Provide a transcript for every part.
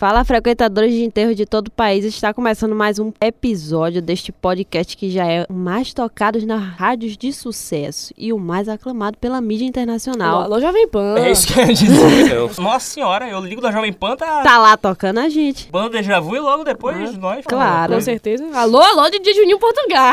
Fala, frequentadores de enterro de todo o país. Está começando mais um episódio deste podcast que já é o mais tocado nas rádios de sucesso e o mais aclamado pela mídia internacional. Alô, Jovem Pan. É isso que eu ia dizer. Nossa senhora, eu ligo da Jovem Pan, Tá lá tocando a gente. Banda Déjà Vu e logo depois nós. Claro. Com certeza. Alô, DJ Juninho Portugal.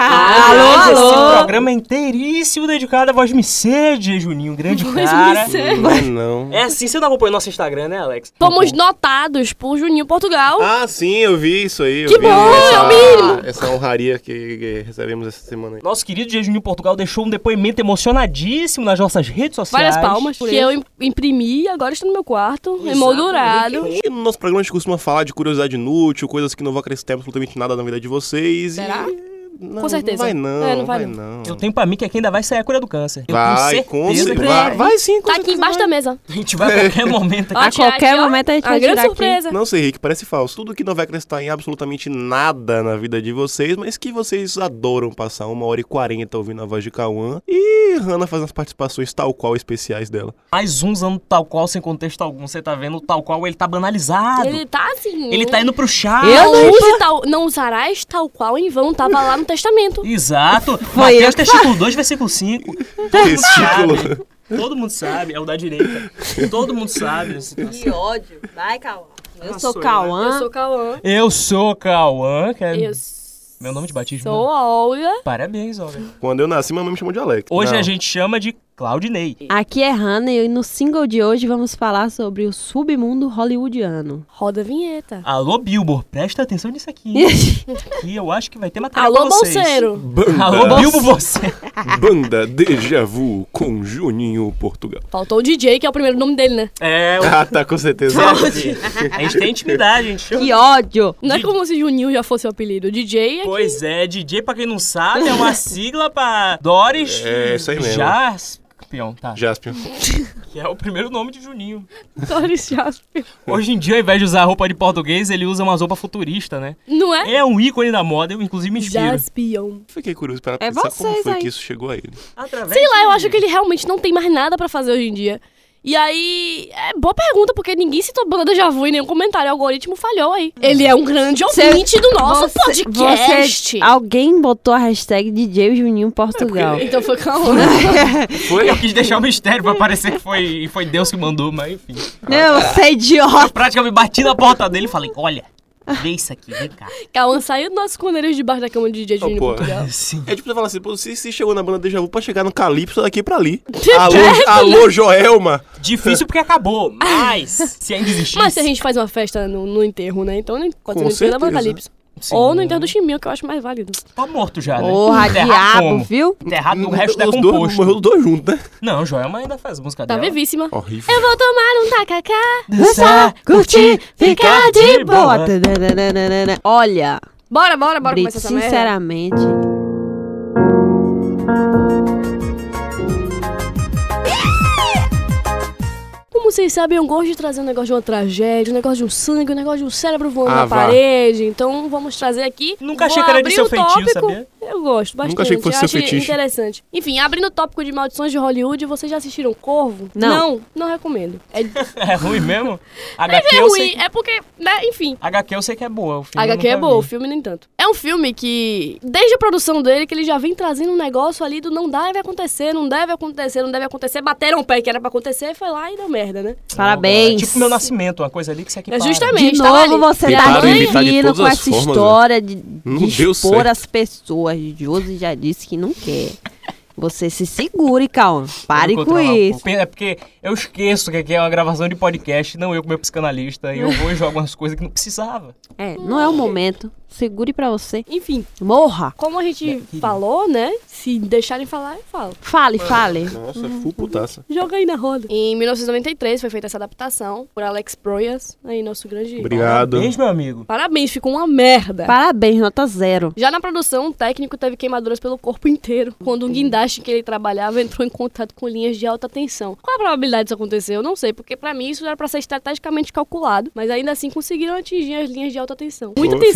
Esse programa é inteiríssimo dedicado à Voz Me Ser, DJ Juninho, grande cara. Não. É assim, você não acompanha nosso Instagram, né, Alex? Fomos notados por Juninho Portugal. Ah, sim, eu vi isso aí. Que bom, é o mínimo. Essa honraria que recebemos essa semana aí. Nosso querido DJ Juninho Portugal deixou um depoimento emocionadíssimo nas nossas redes sociais. Várias palmas. Que eu imprimi e agora está no meu quarto, emoldurado. E no nosso programa a gente costuma falar de curiosidade inútil, coisas que não vão acrescentar absolutamente nada na vida de vocês. Será? Não, Com certeza. Não vai não. Eu tenho pra mim que aqui ainda vai sair a cura do câncer. Vai, com certeza. Vai sim, com Tá aqui embaixo da mesa. A gente vai a qualquer momento aqui. A qualquer momento a gente vai grande tirar surpresa. Não sei, Rick, parece falso. Tudo que não vai acrescentar em absolutamente nada na vida de vocês, mas que vocês adoram passar 1h40 ouvindo a voz de Cauã. E Hannah faz as participações tal qual especiais dela. Mais um usando tal qual sem contexto algum. Você tá vendo tal qual ele tá banalizado. Ele tá assim. Ele tá indo pro chá. Não usarás tal qual em vão. Tava lá no testamento. Exato. Foi Mateus capítulo 2, versículo 5. Testículo. Todo mundo sabe, é o da direita. Todo mundo sabe. Que ódio. Vai, Cauã. Eu sou Eu Cauã. sou Cauã. Eu sou Cauã, que é Eu meu nome de batismo. sou a Olga. Parabéns, Olga. Quando eu nasci, mamãe me chamou de Alex. Hoje Não. a gente chama de Claudinei. Aqui é Hannah e no single de hoje vamos falar sobre o submundo hollywoodiano. Roda a vinheta. Alô, Bilbo, presta atenção nisso aqui. E eu acho que vai ter matéria Alô, pra vocês. bolseiro. Alô, Bilbo, você. Banda Déjà Vu com Juninho Portugal. Faltou o DJ, que é o primeiro nome dele, né? É, Ah, tá, com certeza. a gente tem intimidade, a gente chama. Que ódio. Não é como se Juninho já fosse o apelido. O DJ é Pois é, DJ, pra quem não sabe, é uma sigla pra Doris É, isso aí mesmo. Jaspion, tá? Jaspion. Que é o primeiro nome de Juninho. Doris Jasper. Hoje em dia, ao invés de usar roupa de português, ele usa umas roupas futuristas, né? Não é? É um ícone da moda, eu inclusive me inspiro. Jaspion. Fiquei curioso para É pensar como vocês foi aí. que isso chegou a ele. Sei lá, eu acho que ele realmente não tem mais nada pra fazer hoje em dia. E aí, é boa pergunta, porque ninguém citou Banda Déjà Vu em nenhum comentário. O algoritmo falhou aí. Ele é um grande ouvinte do nosso podcast. Alguém botou a hashtag DJ Juninho Portugal. Então foi calma. Eu quis deixar o mistério pra parecer que foi Deus que mandou, mas enfim. Não, você é idiota. Eu praticamente bati na porta dele e falei, olha, vê isso aqui, vem cá. Cauã saiu do nosso esconderijo debaixo da cama de DJ Juninho pô. Portugal. Sim. É tipo você falar assim, pô, se chegou na banda Déjà Vu pra chegar no Calypso daqui pra ali. Alô, Joelma. Difícil porque acabou, mas se ainda existisse... Mas se a gente faz uma festa no enterro, né? Então pode ser no enterro da Banda Calypso. Sim. Ou no enterro do Chimbinho, que eu acho mais válido. Tá morto já, né? Porra, Enterrado diabo, como? viu? Enterrado no resto Os dois, decomposto. morreu os dois juntos, né? Não, Joelma ainda faz música Tá dela. vivíssima. Horrível. Eu vou tomar um tacacá. Dançar, curtir, ficar de boa. Olha, Bora Brito, começar essa merda. sinceramente... Como vocês sabem, eu gosto de trazer um negócio de uma tragédia, um negócio de um sangue, um negócio de um cérebro voando na vá. parede. Então vamos trazer aqui. Nunca Vou achei que era de abrir seu o feitio, tópico. sabia? Eu gosto bastante. Nunca achei que fosse eu seu acho fetiche. interessante. Enfim, abrindo o tópico de maldições de Hollywood, vocês já assistiram Corvo? Não. Não recomendo. É É ruim mesmo? é HQ eu ruim, sei... é porque, né, enfim. HQ eu sei que é boa, o filme HQ eu é nunca boa, o vi. filme nem tanto. É um filme que, desde a produção dele, que ele já vem trazendo um negócio ali do não deve acontecer, não deve acontecer, não deve acontecer. Bateram o pé que era pra acontecer, foi lá e deu merda, né? Parabéns. É tipo meu nascimento, uma coisa ali que você aqui É justamente. De tava novo ali. você Tentaram tá evitar de vindo todas com as essa formas, história de Não deu expor certo. as pessoas. Josi já disse que não quer. Você se segure, Cauã. Pare Vou com controlar um isso. pouco. É porque eu esqueço que aqui é uma gravação de podcast, não eu com meu psicanalista, e eu vou e jogo umas coisas que não precisava. É, não é o momento. Segure pra você. Enfim, Morra. como a gente falou, né? Se deixarem falar, eu falo. Fale. Nossa, full putaça. Joga aí na roda. Em 1993 foi feita essa adaptação por Alex Proyas, aí nosso grande... Obrigado. Parabéns, meu amigo. Parabéns, ficou uma merda. Parabéns, nota 0. Já na produção, o técnico teve queimaduras pelo corpo inteiro, quando um guindaste que ele trabalhava entrou em contato com linhas de alta tensão. Qual a probabilidade disso acontecer? Eu não sei, porque pra mim isso era pra ser estrategicamente calculado, mas ainda assim conseguiram atingir as linhas de alta tensão. Muita tensão Ficou mesmo,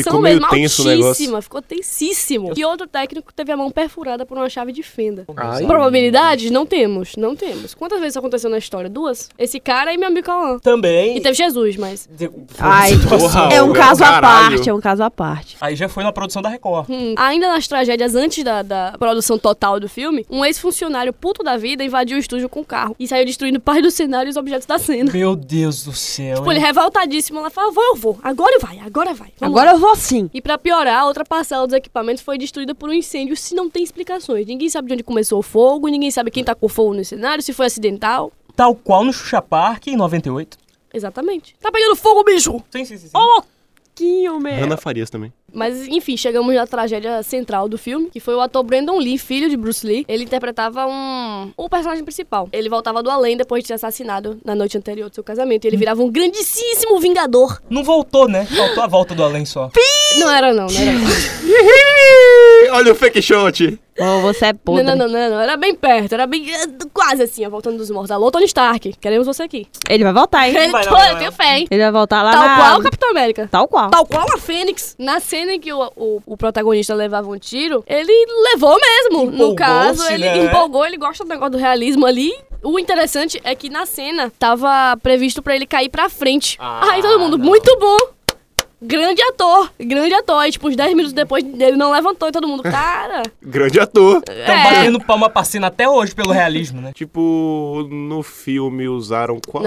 tenso o negócio. Ficou tensíssimo. E outro técnico teve a mão perfurada por uma chave de fenda. Ai. Probabilidades? Não temos. Quantas vezes isso aconteceu na história? 2? Esse cara e meu amigo Cauã. Também. E teve Jesus, mas... Ai, Porra, é um caso à caralho. parte, é um caso à parte. Aí já foi na produção da Record. Ainda nas tragédias antes da produção total do filme, um ex-funcionário puto da vida invadiu o estúdio com o carro e saiu destruindo parte do cenário e os objetos da cena. Meu Deus do céu. Tipo, ele revoltadíssimo lá falou, eu vou. Agora vai. Vamos Agora lá. eu vou sim. E pra piorar, outra parcela dos equipamentos foi destruída por um incêndio, se não tem explicações. Ninguém sabe de onde começou o fogo, ninguém sabe quem tacou fogo no cenário, se foi acidental. Tal qual no Xuxa Park, em 98. Exatamente. Tá pegando fogo, bicho! Sim. Pouquinho, meu. Hannah Farias também. Mas, enfim, chegamos na tragédia central do filme, que foi o ator Brandon Lee, filho de Bruce Lee. Ele interpretava o personagem principal. Ele voltava do além depois de ser assassinado na noite anterior do seu casamento. E ele virava um grandíssimo vingador. Não voltou, né? Faltou a volta do além só. Não era não. Olha o fake shot. Oh, você é podre. Não. Era bem perto. Era bem... quase assim, a voltando dos mortos. Alô, Tony Stark. Queremos você aqui. Ele vai voltar, hein? Eu tenho fé, hein? Ele vai voltar lá Tal qual o Capitão América. Tal qual. Tal qual a Fênix. Na cena em que o protagonista levava um tiro, ele levou mesmo. No caso, ele empolgou, ele gosta do negócio do realismo ali. O interessante é que na cena tava previsto pra ele cair pra frente. Aí todo mundo, muito bom. Grande ator. E tipo, uns 10 minutos depois, ele não levantou e todo mundo, cara... Grande ator. Estão batendo palma pra cena até hoje pelo realismo, né? Tipo, no filme usaram qual?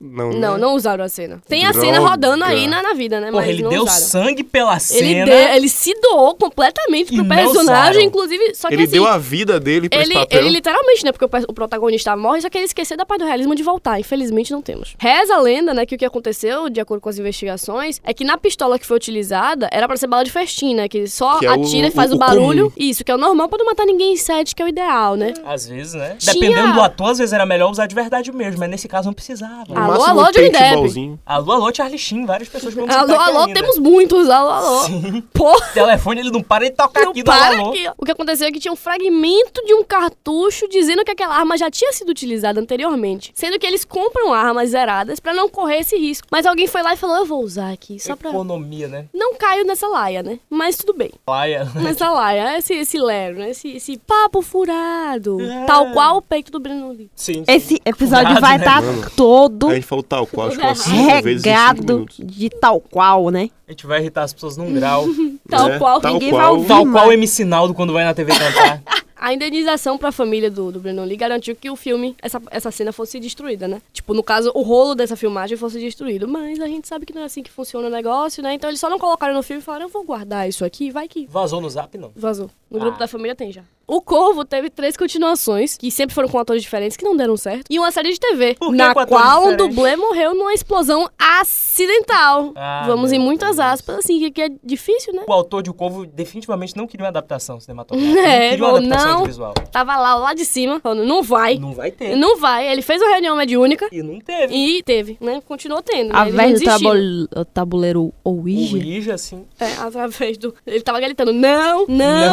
Não usaram a cena. Tem a Droga. cena rodando aí na vida, né? Porra, mas ele não deu usaram. sangue pela cena. Ele se doou completamente E pro não personagem, usaram. inclusive, só que Ele assim... deu a vida dele pra esse papel. Ele literalmente, né? Porque o protagonista morre, só que ele esqueceu da parte do realismo de voltar. Infelizmente, não temos. Reza a lenda, né? Que o que aconteceu, de acordo com as investigações, é que na pistola que foi utilizada, era pra ser bala de festim, né? Que só Que é atira e faz o o barulho. comum. Isso, que é o normal pra não matar ninguém em set, que é o ideal, né? Às vezes, né? Tinha- Dependendo do ator, às vezes era melhor usar de verdade mesmo. Mas nesse caso não precisava. No Alô, máximo, alô, Johnny Depp. paintballzinho. Alô, Charlie Sheen. Várias pessoas que vão citar aqui Alô, ainda. temos muitos. Alô. Porra. O telefone, ele não para de tocar Não aqui do para alô. aqui. O que aconteceu é que tinha um fragmento de um cartucho dizendo que aquela arma já tinha sido utilizada anteriormente. Sendo que eles compram armas zeradas pra não correr esse risco. Mas alguém foi lá e falou, eu vou usar aqui, só pra... Economia, né? Não caio nessa laia, né? Mas tudo bem. Laia. Nessa laia, esse lero, né? Esse papo furado. Tal qual o peito do Breno Lee. Sim. Esse episódio Cuidado, vai né, estar mano? todo A gente falou tal qual, acho que umas 5 vezes em 5 regado minutos. de tal qual, né? A gente vai irritar as pessoas num grau. Tal É, qual. tal Ninguém qual. vai ouvir Tal qual o mais. MC Naldo quando vai na TV cantar. A indenização pra família do Brandon Lee garantiu que o filme, essa cena fosse destruída, né? Tipo, no caso, o rolo dessa filmagem fosse destruído. Mas a gente sabe que não é assim que funciona o negócio, né? Então eles só não colocaram no filme e falaram, eu vou guardar isso aqui, vai que... Vazou no zap, não. Vazou. No grupo da família tem já. O Corvo teve 3 continuações, que sempre foram com atores diferentes, que não deram certo. E uma série de TV, Por que na com atores qual um diferentes? dublê morreu numa explosão acidental. Ah, Vamos em meu muitas Deus. aspas, assim, que é difícil, né? O autor de O Corvo definitivamente não queria uma adaptação cinematográfica. É, não queria uma bom, adaptação não. audiovisual. Tava lá de cima, falando, não vai. Não vai ter. Não vai. Ele fez uma reunião mediúnica E não teve. e teve, né? Continuou tendo. Né? A Ele não velha do desistiu. tabuleiro O Ouija. Ouija, assim. É, através do... Ele tava gritando, não.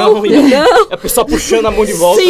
A pessoa puxando a mão de volta.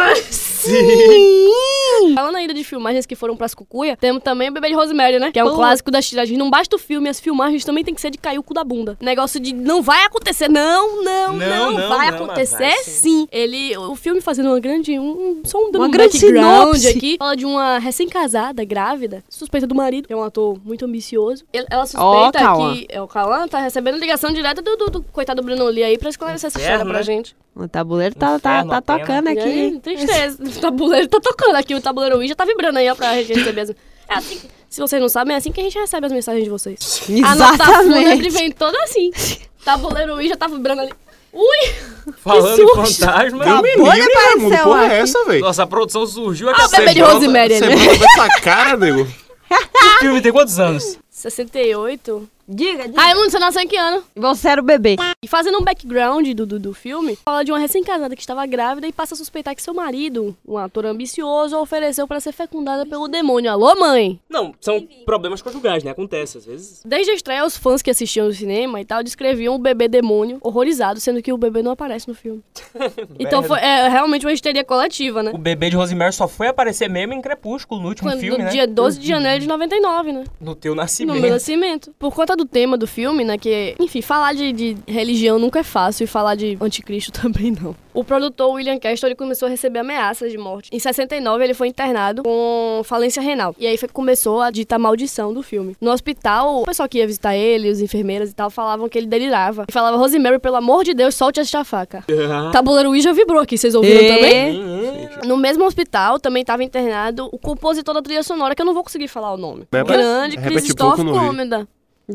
Falando ainda de filmagens que foram pras cucuia, temos também o Bebê de Rosemary, né? Que é um Pô. clássico das tiragens. Não basta o filme, as filmagens também tem que ser de cair o cu da bunda. Negócio de não vai acontecer. Não vai acontecer mas vai sim. O filme fazendo uma grande... só um dando Uma um grande background sinopse. aqui. Fala de uma recém-casada, grávida, suspeita do marido, que é um ator muito ambicioso. Ela Ó, suspeita Cauã. que... O Cauã tá recebendo ligação direta do coitado Bruno Lee aí pra esclarecer essa história Inferno, pra né? gente. O tabuleiro tá Inferno, a pena. tocando aqui. E aí, tristeza. O tabuleiro tá tocando aqui, o tabuleiro Ouija tá vibrando aí, ó, pra gente receber as... É assim que, se vocês não sabem, é assim que a gente recebe as mensagens de vocês. A nossa fúnebre vem toda assim. Tabuleiro Ouija tá vibrando ali. Ui! Falando em susto. fantasma. Deus me Acabou de livre, aparecer Raimundo. Porra aqui. é essa, velho? Nossa, a produção surgiu Ah, aqui. o Bebê de Rosemary, Você né? brota essa cara, nego. O filme tem quantos anos? 68. Diga. Raimundo, você nasceu em que ano? Você era o bebê. E fazendo um background do filme, fala de uma recém-casada que estava grávida e passa a suspeitar que seu marido, um ator ambicioso, a ofereceu para ser fecundada pelo demônio. Alô, mãe? Não, são problemas conjugais, né? Acontece às vezes. Desde a estreia, os fãs que assistiam no cinema e tal descreviam o bebê demônio horrorizado, sendo que o bebê não aparece no filme. Então foi realmente uma histeria coletiva, né? O bebê de Rosemary só foi aparecer mesmo em Crepúsculo, no último filme, no né? dia 12 de janeiro de 99, né? No teu No nascimento. meu nascimento. Por conta do tema do filme, né, que, enfim, falar de religião nunca é fácil e falar de anticristo também não. O produtor William Castle, ele começou a receber ameaças de morte. Em 69, ele foi internado com falência renal. E aí começou a dita maldição do filme. No hospital, o pessoal que ia visitar ele, os enfermeiras e tal, falavam que ele delirava. E falava, Rosemary, pelo amor de Deus, solte esta faca. Tabuleiro Ouija vibrou aqui, vocês ouviram também? No mesmo hospital, também estava internado o compositor da trilha sonora, que eu não vou conseguir falar o nome. Grande Christoph Komeda.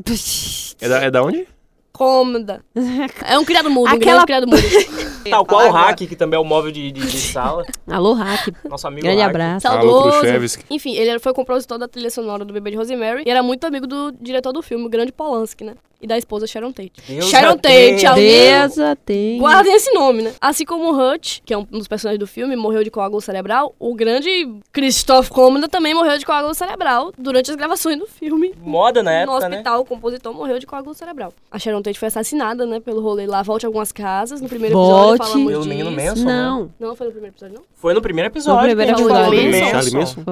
É da onde? Komeda. É um criado mudo, um grande criado mudo. Tal qual o Hack, que também é o móvel de sala. Alô, Hack. Nosso amigo Grande Hack. abraço. Saudoso. Enfim, ele foi compositor da trilha sonora do Bebê de Rosemary e era muito amigo do diretor do filme, o grande Polanski, né? E da esposa Sharon Tate. Sharon Tate, alguém... Guardem esse nome, né? Assim como o Hutch, que é um dos personagens do filme, morreu de coágulo cerebral, o grande Christoph Komeda também morreu de coágulo cerebral durante as gravações do filme. Moda na época, no hospital, né? O compositor morreu de coágulo cerebral. A Sharon Tate foi assassinada, né? Pelo rolê lá, Volte a Algumas Casas. No primeiro episódio falamos pelo disso. Menino Manson, não. Né? Não foi no primeiro episódio, não? Foi no primeiro episódio. No primeiro episódio. Charlie Manson?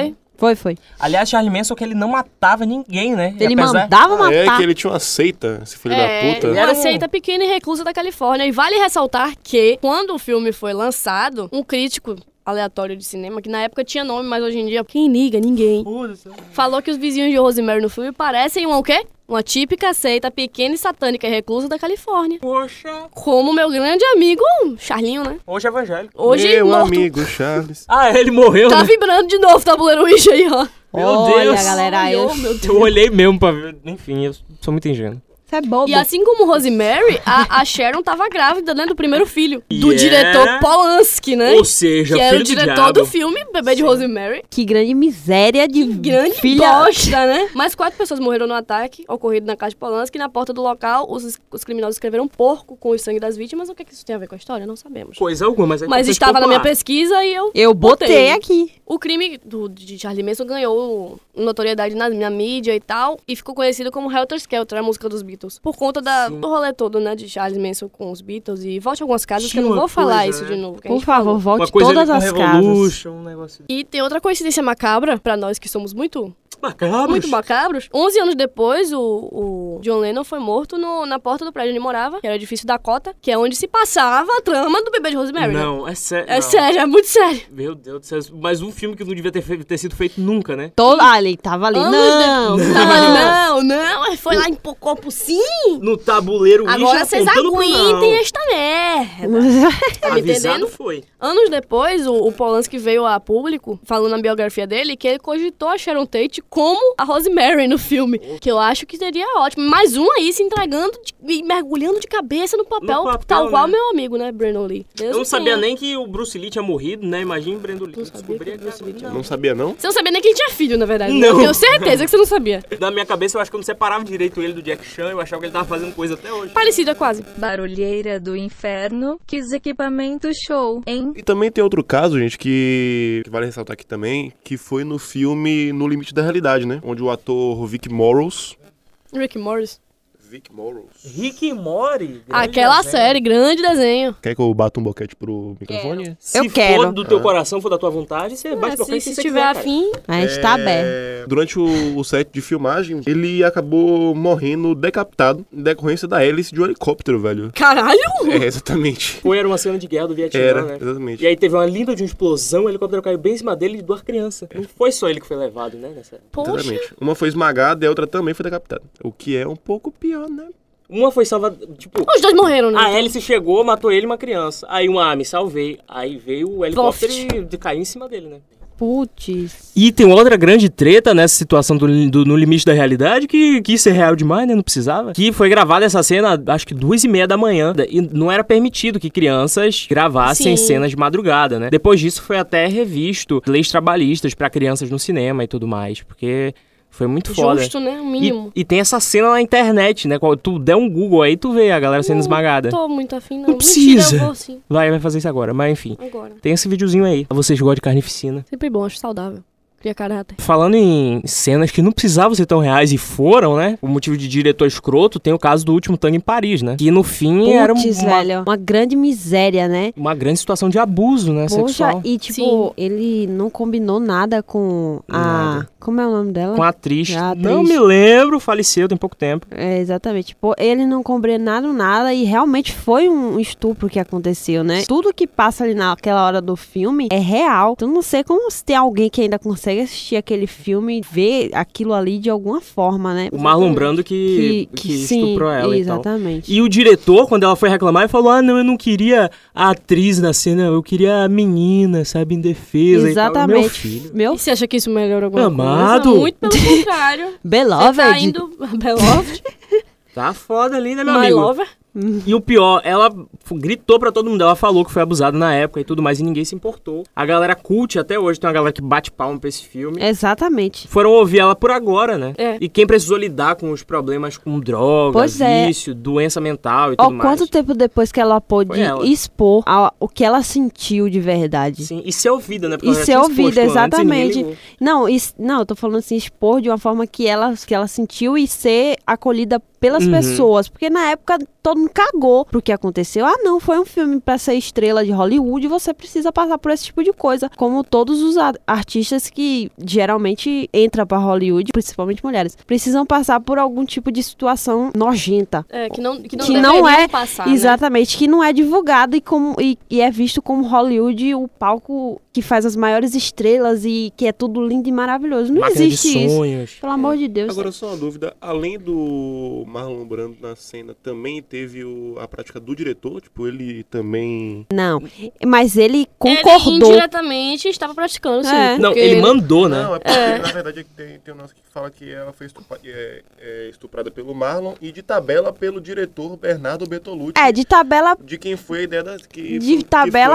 Foi. Aliás, Charlie Manson que ele não matava ninguém, né? Ele mandava matar. É que ele tinha uma seita, esse filho da puta. Ele era uma seita pequena e reclusa da Califórnia. E vale ressaltar que, quando o filme foi lançado, um crítico aleatório de cinema, que na época tinha nome, mas hoje em dia, quem liga? Ninguém. Falou que os vizinhos de Rosemary no filme parecem o quê? Uma típica seita pequena e satânica e reclusa da Califórnia. Poxa. Como meu grande amigo Charlinho, né? Hoje é evangélico. Hoje meu morto. Amigo Charles. Ele morreu, tá né? vibrando de novo o tabuleiro Ouija aí, ó. Meu Deus. Olha, galera, meu Deus. Eu olhei mesmo pra ver. Enfim, eu sou muito ingênuo. Isso é bobo. E assim como Rosemary, a Sharon tava grávida, né, do primeiro filho. Do diretor Polanski, né? Ou seja, que filho era o do diretor diabo. do filme, Bebê de Rosemary. Que grande miséria de Grande filha. bosta, né? Mais 4 pessoas morreram no ataque ocorrido na casa de Polanski. E na porta do local, os criminosos escreveram porco com o sangue das vítimas. O que isso tem a ver com a história? Não sabemos. Coisa alguma, mas estava na minha pesquisa e eu botei aqui. O crime de Charlie Manson ganhou notoriedade na mídia e tal, e ficou conhecido como Helter Skelter, a música dos Beatles. Por conta do rolê todo, né, de Charlie Manson com os Beatles. E volte a algumas casas, que eu não vou falar isso de novo. Por favor, volte todas as casas. Um negócio... E tem outra coincidência macabra, pra nós que somos muito macabros. 11 anos depois, o John Lennon foi morto na porta do prédio onde morava, que era o edifício Dakota, que é onde se passava a trama do Bebê de Rosemary. Não, é sério. É sério, é muito sério. Meu Deus do céu. Mas um filme que não devia ter sido feito nunca, né? Ele tava ali. Não. Foi lá em Pocopo, sim. No tabuleiro Ouija. Agora vocês aguentem esta merda. Tá me entendendo? Foi. Anos depois, o Polanski veio a público, falando na biografia dele, que ele cogitou a Sharon Tate como a Rosemary no filme. Que eu acho que seria ótimo. Mais um aí se entregando e mergulhando de cabeça no papel tal qual meu amigo, né, Brandon Lee. Eu não sabia nem que o Bruce Lee tinha morrido, né? Imagina o Brandon Lee. Não sabia, não? Você não sabia nem que ele tinha filho, na verdade. Não. Eu tenho certeza que você não sabia. Na minha cabeça, eu acho que eu não separava direito ele do Jack Chan. Eu achava que ele tava fazendo coisa até hoje. Parecida, quase. Barulheira do inferno, quis equipamento show, hein? E também tem outro caso, gente, que vale ressaltar aqui também, que foi no filme No Limite da Realidade, né? Onde o ator Rick Moranis... Rick Morris. Rick e Morty. Aquela desenho. série, grande desenho. Quer que eu bata um boquete pro microfone? Se for do teu coração, for da tua vontade, você bate boquete se tiver afim. A gente tá aberto. Durante o set de filmagem, ele acabou morrendo decapitado em decorrência da hélice de um helicóptero, velho. Caralho! Exatamente. Era uma cena de guerra do Vietnã, Era, né? exatamente. E aí teve uma linda de uma explosão, o helicóptero caiu bem em cima dele e de duas crianças. Não foi só ele que foi levado, né? Poxa. Exatamente. Uma foi esmagada e a outra também foi decapitada. O que é um pouco pior, né? Uma foi salvada, tipo... Os dois morreram, né? A hélice chegou, matou ele e uma criança. Aí me salvei. Aí veio o helicóptero e caiu em cima dele, né? Putz. E tem outra grande treta nessa situação No Limite da Realidade, que quis ser real demais, né? Não precisava. Que foi gravada essa cena, acho que 2:30 da manhã. E não era permitido que crianças gravassem cenas de madrugada, né? Depois disso foi até revisto leis trabalhistas pra crianças no cinema e tudo mais. Porque... foi muito foda. Justo, né? O mínimo. E tem essa cena na internet, né? Quando tu der um Google aí, tu vê a galera sendo esmagada. Não tô muito afim, não. Não precisa. Mentira, eu vou sim. Vai fazer isso agora, mas enfim. Agora. Tem esse videozinho aí. Vocês gostam de carnificina. Sempre bom, acho saudável. Cria caráter. Falando em cenas que não precisavam ser tão reais e foram, né? Por motivo de diretor escroto, tem o caso do Último Tango em Paris, né? Que no fim era velho, uma grande miséria, né? uma grande situação de abuso, né? Poxa, Sexual. e tipo, Sim. ele não combinou nada com a Como é o nome dela? Com a atriz. A atriz. Não me lembro, faleceu tem pouco tempo. É, exatamente. Pô, eles não combinaram nada e realmente foi um estupro que aconteceu, né? Tudo que passa ali naquela hora do filme é real. Então não sei como se tem alguém que ainda consegue assistir aquele filme e ver aquilo ali de alguma forma, né? O Marlon Brando que estuprou ela exatamente. e tal. E o diretor, quando ela foi reclamar, ele falou, não, eu não queria a atriz na cena, eu queria a menina, sabe, em defesa exatamente. e tal. Meu filho. Meu E você acha que isso melhora alguma Amado. coisa? Muito pelo contrário. Beloved. Você tá indo... Beloved. Tá foda ali, né, meu My amigo? lover. E o pior, ela gritou pra todo mundo, ela falou que foi abusada na época e tudo mais, e ninguém se importou. A galera cult até hoje, tem uma galera que bate palma pra esse filme. Exatamente. Foram ouvir ela por agora, né? É. E quem precisou lidar com os problemas com drogas, Pois é. vício, doença mental e tudo mais. Quanto tempo depois que ela pôde Foi ela. expor o que ela sentiu de verdade. Sim, e ser ouvida, né? Porque E ela já ser tinha ouvida, exposto antes e ninguém exatamente. ligou. Não, eu tô falando assim, expor de uma forma que ela sentiu e ser acolhida pelas pessoas. Porque na época todo mundo cagou pro que aconteceu. Não, foi um filme pra ser estrela de Hollywood, você precisa passar por esse tipo de coisa. Como todos os artistas que geralmente entram pra Hollywood, principalmente mulheres, precisam passar por algum tipo de situação nojenta. Que não não é passar, exatamente, que não é divulgado e é visto como Hollywood o palco que faz as maiores estrelas e que é tudo lindo e maravilhoso. Não Máquina existe de isso. sonhos. Pelo amor de Deus. Agora, só uma dúvida. Além do Marlon Brando na cena, também teve a prática do diretor? Tipo, ele também... Não, mas ele Ele concordou. indiretamente estava praticando, sim. É. Não, porque ele mandou, né? Não, é porque, na verdade, tem um nosso que fala que ela foi estuprada pelo Marlon e de tabela pelo diretor Bernardo Bertolucci. De tabela, De quem foi a ideia da... de tabela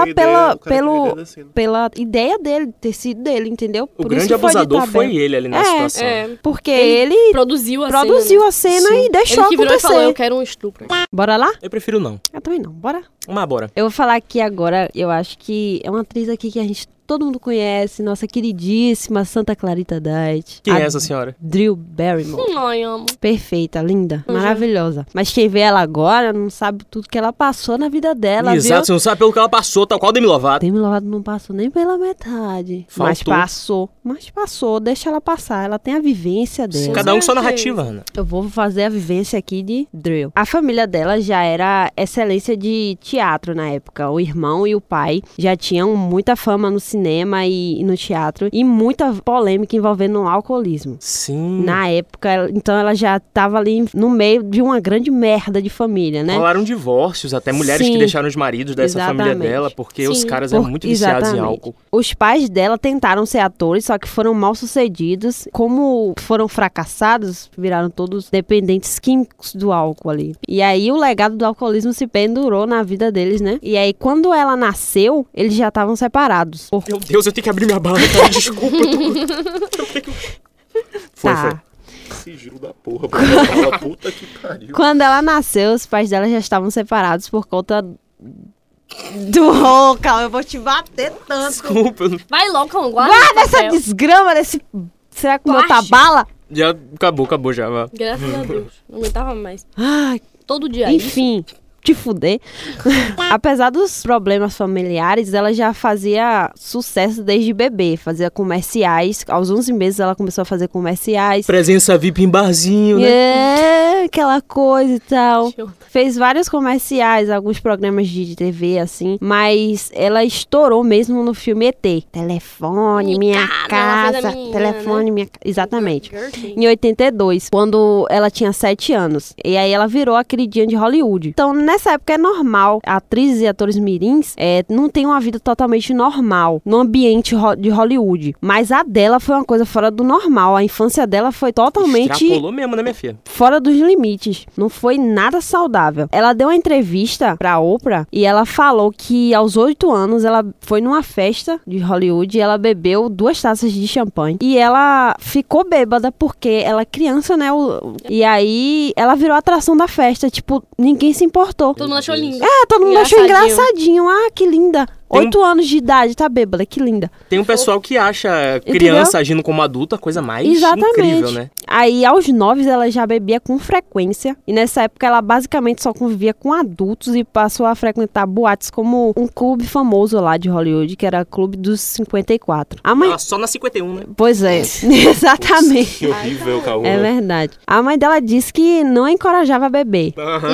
pela ideia dele, ter sido dele, entendeu? O Por grande isso foi de abusador tabela. foi ele ali nessa situação. Porque Ele ele produziu a cena Sim. e deixou Ele que virou e acontecer. falou, eu quero um estupro. Bora lá? Eu prefiro não. Eu também não, bora. Mas bora. Eu vou falar aqui agora, eu acho que é uma atriz aqui que todo mundo conhece, nossa queridíssima Santa Clarita Diet. Quem A é essa senhora? Drew Barrymore. Ai, amo. Perfeita, linda, maravilhosa. Mas quem vê ela agora não sabe tudo que ela passou na vida dela, Exato, você viu? não sabe pelo que ela passou, tal qual Demi Lovato. Demi Lovato não passou nem pela metade. Faltou. Mas passou, deixa ela passar. Ela tem a vivência dela. Cada um com sua certeza. narrativa, Ana. Eu vou fazer a vivência aqui de Drew. A família dela já era excelência de teatro na época. O irmão e o pai já tinham muita fama no cinema e no teatro e muita polêmica envolvendo o alcoolismo. Sim. Na época, então ela já estava ali no meio de uma grande merda de família, né? Rolaram divórcios, até mulheres Sim. que deixaram os maridos dessa família Exatamente. dela, porque Sim. os caras eram muito viciados em álcool. Os pais dela tentaram ser atores, só que foram mal sucedidos. Como foram fracassados, viraram todos dependentes químicos do álcool ali. E aí o legado do alcoolismo se pendurou na vida deles, né? E aí quando ela nasceu, eles já estavam separados. Meu Deus, eu tenho que abrir minha bala, cara, desculpa. Foi. Sigilo da porra. Ela, puta que pariu. Quando ela nasceu, os pais dela já estavam separados por conta calma, eu vou te bater tanto. Desculpa. Vai logo, calma, guarda Guarda esse essa papel. desgrama desse... Será que o meu tá Plástico. bala? Já acabou já. Vá. Graças a Deus. Não aguentava mais. Ai, Todo dia. enfim, te fuder. Apesar dos problemas familiares, ela já fazia sucesso desde bebê. Fazia comerciais. Aos 11 meses ela começou a fazer comerciais. Presença VIP em barzinho, né? Aquela coisa e tal. Show. Fez vários comerciais, alguns programas de TV, assim. Mas ela estourou mesmo no filme ET. Telefone, minha casa, ela fez a casa. menina, Telefone, minha casa. Exatamente. Girl. Em 82, quando ela tinha 7 anos. E aí ela virou a queridinha de Hollywood. Então, nessa época é normal. Atrizes e atores mirins não têm uma vida totalmente normal no ambiente de Hollywood. Mas a dela foi uma coisa fora do normal. A infância dela foi totalmente Extrapolou mesmo, né, minha filha? fora dos limites. Não foi nada saudável. Ela deu uma entrevista pra Oprah e ela falou que aos 8 anos ela foi numa festa de Hollywood e ela bebeu 2 taças de champanhe. E ela ficou bêbada porque ela é criança, né? E aí ela virou a atração da festa. Tipo, ninguém se importou. Todo mundo achou lindo. Todo mundo achou Engraçadinho. engraçadinho. Ah, que linda. 8 anos de idade, tá bêbada, que linda. Tem um pessoal que acha criança agindo como adulto a coisa mais incrível, né? Aí, aos 9, ela já bebia com frequência. E nessa época, ela basicamente só convivia com adultos e passou a frequentar boates como um clube famoso lá de Hollywood, que era o Clube dos 54. Ela só na 51, né? Pois é, exatamente. Que horrível, K1. É verdade. A mãe dela disse que não encorajava a beber.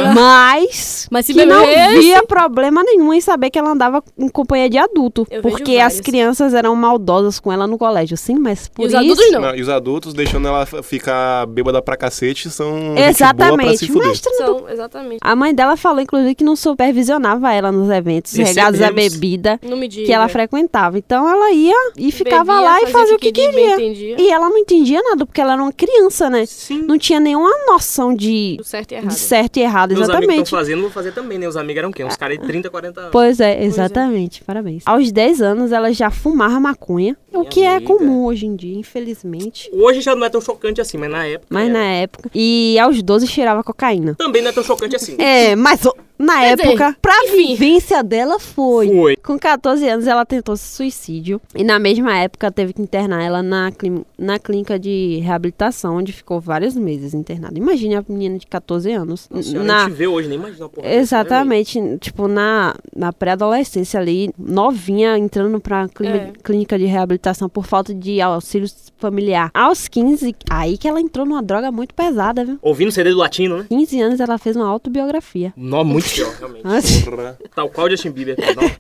Mas se que não bebesse... via problema nenhum em saber que ela andava em companhia de adulto. Porque as crianças eram maldosas com ela no colégio. Sim, mas por isso... Adultos não. Não, e os adultos, deixando ela ficar bêbada pra cacete, são exatamente. gente boa pra se fuder. São, exatamente. A mãe dela falou, inclusive, que não supervisionava ela nos eventos regados à bebida que ela frequentava. Então ela ia e ficava lá e fazia o que queria. E ela não entendia nada, porque ela era uma criança, né? Sim. Não tinha nenhuma noção de certo e errado. Os exatamente. amigos estão fazendo, vou fazer também, né? Os amigos eram quem? Uns caras de 30, 40 anos. Pois é, exatamente. Parabéns. Aos 10 anos, ela já fumava maconha, o que é comum hoje em dia, infelizmente. Hoje já não é tão chocante assim, mas na época... E aos 12 cheirava cocaína. Também não é tão chocante assim. Mas na época, pra vivência dela foi. Com 14 anos, ela tentou suicídio. E na mesma época, teve que internar ela na clínica de reabilitação, onde ficou vários meses internada. Imagine a menina de 14 anos. Nossa, a gente vê hoje, nem imagina a porra dessa, exatamente. Né, tipo, na pré-adolescência ali, novinha, entrando pra clínica de reabilitação por falta de auxílio familiar. Aos 15, aí que ela entrou numa droga muito pesada, viu? Ouvindo CD do latino, né? 15 anos, ela fez uma autobiografia. Não, muito pior, realmente. Tal qual Justin Bieber.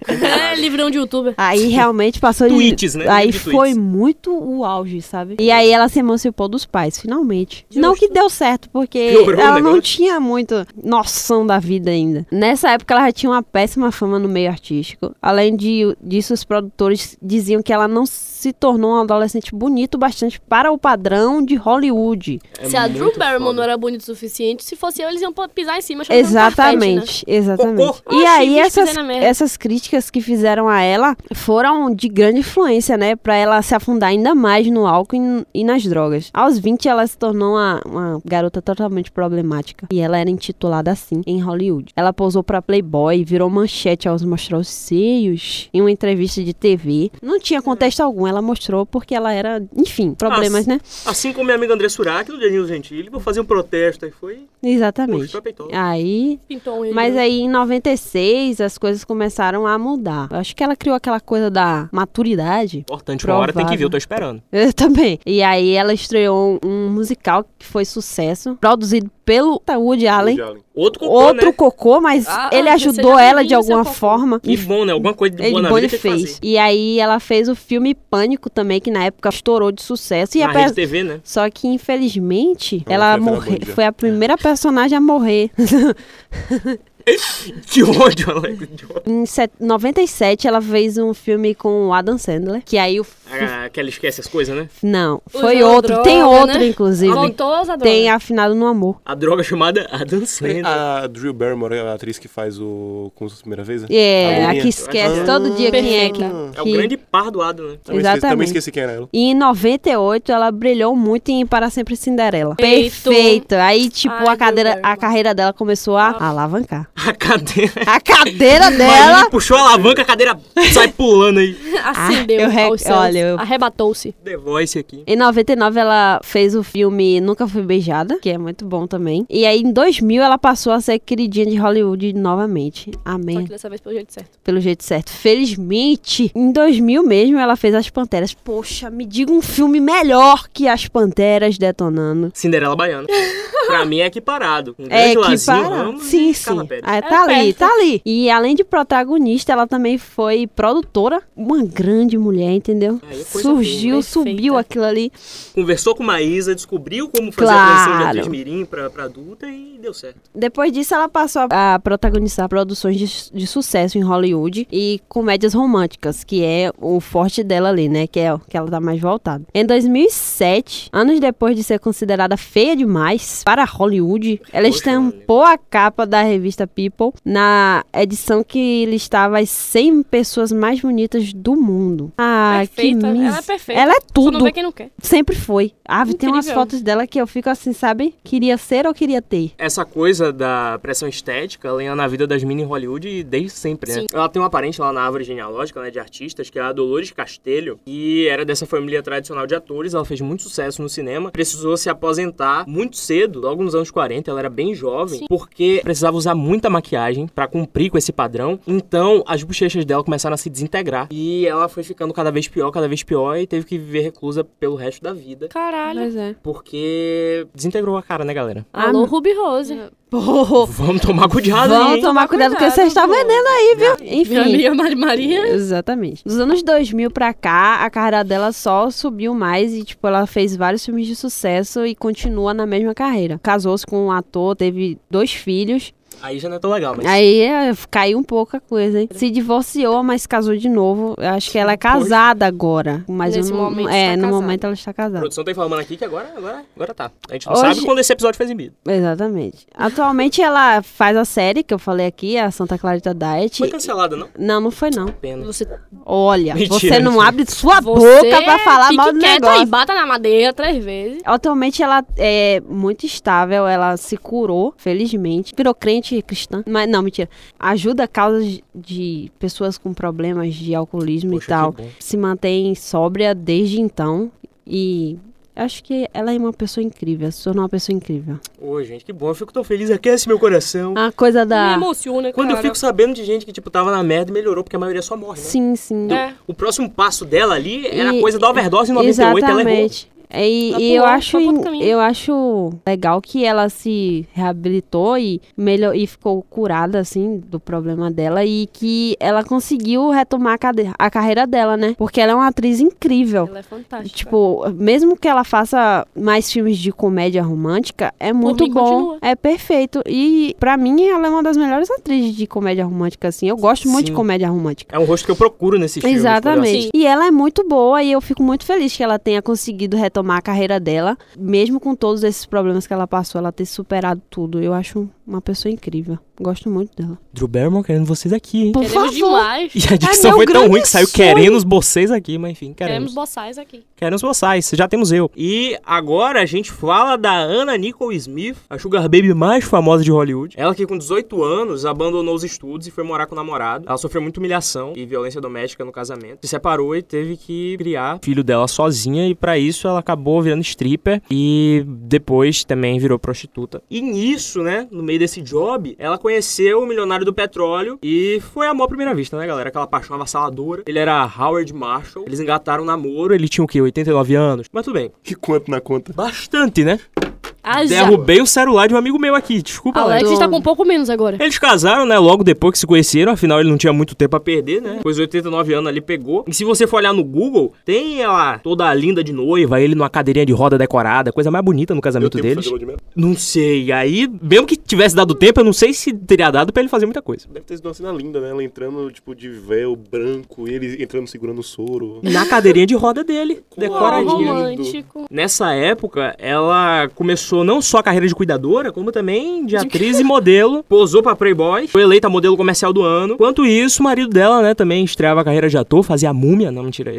Livrão de youtuber. Aí realmente passou de... Tweets, né? Aí foi muito o auge, sabe? E aí ela se emancipou dos pais, finalmente. Justo. Não que deu certo, porque ela não tinha muito noção da vida ainda. Nessa época ela já tinha uma péssima fama no meio artístico. Além disso, os produtores diziam que ela não se tornou um adolescente bonito bastante para o padrão de Hollywood. Se a Drew Barrymore não era bonita o suficiente, se fosse eu, eles iam pisar em cima. Exatamente, né? exatamente. E aí essas críticas que fizeram a ela foram de grande influência, né? Pra ela se afundar ainda mais no álcool e nas drogas. Aos 20, ela se tornou uma garota totalmente problemática. E ela era intitulada assim em Hollywood. Ela posou pra Playboy, virou manchete ao mostrar os seios em uma entrevista de TV. Não tinha contexto algum, ela mostrou porque ela era, enfim, problemas, né? Assim como minha amiga André Surak, do Danilo Gentili, vou fazer um protesto, aí foi... Exatamente. Aí... Mas aí em 96 as coisas começaram a mudar. Eu acho que ela criou aquela coisa da maturidade. Importante, uma hora tem que ver, eu tô esperando. Eu também. E aí ela estreou um musical que foi sucesso, produzido pelo Woody Allen. Outro cocô, mas ele ajudou ela de alguma forma. Que bom, né? Alguma coisa de boa na vida ele fez. E aí ela fez o filme Pânico também, que na época estourou de sucesso. Na Rede TV, né? Só que, infelizmente, ela foi a primeira personagem a morrer. Que ódio, Alex. Em 97, ela fez um filme com o Adam Sandler, que aí que ela esquece as coisas, né? Não, foi outro. Droga, tem outro, né? Inclusive. Tem Afinado no Amor. A droga chamada Adam Sandler. A Drew Barrymore, a atriz que faz o Como se fosse a primeira vez? A que esquece todo dia quem é que... É o grande par do Adam, né? Exatamente. Também esqueci quem era ela. E em 98, ela brilhou muito em Para Sempre Cinderela. Perfeito. Aí, tipo, a carreira dela começou a alavancar. A cadeira dela... Mas puxou a alavanca, a cadeira sai pulando aí. Acendeu aos céus. Arrebatou-se. The Voice aqui. Em 99, ela fez o filme Nunca Fui Beijada, que é muito bom também. E aí, em 2000, ela passou a ser queridinha de Hollywood novamente. Amém. Só que dessa vez pelo jeito certo. Pelo jeito certo. Felizmente, em 2000 mesmo, ela fez As Panteras. Poxa, me diga um filme melhor que As Panteras detonando. Cinderela Baiana. Pra mim é equiparado. Equiparado. Sim. Tá ali. E além de protagonista, ela também foi produtora. Uma grande mulher, entendeu? Subiu aquilo ali. Conversou com Maísa, descobriu como fazer a transição de atriz mirim pra adulta e deu certo. Depois disso, ela passou a protagonizar produções de sucesso em Hollywood e comédias românticas, que é o forte dela ali, né? Que é o que ela tá mais voltada. Em 2007, anos depois de ser considerada feia demais para Hollywood. Ela estampou a capa da revista People na edição que listava as 100 pessoas mais bonitas do mundo. Perfeita. Que Ela é perfeita. Ela é tudo. Só não vê quem não quer. Sempre foi. Tem umas Incrível. fotos dela que eu fico assim, sabe? Queria ser ou queria ter? Essa coisa da pressão estética, ela é na vida das mini Hollywood desde sempre, né? Sim. Ela tem uma parente lá na árvore genealógica, né, de artistas, que é a Dolores Castelho, que era dessa família tradicional de atores. Ela fez muito sucesso no cinema. Precisou se aposentar muito cedo, logo nos anos 40. Ela era bem jovem, Sim. porque precisava usar muita maquiagem pra cumprir com esse padrão. Então, as bochechas dela começaram a se desintegrar. E ela foi ficando cada vez pior, e teve que viver reclusa pelo resto da vida. Caralho. Pois é. Porque desintegrou a cara, né, galera? Alô, Ruby Rose. Vamos tomar cuidado aí, Vamos hein? tomar cuidado porque você está vendendo aí, viu? Enfim. Minha amiga Mari Maria. Exatamente. Dos anos 2000 pra cá, a carreira dela só subiu mais e, tipo, ela fez vários filmes de sucesso e continua na mesma carreira. Casou-se com um ator, teve 2 filhos. Aí já não é tão legal, mas... Aí caiu um pouco a coisa, hein? Se divorciou, mas casou de novo. Eu acho que ela é casada agora. Mas Nesse no momento está no casada. momento ela está A casada. produção tá informando aqui que agora tá. A gente não Hoje- sabe quando esse episódio foi exibido. Exatamente. Atualmente ela faz a série que eu falei aqui, a Santa Clarita Diet. Foi cancelada, não? Não foi não. Pena. Você, Olha, Mentira, você não mentira. abre sua você boca pra falar fique mal do quieto negócio. aí, bata na madeira 3 vezes. Atualmente ela é muito estável, ela se curou, felizmente. Virou crente cristã. Mas não, mentira. Ajuda causas de pessoas com problemas de alcoolismo Poxa, e tal. que bom. Se mantém sóbria desde então. E acho que ela é uma pessoa incrível. Se tornou uma pessoa incrível. Ô, gente, que bom. Eu fico tão feliz. Aquece meu coração. A coisa Me da... emociona, Quando cara. eu fico sabendo de gente que, tipo, tava na merda e melhorou, porque a maioria só morre, né? Sim, sim. É. O próximo passo dela ali era E- coisa da overdose em 98, ela errou. Exatamente. E Ela eu pulou, acho, foi pro outro caminho. eu acho legal que ela se reabilitou e ficou curada, assim, do problema dela. E que ela conseguiu retomar a carreira dela, né? Porque ela é uma atriz incrível. Ela é fantástica. Tipo, mesmo que ela faça mais filmes de comédia romântica, é muito mim, bom. continua. É perfeito. E pra mim, ela é uma das melhores atrizes de comédia romântica, assim. Eu gosto muito de Sim. comédia romântica. É um rosto que eu procuro nesse filme. Exatamente. Sim. E ela é muito boa e eu fico muito feliz que ela tenha conseguido retomar a carreira dela, mesmo com todos esses problemas que ela passou, ela ter superado tudo. Eu acho uma pessoa incrível. Gosto muito dela. Drew Barrymore querendo vocês aqui, hein? Por Queremos favor. demais. E a dicção meu foi tão grande ruim que saiu sonho. querendo os vocês aqui, mas enfim, Queremos queremos. boçais aqui. Queremos vocês, já temos eu. E agora a gente fala da Anna Nicole Smith, a Sugar Baby mais famosa de Hollywood. Ela que com 18 anos abandonou os estudos e foi morar com o namorado. Ela sofreu muito humilhação e violência doméstica no casamento. Se separou e teve que criar o filho dela sozinha e pra isso ela acabou virando stripper e depois também virou prostituta. E nisso, né, no meio desse job, ela conheceu o milionário do petróleo e foi amor à primeira vista, né, galera? Aquela paixão avassaladora. Ele era Howard Marshall. Eles engataram um namoro, ele tinha o quê? 89 anos? Mas tudo bem. Que quanto na conta? Bastante, né? Ah, já. Derrubei o celular de um amigo meu aqui, desculpa, Alex. Alex está com um pouco menos agora. Eles casaram, né, logo depois que se conheceram, afinal ele não tinha muito tempo a perder, né? Depois 89 anos ali pegou. E se você for olhar no Google, tem ela toda linda de noiva, ele numa cadeirinha de roda decorada, coisa mais bonita no casamento Deu tempo deles. de fazer lua de mel? Não sei, aí, mesmo que tivesse dado tempo, eu não sei se teria dado pra ele fazer muita coisa. Deve ter sido uma cena linda, né? Ela entrando, tipo, de véu branco e ele entrando segurando o soro. Na cadeirinha de roda dele, Oh, decoradinha. romântico. Nessa época, ela começou não só a carreira de cuidadora, como também de atriz e modelo. Posou pra Playboy, foi eleita modelo comercial do ano. Enquanto isso, o marido dela, né, também estreava a carreira de ator, fazia a Múmia. Não, mentira,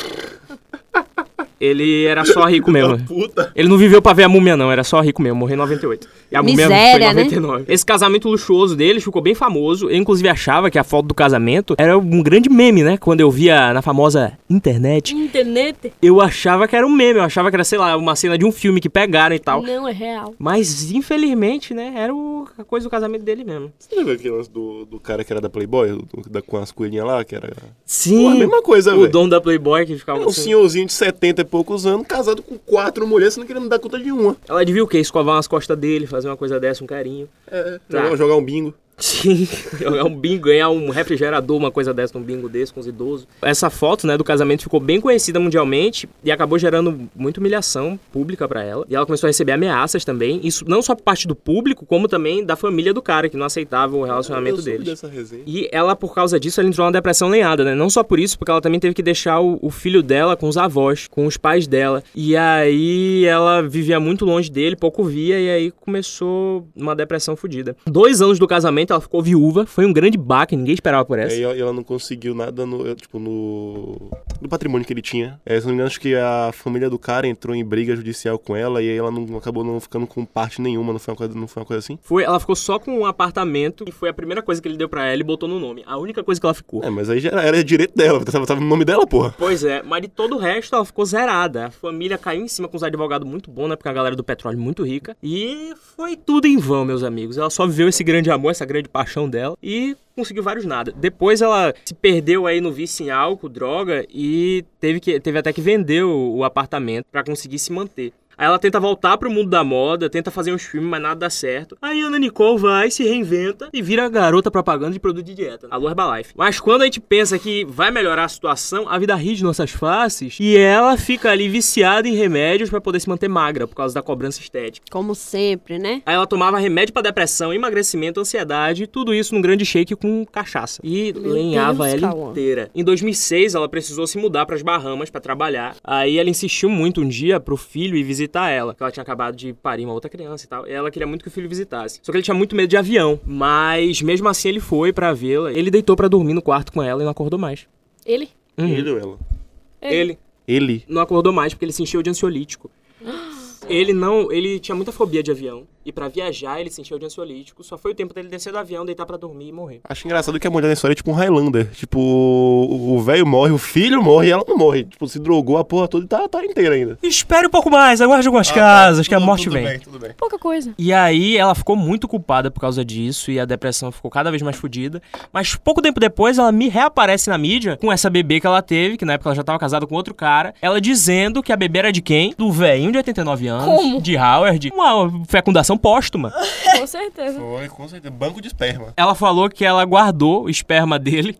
ele era só rico mesmo. Puta. Ele não viveu pra ver a Múmia, não. Era só rico mesmo. Morreu em 98. E a Múmia foi Miséria, em 99. Esse casamento luxuoso deles ficou bem famoso. Eu, inclusive, achava que a foto do casamento era um grande meme, né? Quando eu via na famosa internet, Internet eu achava que era um meme. Eu achava que era, sei lá, uma cena de um filme que pegaram e tal. não é real. Mas, infelizmente, né? Era a coisa do casamento dele mesmo. Você já viu aquele lance do cara que era da Playboy? Com as coelhinhas lá, que era... Sim. Pô, a mesma coisa, O velho. dono da Playboy que ficava É um assim. senhorzinho de 70 e poucos anos, casado com 4 mulheres, você não querendo dar conta de uma. Ela devia o quê? Escovar umas costas dele, fazer uma coisa dessa, um carinho. É, Tá. jogar um bingo. Sim, é um bingo, ganhar um refrigerador, uma coisa dessa, um bingo desse com os idosos. Essa foto, né, do casamento ficou bem conhecida mundialmente e acabou gerando muita humilhação pública pra ela. E ela começou a receber ameaças também, isso não só por parte do público, como também da família do cara, que não aceitava o relacionamento deles. E ela, por causa disso, ela entrou numa depressão lenhada, né? Não só por isso, porque ela também teve que deixar o filho dela com os avós, com os pais dela. E aí ela vivia muito longe dele, pouco via, e aí começou uma depressão fodida. 2 anos do casamento, ela ficou viúva, foi um grande baque, ninguém esperava por essa. E ela não conseguiu nada no patrimônio que ele tinha. Se não me engano, acho que a família do cara entrou em briga judicial com ela, e aí ela não acabou não ficando com parte nenhuma, não foi uma coisa assim? Ela ficou só com um apartamento, e foi a primeira coisa que ele deu pra ela e botou no nome. A única coisa que ela ficou. Mas aí já era direito dela, tava no nome dela, porra. Pois é, mas de todo o resto ela ficou zerada. A família caiu em cima com os advogados muito bons, né? Porque a galera do petróleo muito rica. E foi tudo em vão, meus amigos. Ela só viveu esse grande amor, essa grande paixão dela e conseguiu vários nada. Depois ela se perdeu aí no vício em álcool, droga e teve até que vender o apartamento pra conseguir se manter. Aí ela tenta voltar pro mundo da moda, tenta fazer uns filmes, mas nada dá certo. Aí a Ana Nicole vai, se reinventa e vira garota propaganda de produto de dieta. Alô Herbalife. Mas quando a gente pensa que vai melhorar a situação, a vida ri de nossas faces e ela fica ali viciada em remédios pra poder se manter magra por causa da cobrança estética. Como sempre, né? Aí ela tomava remédio pra depressão, emagrecimento, ansiedade, tudo isso num grande shake com cachaça. E lenhava ela inteira. Em 2006, ela precisou se mudar pras Bahamas pra trabalhar. Aí ela insistiu muito um dia pro filho ir visitar ela, que ela tinha acabado de parir uma outra criança e tal, e ela queria muito que o filho visitasse. Só que ele tinha muito medo de avião, mas mesmo assim ele foi pra vê-la, ele deitou pra dormir no quarto com ela e não acordou mais. Ele? Ele ou ela? Ele. Não acordou mais porque ele se encheu de ansiolítico. Ele tinha muita fobia de avião. E pra viajar, ele se encheu de ansiolítico. Só foi o tempo dele descer do avião, deitar pra dormir e morrer. Acho engraçado que a mulher na história é tipo um Highlander. Tipo, o velho morre, o filho morre e ela não morre. Tipo, se drogou a porra toda e tá inteira ainda. Espere um pouco mais, aguarde algumas casas, que a morte vem. Tudo bem. Pouca coisa. E aí, ela ficou muito culpada por causa disso. E a depressão ficou cada vez mais fodida. Mas pouco tempo depois, ela me reaparece na mídia com essa bebê que ela teve, que na época ela já tava casada com outro cara. Ela dizendo que a bebê era de quem? Do velhinho de 89 anos. Como? De Howard. Uma fecundação póstuma. Com certeza. Foi, com certeza. Banco de esperma. Ela falou que ela guardou o esperma dele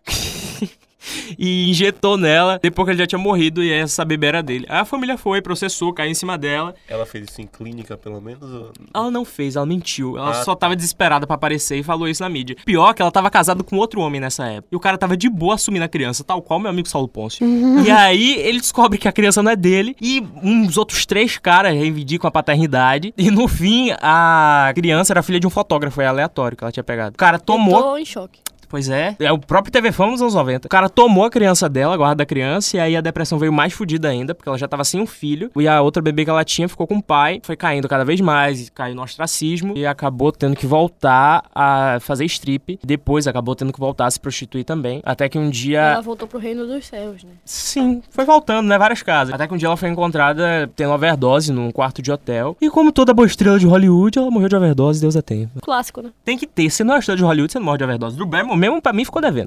e injetou nela depois que ele já tinha morrido e essa bebê era dele. Aí a família foi, processou, caiu em cima dela. Ela fez isso em clínica, pelo menos? Ou... Ela não fez, ela mentiu. Ela só tava desesperada pra aparecer e falou isso na mídia. Pior que ela tava casada com outro homem nessa época. E o cara tava de boa assumindo a criança, tal qual meu amigo Saulo Pôncio. E aí ele descobre que a criança não é dele e uns outros 3 caras reivindicam a paternidade. E no fim, a criança era filha de um fotógrafo, é aleatório que ela tinha pegado. O cara tomou... Eu tô em choque. Pois é o próprio TV Fama nos anos 90. O cara tomou a criança dela, a guarda da criança, e aí a depressão veio mais fodida ainda, porque ela já tava sem um filho, e a outra bebê que ela tinha ficou com o pai, foi caindo cada vez mais, caiu no ostracismo, e acabou tendo que voltar a fazer strip, depois acabou tendo que voltar a se prostituir também, até que um dia... Ela voltou pro reino dos céus, né? Sim, foi voltando, né, várias casas, até que um dia ela foi encontrada tendo overdose num quarto de hotel, e como toda boa estrela de Hollywood, ela morreu de overdose, Deus a tenha. Clássico, né? Tem que ter, se não é estrela de Hollywood, você não morre de overdose. Drew Barrymore mesmo pra mim ficou devendo.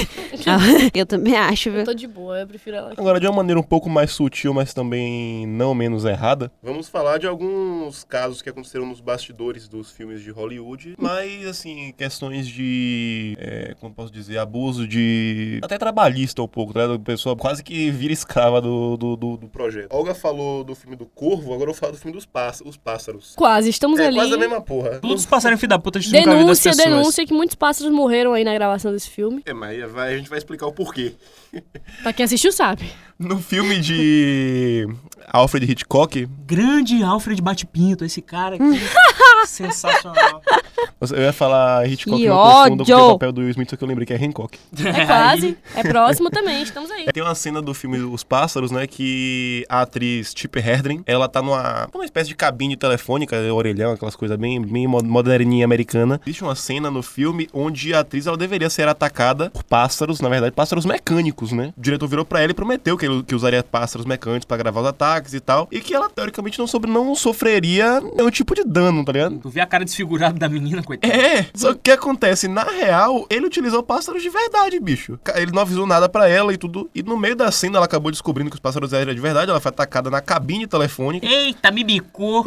Eu também acho, viu? Eu tô de boa, eu prefiro ela. Agora, de uma maneira um pouco mais sutil, mas também não menos errada, vamos falar de alguns casos que aconteceram nos bastidores dos filmes de Hollywood, mas, assim, questões de, como posso dizer, abuso de... até trabalhista um pouco, né? A pessoa quase que vira escrava do projeto. Olga falou do filme do Corvo, agora eu falo do filme dos pássaros. Quase, estamos ali. É quase a mesma porra. Todos passaram filho da puta de nunca vi das pessoas. Denúncia que muitos pássaros morreram aí na gravação desse filme. Mas a gente vai explicar o porquê. Pra quem assistiu sabe. No filme de Alfred Hitchcock... Grande Alfred Bate-Pinto, esse cara aqui. Sensacional. Eu ia falar Hitchcock que no profundo com o papel do Will Smith, só que eu lembrei que é Hancock. É quase, é próximo também, estamos aí. Tem uma cena do filme Os Pássaros, né, que a atriz Tipper Hedren, ela tá numa espécie de cabine telefônica, orelhão, aquelas coisas bem moderninha americana. Existe uma cena no filme onde a atriz ela deveria ser atacada por pássaros, na verdade, pássaros mecânicos, né? O diretor virou pra ela e prometeu que usaria pássaros mecânicos pra gravar os ataques e tal, e que ela, teoricamente, não sofreria nenhum tipo de dano, tá ligado? Tu vê a cara desfigurada da menina. menina, coitada. Só que o que acontece? Na real, ele utilizou pássaros de verdade, bicho. Ele não avisou nada pra ela e tudo. E no meio da cena, ela acabou descobrindo que os pássaros eram de verdade. Ela foi atacada na cabine telefônica. Eita, me bicou.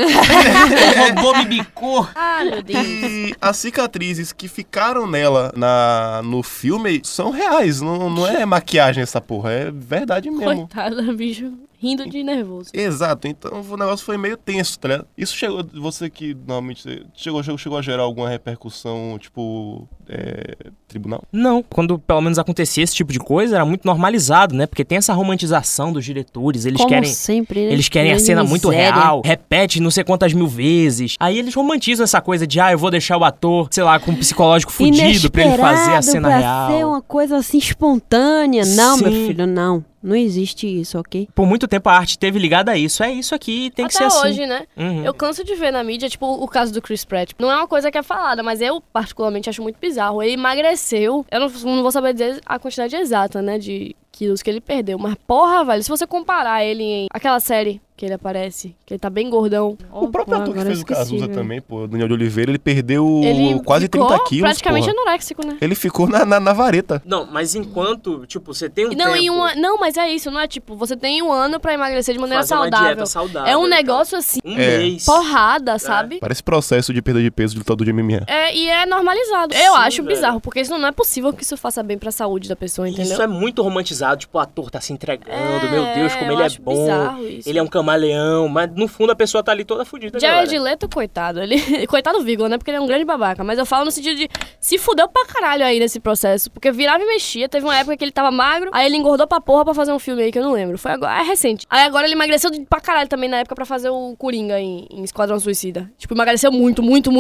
O robô me bicou. Ah, meu Deus. E as cicatrizes que ficaram nela no filme são reais. Não é maquiagem essa porra. É verdade mesmo. Coitada, bicho. Rindo de nervoso. Exato, então o negócio foi meio tenso, tá ligado? Isso chegou, você que normalmente chegou a gerar alguma repercussão, tipo, tribunal? Não, quando pelo menos acontecia esse tipo de coisa, era muito normalizado, né? Porque tem essa romantização dos diretores, eles Como querem... sempre, né? Eles querem a cena muito real, repete não sei quantas mil vezes. Aí eles romantizam essa coisa de, eu vou deixar o ator, sei lá, com um psicológico fudido pra ele fazer a cena pra real. Ser uma coisa assim espontânea. Não, Sim. meu filho, não. Não existe isso, ok? Por muito tempo a arte teve ligada a isso. É isso aqui, tem que ser assim. Até hoje, né? Uhum. Eu canso de ver na mídia, tipo, o caso do Chris Pratt. Não é uma coisa que é falada, mas eu particularmente acho muito bizarro. Ele emagreceu, eu não vou saber dizer a quantidade exata, né, de quilos que ele perdeu. Mas porra, velho, se você comparar ele em aquela série que ele aparece, que ele tá bem gordão. O próprio ator que fez o Cazuza velho. também, pô, o Daniel de Oliveira, ele perdeu Ele quase ficou 30 quilos, praticamente porra. anoréxico, né? Ele ficou na vareta. Não, mas enquanto, tipo, você tem um Não, tempo... não, mas é isso, não é tipo, você tem um ano pra emagrecer de maneira fazer uma saudável. dieta saudável. É um e negócio assim, tal. Mês. porrada, sabe? Parece processo de perda de peso de lutador de MMA. E é normalizado. Eu acho velho. bizarro, porque isso não é possível que isso faça bem pra saúde da pessoa, entendeu? Isso é muito romantizado, tipo, o ator tá se entregando, meu Deus, como eu ele é acho bom. bizarro isso. Ele é um camaleão, mas no fundo a pessoa tá ali toda fodida. Jared Leto, coitado. Ele, coitado, vírgula, né? Porque ele é um grande babaca. Mas eu falo no sentido de se fudeu pra caralho aí nesse processo. Porque virava e mexia. Teve uma época que ele tava magro, aí ele engordou pra porra pra fazer um filme aí que eu não lembro. Foi agora, é recente. Aí agora ele emagreceu pra caralho também na época pra fazer o Coringa em Esquadrão Suicida. Tipo, emagreceu muito.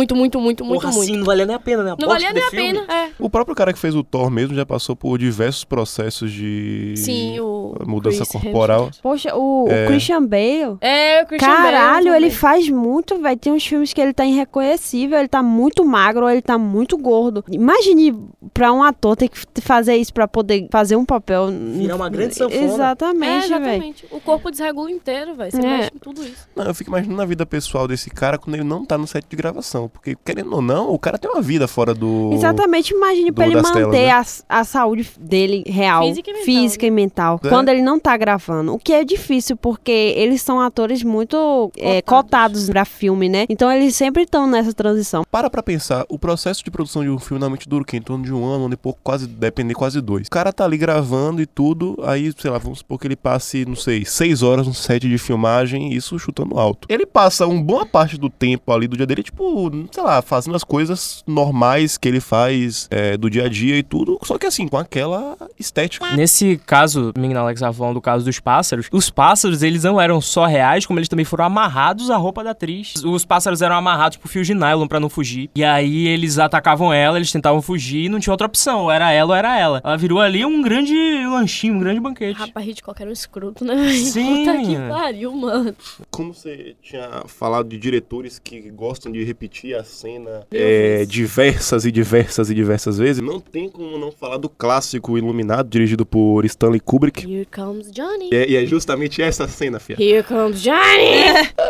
Porra, assim, não valia nem a pena, né? Não valia nem a pena, O próprio cara que fez o Thor mesmo já passou por diversos processos de Sim, o mudança Chris corporal. Poxa, o Christian Bale... o Christian Caralho, Bale ele também. faz muito, velho. Tem uns filmes que ele tá irreconhecível, ele tá muito magro, ou ele tá muito gordo. Imagine pra um ator ter que fazer isso pra poder fazer um papel. Virar uma grande sanfona. Exatamente, velho. Exatamente. O corpo desregula inteiro, velho. Você mexe em tudo isso. Não, eu fico imaginando a vida pessoal desse cara quando ele não tá no set de gravação. Porque, querendo ou não, o cara tem uma vida fora do... Exatamente, imagine pra ele das telas, manter né? a saúde dele real, Física e mental, e mental, quando ele não tá gravando. O que é difícil, porque eles são atores muito cotados pra filme, né? Então eles sempre estão nessa transição. Para pra pensar, o processo de produção de um filme normalmente dura o quê? Em torno de um ano e pouco, depende quase 2. O cara tá ali gravando e tudo, aí, sei lá, vamos supor que ele passe, não sei, 6 horas no set de filmagem, isso chutando alto. Ele passa uma boa parte do tempo ali do dia dele, tipo, sei lá, fazendo as coisas normais que ele faz do dia a dia e tudo, só que assim, com aquela estética. Nesse caso, o menino Alex estava falando do caso dos pássaros, os pássaros, eles não eram só reais, como eles também foram amarrados à roupa da atriz. Os pássaros eram amarrados por fio de nylon pra não fugir. E aí eles atacavam ela, eles tentavam fugir e não tinha outra opção, ou era ela ou era ela. Ela virou ali um grande lanchinho, um grande banquete. Rapaz, Hitchcock era um escroto, né, velho? Sim. Puta que pariu, mano. Como você tinha falado de diretores que gostam de repetir a cena diversas vezes, não tem como não falar do clássico Iluminado, dirigido por Stanley Kubrick. Here comes Johnny. E é justamente essa cena, fia. Here comes Johnny.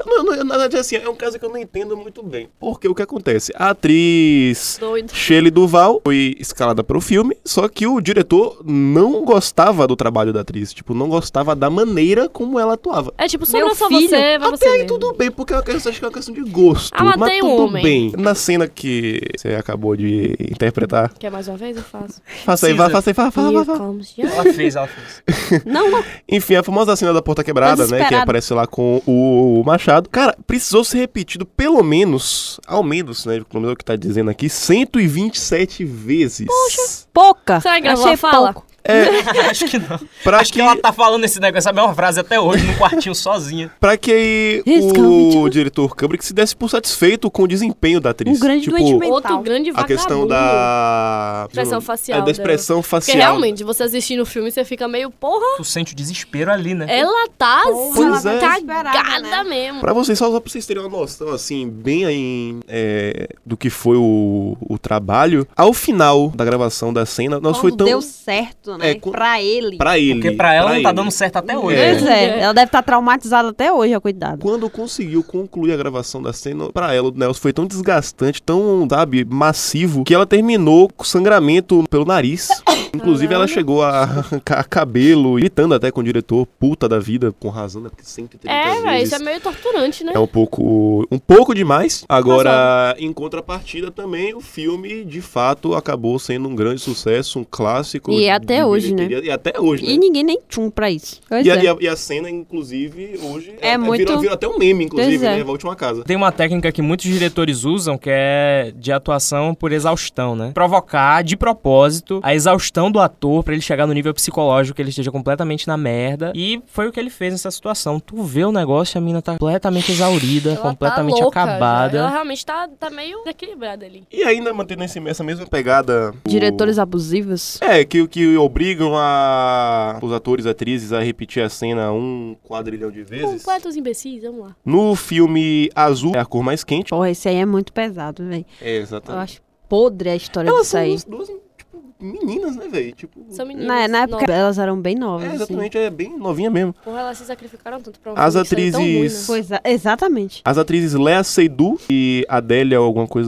Na verdade, assim, é um caso que eu não entendo muito bem. Porque o que acontece? A atriz Doido. Shelley Duvall foi escalada para o filme, só que o diretor não gostava do trabalho da atriz. Tipo, não gostava da maneira como ela atuava. É tipo, Meu sobra só filho, você, vai você Até aí mesmo. tudo bem, porque acho que é uma questão de gosto. Ah, mas tem tudo homem. bem. Na cena que você acabou de interpretar. Quer mais uma vez? Eu faço. Faça aí, faça aí, fala. Here comes Johnny. Ela fez. Não. Enfim, a famosa cena da porta quebrada, né? Que Desesperado. aparece lá com o Machado. Cara, precisou ser repetido pelo menos, ao menos, né? Pelo menos é o que tá dizendo aqui, 127 vezes. Poxa. Pouca. Será que gravou Achei a fala? pouco. Acho que não. Pra Acho que ela tá falando esse negócio, essa mesma frase até hoje, no quartinho sozinha. Pra que It's o coming. diretor Kubrick se desse por satisfeito com o desempenho da atriz. Um grande doente mental. Outro grande A vagabundo. questão da... Expressão facial da expressão Porque facial. realmente, você assistindo o filme, você fica meio, porra, Tu sente o desespero ali, né? ela tá Pois é. cagada né? mesmo. Pra vocês, só pra vocês terem uma noção, assim, bem aí do que foi o trabalho, ao final da gravação da cena, nós foi Quando tão... deu certo, isso, né? Pra ele. Pra ele. Porque pra ela não tá dando certo até hoje. Pois é. Ela deve estar traumatizada até hoje, cuidado. Quando conseguiu concluir a gravação da cena, pra ela, o Nelson foi tão desgastante, tão, sabe, massivo, que ela terminou com sangramento pelo nariz. Inclusive, ela chegou a arrancar cabelo, gritando até com o diretor, puta da vida, com razão, né? Porque 130 vezes... velho, isso é meio torturante, né? É um pouco demais. Agora, em contrapartida também, o filme, de fato, acabou sendo um grande sucesso, um clássico. E até hoje, né? E até hoje, né? E ninguém nem tchum pra isso. E a cena, inclusive, hoje... muito... Virou até um meme, inclusive, né? Volte uma casa. Tem uma técnica que muitos diretores usam, que é de atuação por exaustão, né? Provocar, de propósito, a exaustão do ator pra ele chegar no nível psicológico que ele esteja completamente na merda. E foi o que ele fez nessa situação. Tu vê o negócio, a mina tá completamente exaurida, ela completamente tá louca, acabada. Já. Ela realmente tá meio desequilibrada ali. E ainda mantendo essa mesma pegada... Diretores abusivos. Que obrigam os atores e atrizes a repetir a cena 1 quadrilhão de vezes. Completos imbecis, vamos lá. No filme Azul, é a cor mais quente. Porra, esse aí é muito pesado, velho. É, exatamente. Eu acho podre a história Elas disso aí. são duas, tipo, meninas, né, velho? Tipo... São meninas. Na época, elas eram bem novas. exatamente, é bem novinha mesmo. Porra, elas se sacrificaram tanto pra um As filme que saiu tão ruim, né? atrizes... Pois, exatamente. As atrizes Léa Seydoux e Adélia alguma coisa...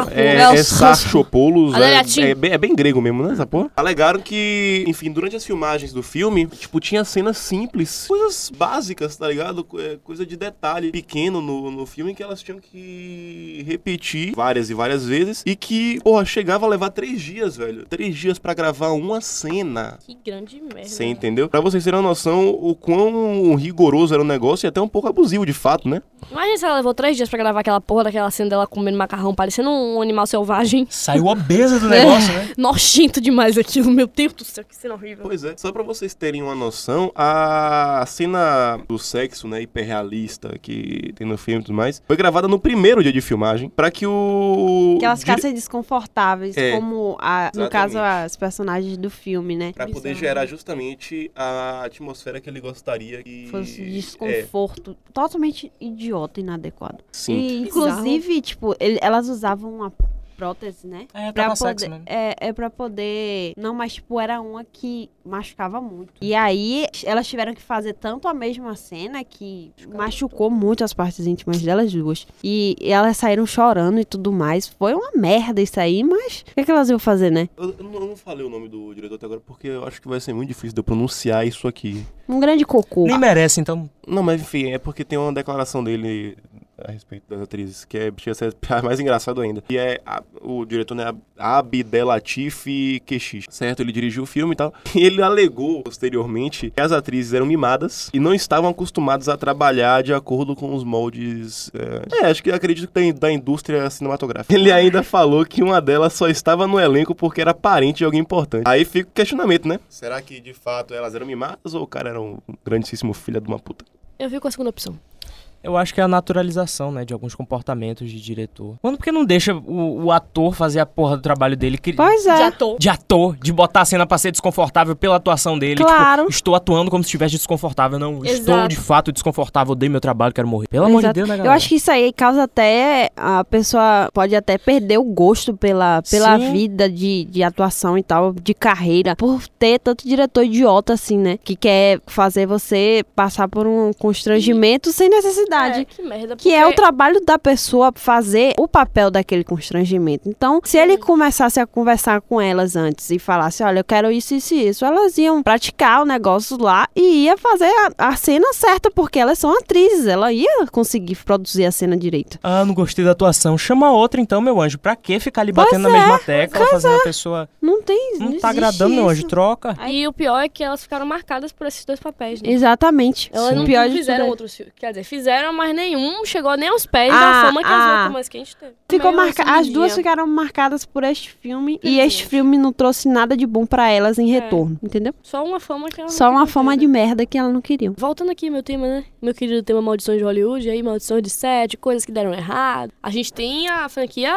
É Sarchopoulos. Adélia É bem grego mesmo, né, essa porra? Alegaram que, enfim, durante as filmagens do filme, tipo, tinha cenas simples, coisas básicas, tá ligado? Coisa de detalhe pequeno no filme que elas tinham que repetir várias e várias vezes e que, porra, chegava a levar 3 dias, velho. 3 dias pra gravar uma cena. Que grande merda. Você entendeu? Pra vocês terem uma noção o quão rigoroso era o negócio e até um pouco abusivo, de fato, né? Imagina se ela levou 3 dias pra gravar aquela porra daquela cena dela comendo macarrão, parecendo um animal selvagem. Saiu obesa do negócio, né? Nojento demais aquilo, meu Deus do céu, que cena horrível. Pois é. Só pra vocês terem uma noção, a cena do sexo, né, hiperrealista que tem no filme e tudo mais, foi gravada no primeiro dia de filmagem pra que Que elas ficassem desconfortáveis, como, no caso, as personagens do filme, né? Pra poder gerar justamente a atmosfera que ele gostaria que... Fosse desconforto totalmente idiota e inadequado. Sim. E, inclusive, tipo, elas usavam uma prótese, né? Pra poder, sexo mesmo. Pra poder... Não, mas, tipo, era uma que machucava muito. E aí, elas tiveram que fazer tanto a mesma cena que machucou muito as partes íntimas delas duas. E elas saíram chorando e tudo mais. Foi uma merda isso aí, mas o que elas iam fazer, né? Eu não falei o nome do diretor até agora porque eu acho que vai ser muito difícil de eu pronunciar isso aqui. Um grande cocô. Nem merece, então. Não, mas enfim, é porque tem uma declaração dele a respeito das atrizes, que chega a ser mais engraçado ainda. E o diretor, né, Abdelatif Kechiche, certo? Ele dirigiu o filme e tal. E ele alegou, posteriormente, que as atrizes eram mimadas e não estavam acostumadas a trabalhar de acordo com os moldes... acho que acredito que da indústria cinematográfica. Ele ainda falou que uma delas só estava no elenco porque era parente de alguém importante. Aí fica o questionamento, né? Será que, de fato, elas eram mimadas ou o cara era um grandíssimo filho de uma puta? Eu fico com a segunda opção. Eu acho que é a naturalização, né, de alguns comportamentos de diretor. Mano, por que não deixa o ator fazer a porra do trabalho dele? Pois é. De ator. De botar a cena pra ser desconfortável pela atuação dele. Claro. Tipo, estou atuando como se estivesse desconfortável. Não, Exato. estou de fato desconfortável, odeio meu trabalho, quero morrer. Pelo amor de Deus, né, galera? Eu acho que isso aí causa até... A pessoa pode até perder o gosto pela vida de atuação e tal, de carreira, por ter tanto diretor idiota assim, né? Que quer fazer você passar por um constrangimento sem necessidade. Que merda. Que é o trabalho da pessoa fazer o papel daquele constrangimento. Então, se ele começasse a conversar com elas antes e falasse, olha, eu quero isso, isso e isso, elas iam praticar o negócio lá e ia fazer a cena certa, porque elas são atrizes, ela ia conseguir produzir a cena direito. Ah, não gostei da atuação. Chama outra então, meu anjo. Pra que ficar ali batendo na mesma tecla, fazendo a pessoa... Não tem, não tá agradando, meu anjo. Troca. E o pior é que elas ficaram marcadas por esses 2 papéis, né? Exatamente. Elas não pior fizeram outros filmes. Quer dizer, fizeram, mas nenhum chegou nem aos pés da fama que as outras mais quentes teve. As duas ficaram marcadas por este filme e este filme não trouxe nada de bom pra elas em retorno, entendeu? Só uma fama que ela não Só uma queria fama ter, de merda que ela não queria. Voltando aqui, meu tema, né? Meu querido tema Maldições de Hollywood, aí maldições de set, coisas que deram errado. A gente tem a franquia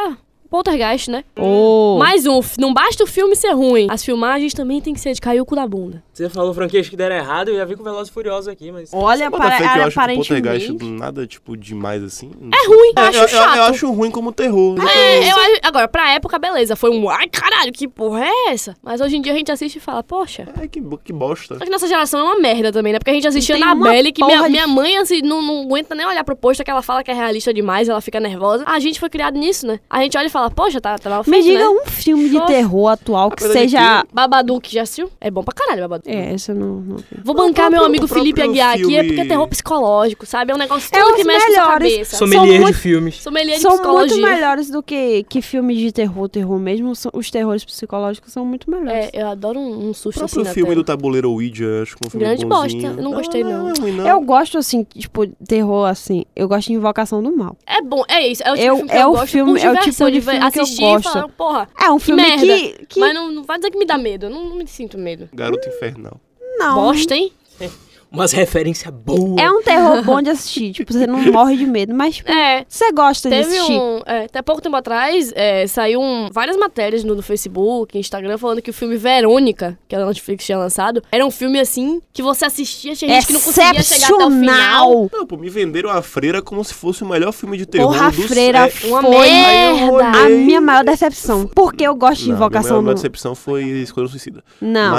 Poltergeist, né? Oh. Mais um. Não basta o filme ser ruim. As filmagens também tem que ser de cair o cu da bunda. Você falou franquias que deram errado, eu já vi com Velozes e Furiosos aqui, mas... Olha, Bota fé que eu acho que o aparentemente... Poltergeist nada, tipo, demais assim. Não É sei. ruim, eu acho chato. Eu acho ruim como terror. Agora, pra época, beleza. Foi um... Ai, caralho, que porra é essa? Mas hoje em dia a gente assiste e fala, poxa... Ai, que bosta. Só que nossa geração é uma merda também, né? Porque a gente assistia Tem na uma Belle, que porra minha mãe assim, não aguenta nem olhar pro pôster, que ela fala que é realista demais, ela fica nervosa. A gente foi criado nisso, né? A gente olha e fala, poxa, tá mal feito, Me diga né? um filme de Poxa. terror atual que Apesar de seja... Babadook, já assistiu? É bom pra caralho, Babadook. É, esse eu não... Vou bancar meu amigo o próprio Felipe Aguiar aqui, é filme- porque é terror psicológico, sabe? É um negócio É tudo os que mexe com sua melhores. cabeça. Sommelier muito- de filmes. Sommelier de São muito psicologia. melhores do que filmes de terror mesmo. Os terrores psicológicos são muito melhores. É, eu adoro um O susto assim próprio na filme tela. do Tabuleiro Ouija, acho que um filme Grande bonzinho. bosta, eu não gostei, não. É ruim, não. Eu gosto, assim, tipo, terror, assim. Eu gosto de Invocação do Mal. É bom, é isso. É o tipo Eu- de filme que é eu o gosto filme- por é o diversão, tipo de de filme que eu assistir gosto. e falar, porra, É um filme merda. que... Mas não vai dizer que me dá medo, eu não me sinto medo. Garoto Infernal. Não. Bosta, hein? Umas referências boas. É um terror bom de assistir. Tipo, você não morre de medo, mas tipo, É. você gosta de Teve assistir. até pouco tempo atrás, saiu várias matérias no Facebook, Instagram, falando que o filme Verônica, que a Netflix tinha lançado, era um filme assim, que você assistia, tinha gente que não conseguia chegar até o final. Excepcional! Não, pô, me venderam A Freira como se fosse o melhor filme de terror Porra, a do Freira Uma foi Aí eu merda! olhei- a minha maior decepção. Porque eu gosto de Não, Invocação minha do Mal. decepção foi Esquadrão Suicida. Não,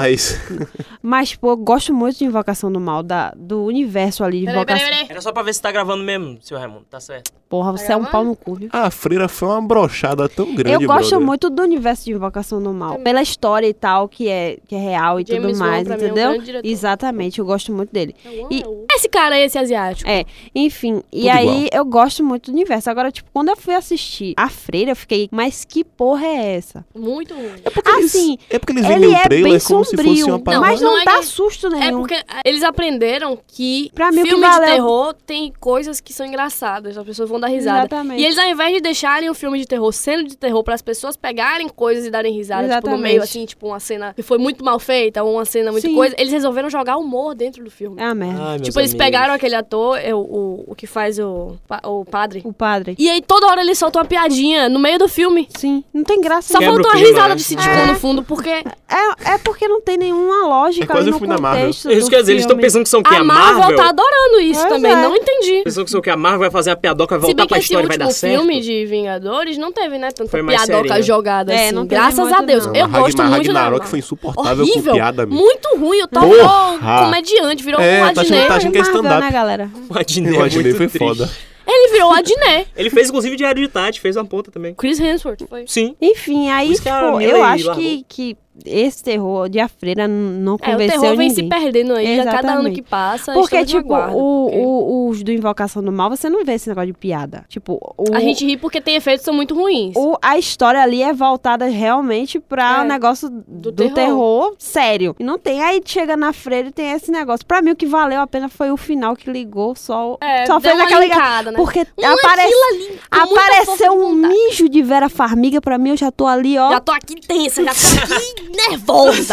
Mas tipo, eu gosto muito de Invocação do Mal, do universo ali de Invocação. Peraí. Era só pra ver se tá gravando mesmo, seu Raimundo. Tá certo. Porra, você é um gravando? pau no cu, viu? A Freira foi uma brochada tão grande, Eu gosto brother. muito do universo de Invocação do Mal. Pela história e tal, que é real e James tudo Wan, mais, pra mim, é um entendeu? grande diretor. Exatamente, eu gosto muito dele. E- Esse cara aí, esse asiático. É, enfim, e Tudo aí igual. eu gosto muito do universo. Agora, tipo, quando eu fui assistir A Freira, eu fiquei, mas que porra é essa? Muito ruim. Assim, É porque eles ele vendem o é trailer bem como se fosse sombrio, uma parada. mas Não não é dá que- susto nenhum. É porque eles aprenderam que Pra mim, o que filme de valeu- terror tem coisas que são engraçadas, as pessoas vão dar risada. Exatamente. E eles, ao invés de deixarem o filme de terror sendo de terror para as pessoas pegarem coisas e darem risada, tipo, no Exatamente. meio, assim, tipo, uma cena que foi muito mal feita, ou uma cena muito Sim. coisa, eles resolveram jogar humor dentro do filme. É uma merda. Ai, meus Tipo, eles amigos. pegaram aquele ator, o que faz o padre, O padre. e aí toda hora ele solta uma piadinha no meio do filme. Sim, não tem graça. Só Quebra faltou o a clima, risada né? de sitcom no fundo, porque É porque não tem nenhuma lógica É quase ali o no filme da Marvel. contexto Isso do quer dizer, eles estão filme. pensando que são o quê? a Marvel tá adorando isso Pois também, é. não entendi. Pensando que são o quê? A Marvel vai fazer a piadoca, vai Se voltar bem que pra esse história e vai último dar certo. filme de Vingadores não teve, né, tanta Foi mais piadoca serinho. jogada É, assim. não teve Graças muito, a Deus. não. Eu gosto muito da Ragnarok Marvel. foi insuportável Horrível, com piada, amigo. muito ruim. O Thor Porra! virou comediante, virou É, um tá Adnet. achando que é Marvel, stand-up. né, galera? O Adnet O é Adnet muito foi triste. foda. Ele virou Adnet. Ele fez, inclusive, Diário de Tati, fez uma ponta também. Chris Hemsworth foi. Sim. Enfim, aí, Por isso que a tipo, Miley eu acho largou. que esse terror de A Freira não O convenceu terror vem ninguém. se perdendo aí a cada ano Exatamente. que passa. Porque, estamos no tipo, aguardo, porque os do Invocação do Mal, você não vê esse negócio de piada. Tipo, a gente ri porque tem efeitos que são muito ruins. a história ali é voltada realmente pra É, o negócio do terror sério. E não tem. Aí chega na Freira e tem esse negócio. Pra mim, o que valeu a pena foi o final que ligou só Deu fez uma aquela linkada, né? Porque Aquilo ali, com muita força apareceu de um vontade. mijo de Vera Farmiga. Pra mim, eu já tô ali, ó. Já tô aqui tensa, já tô aqui nervosa.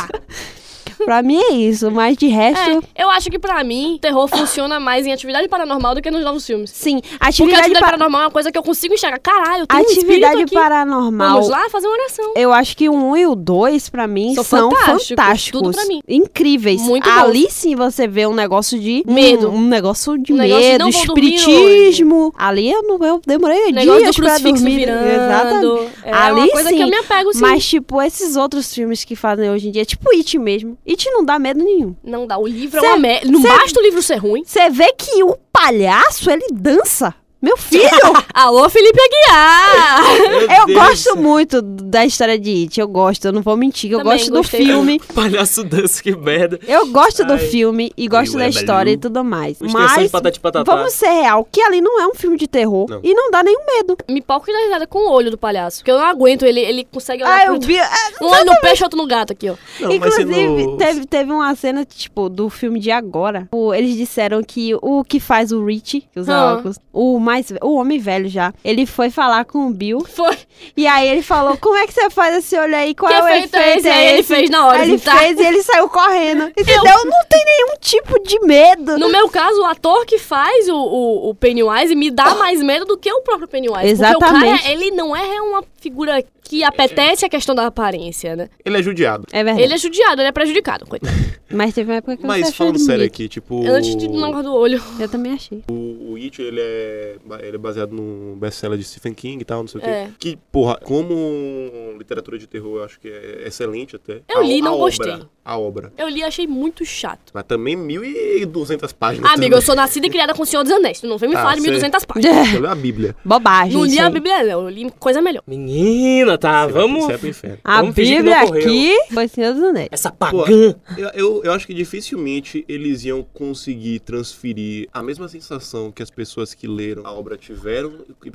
Pra mim é isso. Mas de resto, Eu acho que pra mim, o terror funciona mais em Atividade Paranormal do que nos novos filmes. sim. Porque Atividade, Atividade Paranormal é uma coisa que eu consigo enxergar. Caralho, tem um Atividade espírito aqui. Paranormal. Vamos lá fazer uma oração. Eu acho que o 1 e o 2, pra mim, São são fantásticos. fantásticos. Tudo pra mim. Incríveis. Muito Ali sim você vê um negócio de... Medo. Um negócio de Um negócio de medo, não vou dormir espiritismo. Ali eu demorei O negócio do dias pra crucifixo dormir. virando. Exatamente. É Ali uma coisa sim. que eu me apego, sim. Mas, tipo, esses outros filmes que fazem hoje em dia, tipo It mesmo. It não dá medo nenhum. Não dá. O livro Cê- é uma merda. Não cê- basta o livro ser ruim. Você vê que o palhaço, ele dança. Meu filho! Alô, Felipe Aguiar! Eu gosto muito da história de It. Eu gosto, eu não vou mentir. Eu Também gosto do gostei. filme. Palhaço dança, que merda. Eu gosto do Ai. filme e gosto Eu da é história e Balu. tudo mais. Extensão de Mas Patati Patatá. vamos ser real, que ali não é um filme de terror Não. e não dá nenhum medo. Me palco da risada com o olho do palhaço. Porque eu não aguento. Ele consegue olhar pro outro. Um olho no peixe, outro no gato aqui, ó. Não, mas se Inclusive, no- teve uma cena, tipo, do filme de agora. Eles disseram que o que faz o Rich, que usa Ah. óculos, o o homem velho já, ele foi falar com o Bill. Foi. E aí ele falou, como é que você faz esse olho aí? Qual Que é o efeito efeito? é esse? Aí ele fez na hora, Aí ele tá? fez e ele saiu correndo. Entendeu? Não tem nenhum tipo de medo. No meu caso, o ator que faz o Pennywise me dá mais medo do que o próprio Pennywise. Exatamente. Porque o cara, ele não é uma figura que apetece a questão da aparência, né? Ele é judiado. É verdade. Ele é judiado, ele é prejudicado, coitado. Mas teve uma época que eu Mas achei falando ele sério bonito. aqui, tipo... Antes de do negócio do olho. Eu também achei. O It, ele é baseado no best-seller de Stephen King e tal, não sei o quê. É. Que, porra, como literatura de terror, eu acho que é excelente até. Eu li e não a gostei. A obra. Eu li e achei muito chato. Mas também 1.200 páginas. Amigo, eu sou nascida e criada com o Senhor dos Anéis. Tu não vem me falar de sei. 1.200 páginas. Você leu a Bíblia. Bobagem. Não li isso a aí. Bíblia, não. Eu li coisa melhor. Menina, tá, vamos... Você é pro inferno. A Vamos fingir que Bíblia não ocorreu. aqui foi Senhor dos Anéis. Essa Pô, pagã. eu acho que dificilmente eles iam conseguir transferir a mesma sensação que as pessoas que leram a obra tiveram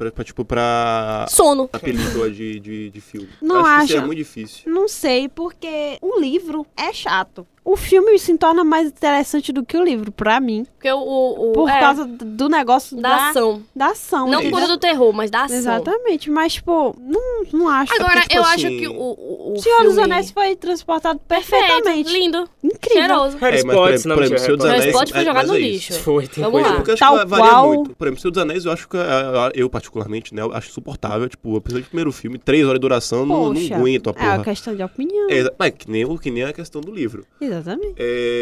pra Sono. a película de filme. Não eu acho que isso acho. é muito difícil. Não sei, porque o livro é chato. O filme se torna mais interessante do que o livro, pra mim. Porque Por causa do negócio da ação. Da ação. Não entendeu? por causa do terror, mas da ação. Exatamente, mas, tipo, não acho. Agora, tipo eu assim, acho que o O Senhor filme... dos Anéis foi transportado perfeitamente. Perfeito, lindo, Incrível. cheiroso. Harry mas, Potter, se não por me exemplo, Senhor dos engano. Harry Anéis... Potter foi jogado no mas é isso. lixo. Foi, tem Vamos coisa. lá. Porque eu acho Tal que varia qual- muito. Por exemplo, Senhor dos Anéis, eu acho que eu particularmente, né, eu acho insuportável. Tipo, apesar do primeiro filme, 3 horas de duração, não Poxa, aguento a é porra. uma questão de opinião. Mas que nem a questão do livro. Exatamente.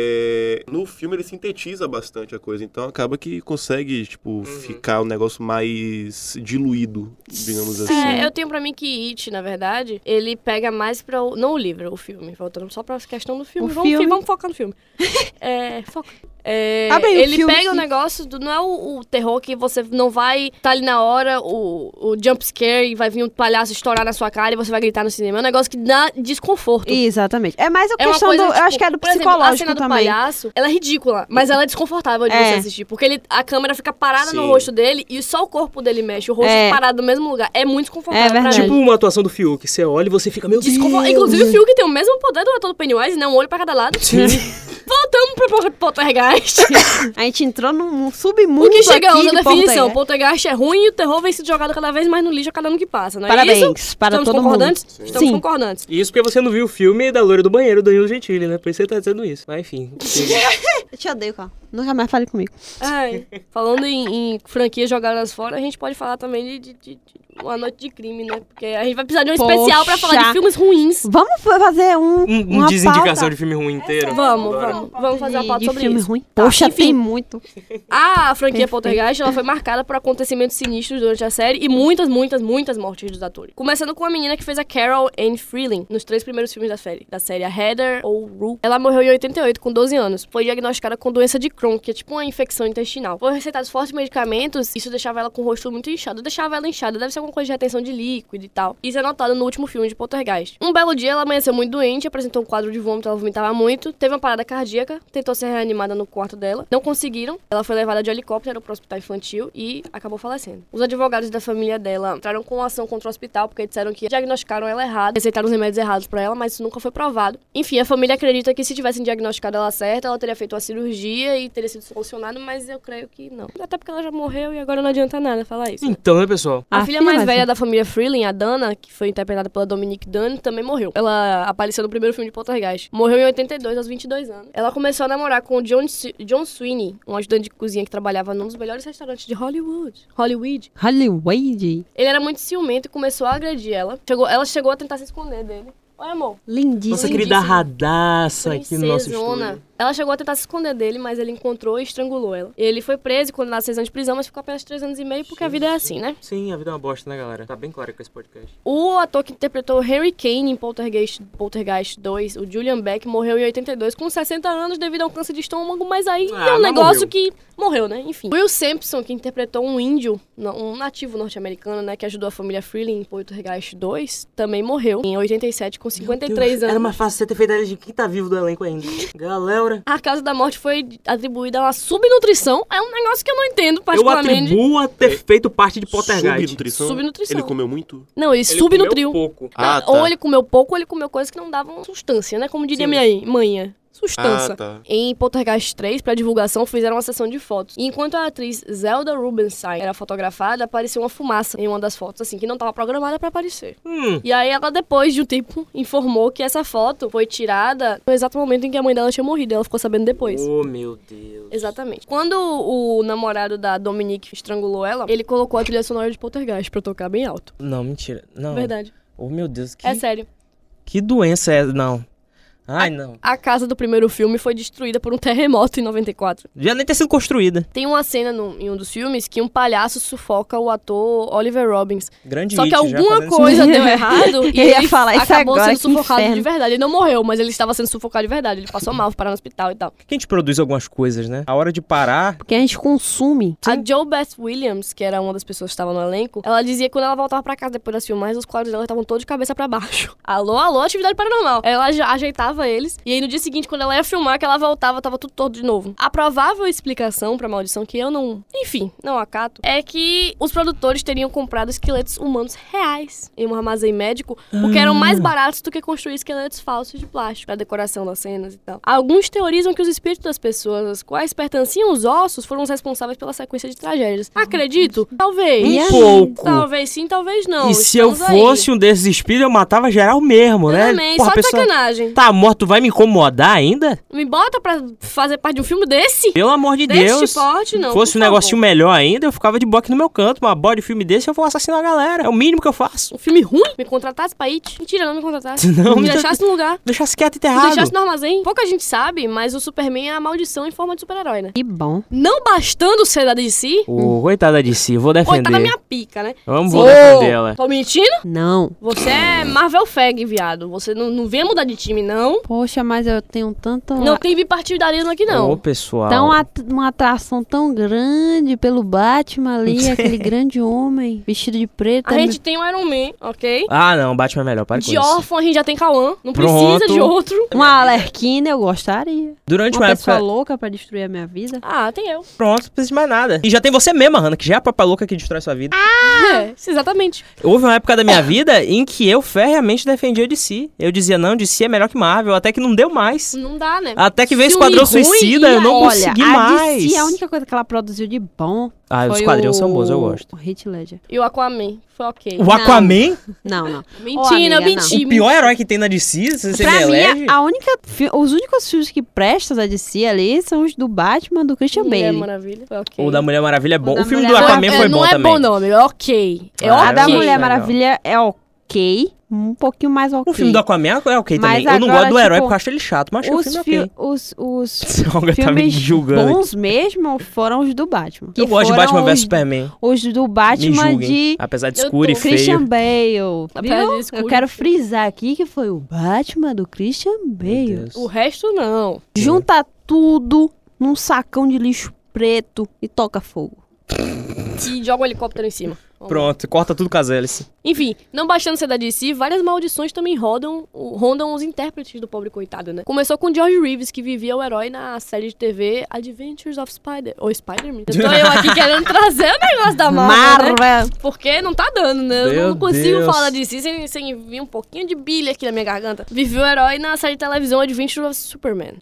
No filme ele sintetiza bastante a coisa, então acaba que consegue, tipo, ficar um negócio mais diluído, digamos assim. Eu tenho pra mim que It, na verdade, ele pega mais pra... Não o livro, o filme. Voltando só pra questão do filme. Vamos focar no filme. Foca. Abre aí o Ele filme, pega o sim. negócio não é o terror que você não vai tá ali na hora, o jump scare e vai vir um palhaço estourar na sua cara e você vai gritar no cinema. É um negócio que dá desconforto. Exatamente. É mais a É uma questão coisa, do... tipo, eu acho que é do por exemplo, psicológico a cena do também. palhaço, ela é ridícula, mas ela é desconfortável de você assistir. Porque a câmera fica parada no Sim. rosto dele e só o corpo dele mexe. O rosto parado no mesmo lugar. É muito desconfortável pra verdade. mim. Tipo uma atuação do Fiuk, você olha e você fica, meu Deus. Inclusive o Fiuk tem o mesmo poder do ator do Pennywise, né? Um olho pra cada lado. Voltamos pro Poltergeist. A gente entrou num submundo O que chega aqui a de definição. Poltergeist. Poltergeist é ruim e o terror vem sendo jogado cada vez mais no lixo a cada ano que passa, não é Parabéns isso? para Estamos todo concordantes? mundo. Estamos Sim. concordantes. Isso porque você não viu o filme da loira do banheiro, do Danilo Gentili, né? Por isso você tá dizendo isso. Mas enfim. Eu te odeio, cara. Nunca mais fale comigo. Ai, falando em franquias jogadas fora, a gente pode falar também de Uma Noite de Crime, né? Porque a gente vai precisar de um Poxa. especial pra falar de filmes ruins. Vamos fazer uma Desindicação pauta de filme ruim inteiro. Vamos fazer a pauta de sobre filme isso. ruim. Tá, Poxa, enfim. tem muito. A franquia Poltergeist, ela foi marcada por acontecimentos sinistros durante a série e muitas mortes dos atores. Começando com a menina que fez a Carol Ann Freeling nos 3 primeiros filmes da série, a Heather ou Rue. Ela morreu em 88, com 12 anos. Foi diagnosticada com doença de Crohn, que é tipo uma infecção intestinal. Foram receitados fortes medicamentos, isso deixava ela com o rosto muito inchado. Deixava ela inchada, deve ser alguma coisa de retenção de líquido e tal. Isso é notado no último filme de Poltergeist. Um belo dia, ela amanheceu muito doente, apresentou um quadro de vômito, ela vomitava muito, teve uma parada cardíaca, tentou ser reanimada no quarto dela, não conseguiram. Ela foi levada de helicóptero pro hospital infantil e acabou falecendo. Os advogados da família dela entraram com ação contra o hospital porque disseram que diagnosticaram ela errado, receitaram os remédios errados pra ela, mas isso nunca foi provado. Enfim, a família acredita que se tivessem diagnosticado ela certa, ela teria feito a cirurgia e teria sido solucionado, mas eu creio que não. Até porque ela já morreu e agora não adianta nada falar isso. Então, né, pessoal? A filha mais velha da família Freeling, a Dana, que foi interpretada pela Dominique Dunne, também morreu. Ela apareceu no primeiro filme de Poltergeist. Morreu em 82, aos 22 anos. Ela começou a namorar com o John Sweeney, um ajudante de cozinha que trabalhava num dos melhores restaurantes de Hollywood. Hollywood. Ele era muito ciumento e começou a agredir ela. Ela chegou a tentar se esconder dele. Oi, amor. Lindíssimo. Nossa querida radaça aqui no nosso Princesona. estúdio. Ela chegou a tentar se esconder dele, mas ele encontrou e estrangulou ela. Ele foi preso e condenado a 6 anos de prisão, mas ficou apenas 3 anos e meio, porque a vida é assim, né? Sim, a vida é uma bosta, né, galera? Tá bem claro com esse podcast. O ator que interpretou Harry Kane em Poltergeist 2, o Julian Beck, morreu em 82 com 60 anos devido a um câncer de estômago, mas aí é um mas negócio morreu. que morreu, né? Enfim. Will Sampson, que interpretou um índio, um nativo norte-americano, né, que ajudou a família Freeling em Poltergeist 2, também morreu em 87 com 53 anos. Era mais fácil você ter feito ele de quem tá vivo do elenco ainda. Galera. A causa da morte foi atribuída a uma subnutrição. É um negócio que eu não entendo, Eu particularmente. atribuo a ter feito parte de Poltergeist. Subnutrição. Ele comeu muito? Não, ele subnutriu. Comeu pouco. Ah, Ou tá. ele comeu pouco, ou ele comeu coisas que não davam substância, né? Como diria minha mãe. sustância. Tá. Em Poltergeist 3, pra divulgação, fizeram uma sessão de fotos. E enquanto a atriz Zelda Rubinstein era fotografada, apareceu uma fumaça em uma das fotos, assim, que não estava programada pra aparecer. E aí ela, depois de um tempo, informou que essa foto foi tirada no exato momento em que a mãe dela tinha morrido. Ela ficou sabendo depois. Oh, meu Deus. Exatamente. Quando o namorado da Dominique estrangulou ela, ele colocou a trilha sonora de Poltergeist pra tocar bem alto. Não, mentira. Não. Verdade. Oh, meu Deus. É sério. Que doença é? Não. Ai, não. A casa do primeiro filme foi destruída por um terremoto em 94. Já nem ter sido construída. Tem uma cena em um dos filmes que um palhaço sufoca o ator Oliver Robbins. Grande Só que hit, alguma coisa deu errado e Eu ia ele falar isso acabou agora, sendo que sufocado inferno. de verdade. Ele não morreu, mas ele estava sendo sufocado de verdade. Ele passou mal, foi parar no hospital e tal. Que a gente produz algumas coisas, né? A hora de parar... Porque a gente consome. A Jo Beth Williams, que era uma das pessoas que estava no elenco, ela dizia que quando ela voltava pra casa depois das filmagens, os quadros dela estavam todos de cabeça pra baixo. Alô, atividade paranormal. Ela já ajeitava eles, e aí no dia seguinte, quando ela ia filmar, que ela voltava, tava tudo torto de novo. A provável explicação pra maldição, que eu não... Enfim, não acato, é que os produtores teriam comprado esqueletos humanos reais em um armazém médico, porque eram mais baratos do que construir esqueletos falsos de plástico, pra decoração das cenas e tal. Alguns teorizam que os espíritos das pessoas, as quais pertenciam os ossos, foram os responsáveis pela sequência de tragédias. Acredito? Talvez. Um pouco. Talvez sim, talvez não. E se eu Estamos aí. fosse um desses espíritos, eu matava geral mesmo, né? Também, Porra, só a de pessoa sacanagem. tá morto, vai me incomodar ainda? Me bota pra fazer parte de um filme desse? Pelo amor de Deste Deus. porte, não. Fosse por um negocinho favor. melhor ainda, eu ficava de boa aqui no meu canto. Uma boa de filme desse, eu vou assassinar a galera. É o mínimo que eu faço. Um filme ruim? Me contratasse pra it? Mentira, não me contratasse. Não, me me- deixasse no lugar. Deixasse quieto e Me enterrado. deixasse no armazém. Pouca gente sabe, mas o Superman é a maldição em forma de super-herói, né? Que bom. Não bastando ser da DC, Ô, coitada de si, vou defender. coitada da minha pica, né? Vamos, Sim. vou defender ela. Tô mentindo? Não. Você é Marvel Fag, viado. Você não vem mudar de time, não. Poxa, mas eu tenho tanto... Não tem bipartidarismo aqui, não. Ô, pessoal. Tão uma atração tão grande pelo Batman ali, aquele grande homem vestido de preto. A gente tem o Iron Man, ok? Ah, não, Batman é melhor, para com De isso. órfão a gente já tem Cauã. Não Pronto. precisa de outro. Uma Alerquina eu gostaria. Durante Uma uma pessoa época... louca pra destruir a minha vida. Ah, tem eu. Pronto, não precisa de mais nada. E já tem você mesma, Hannah, que já é a própria louca que destrói sua vida. É, exatamente. Houve uma época da minha vida em que eu ferreamente defendia DC. Eu dizia, não, DC é melhor que Marvel, até que não deu mais. Não dá, né? Até que veio Filme Esquadrão ruim Suicida, e eu não Olha, consegui a mais. DC, a única coisa que ela produziu de bom Ah, os foi quadrinhos são bons, eu gosto. O Heath Ledger. E o Aquaman. Foi ok. O Aquaman, Não. Mentira, amiga, menti. o pior herói que tem na DC, você Pra me mim, elege? os únicos filmes que prestam da DC ali são os do Batman, do Christian Mulher Bale. Maravilha. Foi ok. O da Mulher Maravilha é bom. da O filme Mulher do Aquaman É, foi bom não é também. bom não, amigo. É ok. É Ah, A ok. da ok. Mulher Legal. Maravilha é ok, um pouquinho mais ok. O filme do Aquaman é ok Mas também. Eu não agora, gosto do herói tipo, porque eu acho ele chato, mas acho que o Os, filme é fi ok. os Olga tá me filmes julgando. bons mesmo foram os do Batman. Eu Que gosto de foram Batman vs os- Superman. Os do Me Batman julguem. de Apesar de Eu escuro e tô- feio. Christian Bale. Apesar Viu? de escuro Eu e quero feio. frisar aqui que foi o Batman do Christian Bale. Deus. O resto, não. Junta tudo num sacão de lixo preto e toca fogo. E joga um helicóptero em cima. Vamos lá. Pronto, corta tudo com as hélices. Enfim, não bastando ser da DC, várias maldições também rondam os intérpretes do pobre coitado, né? Começou com George Reeves, que vivia o herói na série de TV Adventures of Spider... Ou Spider-Man. Tô eu aqui querendo trazer o negócio da Marvel, né? Porque não tá dando, né? Eu Meu não consigo Deus. falar de DC sem vir um pouquinho de bilha aqui na minha garganta. Viveu o herói na série de televisão Adventures of Superman.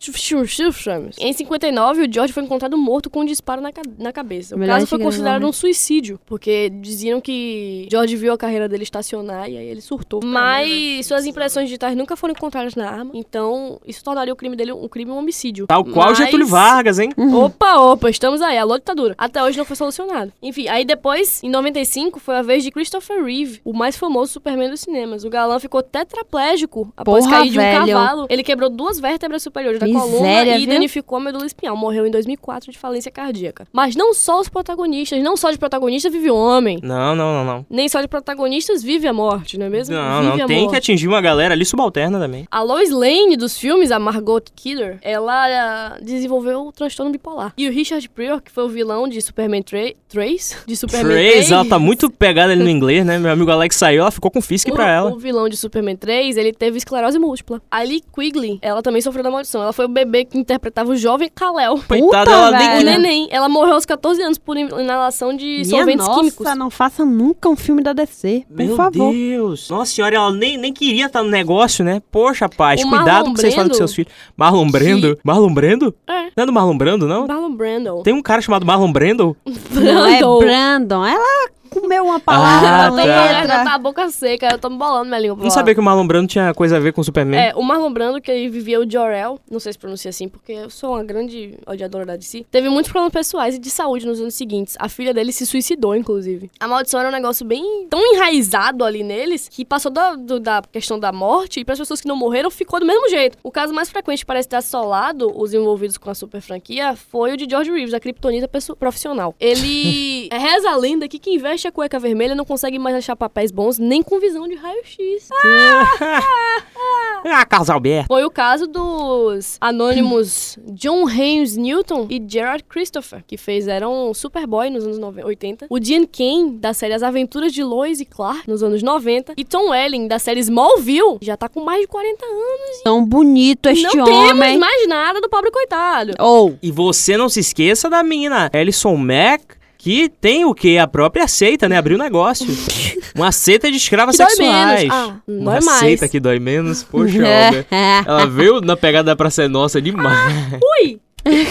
Em 59, o George foi encontrado morto com um disparo na cabeça. O Melhor caso de foi gravar, considerado né? um suicídio, porque diziam que George viu a carreira dele estacionar e aí ele surtou. Mas suas impressões digitais nunca foram encontradas na arma, então isso tornaria o crime dele um crime, um homicídio. Tal qual Mas- Getúlio Vargas, hein? Opa, estamos aí, alô ditadura. Até hoje não foi solucionado. Enfim, aí depois, em 95, foi a vez de Christopher Reeve, o mais famoso Superman dos cinemas. O galã ficou tetraplégico após Porra, cair de um velho. cavalo. Ele quebrou 2 vértebras superiores da Miséria, coluna e viu? danificou a medula espinhal. Morreu em 2004 de falência cardíaca. Mas não só os protagonistas, não só de protagonista vive o homem. Não. Nem só de protagonistas vive a morte, não é mesmo? Não, Vive a tem morte. que atingir uma galera ali subalterna também. A Lois Lane dos filmes, a Margot Kidder, ela desenvolveu o transtorno bipolar. E o Richard Pryor, que foi o vilão de Superman 3, de Superman 3... Trace, ela tá muito pegada ali no inglês, né? Meu amigo Alex saiu, ela ficou com Fisk pra ela. O vilão de Superman 3, ele teve esclerose múltipla. A Lee Quigley, ela também sofreu da maldição. Ela foi o bebê que interpretava o jovem Kal-El. Coitada, Puta, ela velho. O nem... neném. Ela morreu aos 14 anos por inalação de Minha solventes nossa, químicos. não faça nunca um filme da DC. Meu favor. Deus. Nossa senhora, ela nem queria estar no negócio, né? Poxa, pais, O cuidado Marlon com o que vocês fazem com seus filhos. Marlon Brando? Marlon Brando? É. Não é do Marlon Brando, não? Marlon Brando. Tem um cara chamado Marlon Brando? Não é Brandon. Ela comeu uma palavra, tá. Já tá a boca seca, eu tô me bolando minha língua pra Não falar. sabia que o Marlon Brando tinha coisa a ver com o Superman. É, o Marlon Brando, que ele vivia o Jor-El, não sei se pronuncia assim, porque eu sou uma grande odiadora da DC, teve muitos problemas pessoais e de saúde nos anos seguintes. A filha dele se suicidou, inclusive. A maldição era um negócio bem tão enraizado ali neles, que passou da questão da morte, e para as pessoas que não morreram, ficou do mesmo jeito. O caso mais frequente que parece ter assolado os envolvidos com a super franquia foi o de George Reeves, a kriptonita profissional. Ele reza a lenda que quem veste a cueca vermelha não consegue mais achar papéis bons nem com visão de raio-x. Carlos Alberto. Foi o caso dos anônimos John Haynes Newton e Gerard Christopher, que fizeram Superboy nos anos 80. O Dean Cain, da série As Aventuras de Lois e Clark, nos anos 90. E Tom Welling, da série Smallville, já tá com mais de 40 anos. Tão bonito este Não homem. temos mais nada do pobre coitado. E você não se esqueça da menina Alison Mack, que tem o quê? A própria seita, né? Abriu um negócio. Uma seita de escravas Que dói sexuais. menos. Ah, Uma dói mais. seita que dói menos? Poxa, Olga. Ela veio na pegada da Praça é Nossa demais. Ui!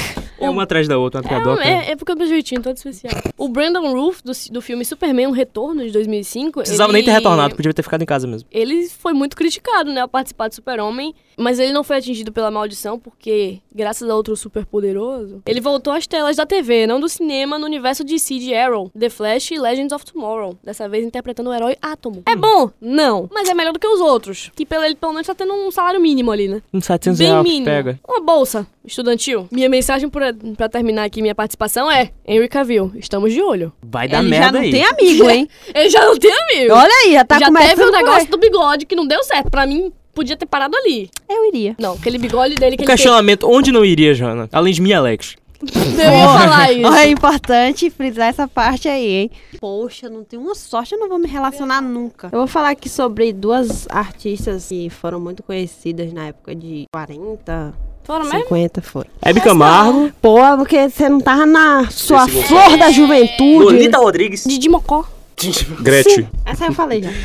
É uma atrás da outra, uma piadoca. É porque o meu jeitinho todo especial. O Brandon Routh, do filme Superman, um Retorno, de 2005... Precisava nem ter retornado, podia ter ficado em casa mesmo. Ele foi muito criticado, né, ao participar do Super-Homem, mas ele não foi atingido pela maldição porque, graças a outro super-poderoso, ele voltou às telas da TV, não do cinema, no universo DC de Arrow, The Flash e Legends of Tomorrow, dessa vez interpretando o herói Átomo. É bom? Não, mas é melhor do que os outros, que ele pelo menos tá tendo um salário mínimo ali, né? Uns 700 Bem reais, mínimo. pega. Uma bolsa estudantil. Minha mensagem pra terminar aqui minha participação é: Henry Cavill, estamos de olho. Vai dar Ele já merda não aí. tem amigo, hein? Ele já não tem amigo. Olha aí, já tá já começando teve o por negócio aí. do bigode que não deu certo. Pra mim, podia ter parado ali. Eu iria. Não, aquele bigode dele que O ele questionamento, onde não iria, Jana? Além de mim, Alex. Eu ia falar isso. É importante frisar essa parte aí, hein? Poxa, não tenho uma sorte, eu não vou me relacionar nunca. Eu vou falar aqui sobre duas artistas que foram muito conhecidas na época de 40, Foram mesmo? 50, foram. Hebe Camargo. Pô, porque você não tava na sua flor da juventude. Lolita Rodrigues. Didi Mocó. Gretchen. Essa aí eu falei já.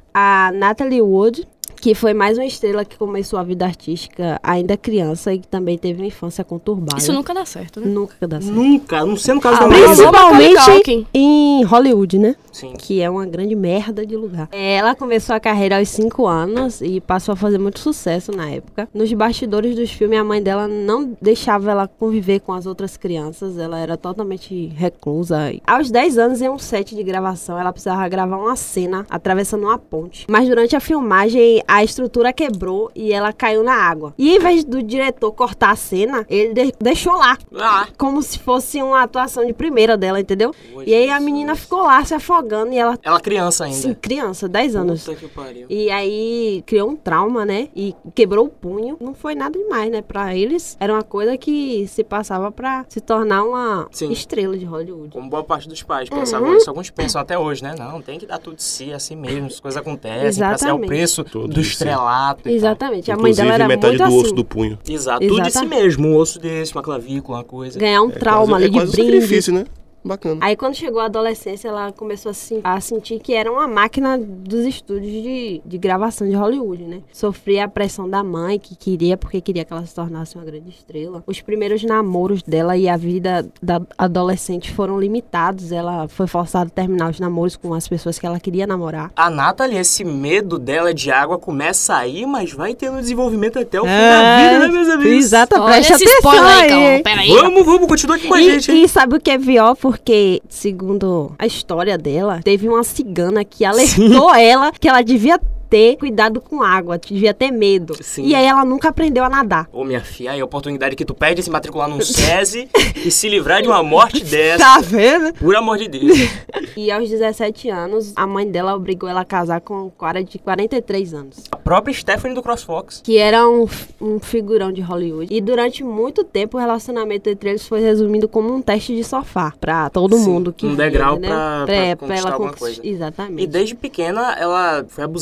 A Natalie Wood, que foi mais uma estrela que começou a vida artística ainda criança e que também teve uma infância conturbada. Isso nunca dá certo, né? Nunca dá certo. Nunca, não sei no caso Ah, da mas Macaulay. Principalmente Culkin. em Hollywood, né? Sim. Que é uma grande merda de lugar. Ela começou a carreira aos 5 anos e passou a fazer muito sucesso na época. Nos bastidores dos filmes, a mãe dela não deixava ela conviver com as outras crianças. Ela era totalmente reclusa. Aos 10 anos, em um set de gravação, ela precisava gravar uma cena atravessando uma ponte. Mas durante a filmagem, a estrutura quebrou e ela caiu na água. E em vez do diretor cortar a cena, ele deixou lá. Como se fosse uma atuação de primeira dela, entendeu? Oi, E aí a Jesus. menina ficou lá se afogando e ela... Ela criança ainda. Sim, criança, 10 anos. Puta que pariu. E aí criou um trauma, né? E quebrou o punho. Não foi nada demais, né? Pra eles, era uma coisa que se passava pra se tornar uma Sim. estrela de Hollywood. Como boa parte dos pais pensavam isso, alguns pensam até hoje, né? Não, tem que dar tudo de si, assim mesmo, as coisas acontecem, pra ser o Exatamente. preço Tudo do de si. estrelato e Exatamente. A mãe Inclusive, dela era metade muito do osso assim. do punho. tal. Exato, tudo de si Exatamente. mesmo, um osso desse, uma clavícula, uma coisa. Ganhar um trauma ali de quase um brinde. sacrifício, né? Bacana. Aí quando chegou a adolescência, ela começou a sentir que era uma máquina dos estúdios de gravação de Hollywood, né? Sofria a pressão da mãe, que queria, porque queria que ela se tornasse uma grande estrela. Os primeiros namoros dela e a vida da adolescente foram limitados. Ela foi forçada a terminar os namoros com as pessoas que ela queria namorar. A Natalie, esse medo dela de água começa aí, mas vai tendo desenvolvimento até o fim da vida, né, meus amigos? Exato, Olha preste esse atenção spoiler aí, aí, calma. hein? Pera aí. Vamos, continua aqui com a gente, hein? E sabe o que é pior? Porque, segundo a história dela, teve uma cigana que alertou ela que ela devia ter cuidado com água, devia ter medo. Sim. E aí ela nunca aprendeu a nadar. Ô, minha filha, aí a oportunidade que tu perde é se matricular num SESI e se livrar de uma morte dessa. Tá vendo? Por amor de Deus. E aos 17 anos, a mãe dela obrigou ela a casar com um cara de 43 anos. A própria Stephanie do CrossFox. Que era um figurão de Hollywood. E durante muito tempo, o relacionamento entre eles foi resumido como um teste de sofá. Pra todo Sim, mundo que um via, degrau né? pra conquistar alguma coisa. Exatamente. E desde pequena, ela foi abusada fisicamente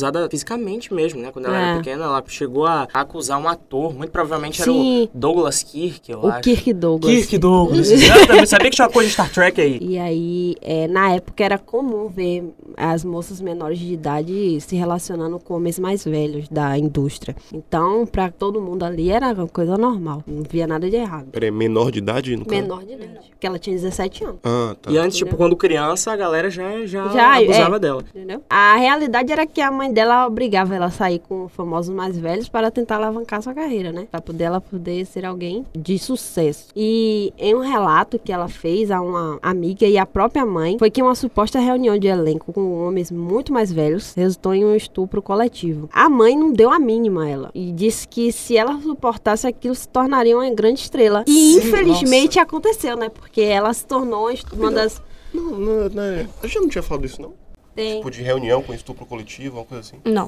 fisicamente mesmo, né? Quando ela era pequena, ela chegou a acusar um ator, muito provavelmente era Sim. o Douglas Kirk, eu acho. O Kirk Douglas. Kirk Douglas, exatamente. Sabia que tinha uma coisa de Star Trek aí. E aí, na época era comum ver as moças menores de idade se relacionando com homens mais velhos da indústria. Então, pra todo mundo ali era uma coisa normal. Não via nada de errado. Peraí, menor de idade? No caso? Menor de idade. Porque ela tinha 17 anos. Ah, tá. E antes, tipo, Entendeu? quando criança, a galera já abusava dela. Entendeu? A realidade era que a mãe dela obrigava ela a sair com famosos mais velhos para tentar alavancar sua carreira, né? Pra ela poder ser alguém de sucesso. E em um relato que ela fez a uma amiga e a própria mãe, foi que uma suposta reunião de elenco com homens muito mais velhos resultou em um estupro coletivo. A mãe não deu a mínima a ela e disse que se ela suportasse aquilo, se tornaria uma grande estrela. E infelizmente aconteceu, né? Porque ela se tornou uma das... Não, a gente não tinha falado disso, não? Tem... Tipo, de reunião com estupro coletivo, uma coisa assim. Não.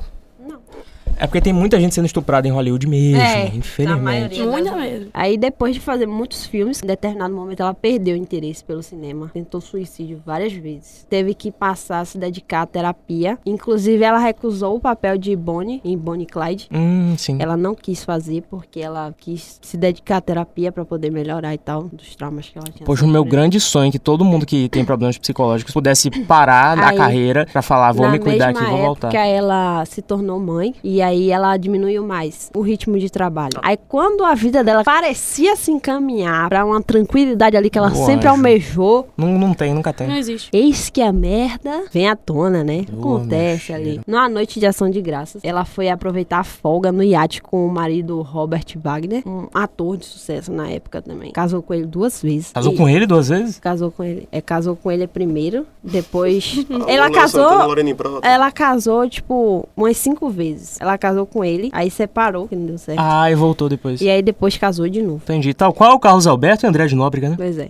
É porque tem muita gente sendo estuprada em Hollywood mesmo, Na infelizmente. maioria Muita das- mesmo. Aí depois de fazer muitos filmes, em determinado momento ela perdeu o interesse pelo cinema. Tentou suicídio várias vezes. Teve que passar a se dedicar à terapia. Inclusive ela recusou o papel de Bonnie em Bonnie e Clyde. Sim. Ela não quis fazer porque ela quis se dedicar à terapia pra poder melhorar e tal, dos traumas que ela tinha. Poxa, o meu sofrido. grande sonho é que todo mundo que tem problemas psicológicos pudesse parar a Aí, carreira pra falar, vou me cuidar aqui, vou voltar. Na ela se tornou mãe e aí ela diminuiu mais o ritmo de trabalho. Aí quando a vida dela parecia se encaminhar pra uma tranquilidade ali que ela Meu sempre anjo. almejou, Não tem, nunca Não tem. existe. eis que a merda vem à tona, né? Ô, Acontece meu ali. cheiro. Numa noite de ação de graças, ela foi aproveitar a folga no iate com o marido Robert Wagner, um ator de sucesso na época também. Casou com ele 2 vezes. Casou E- com ele 2 vezes? Casou com ele. Casou com ele primeiro, depois... Alô, Santana, Lorena Improta. Ela casou, tipo, umas 5 vezes. Ela casou com ele, aí separou, que não deu certo. Ah, e voltou depois. E aí depois casou de novo. Entendi. Tal qual o Carlos Alberto e André de Nóbrega, né? Pois é.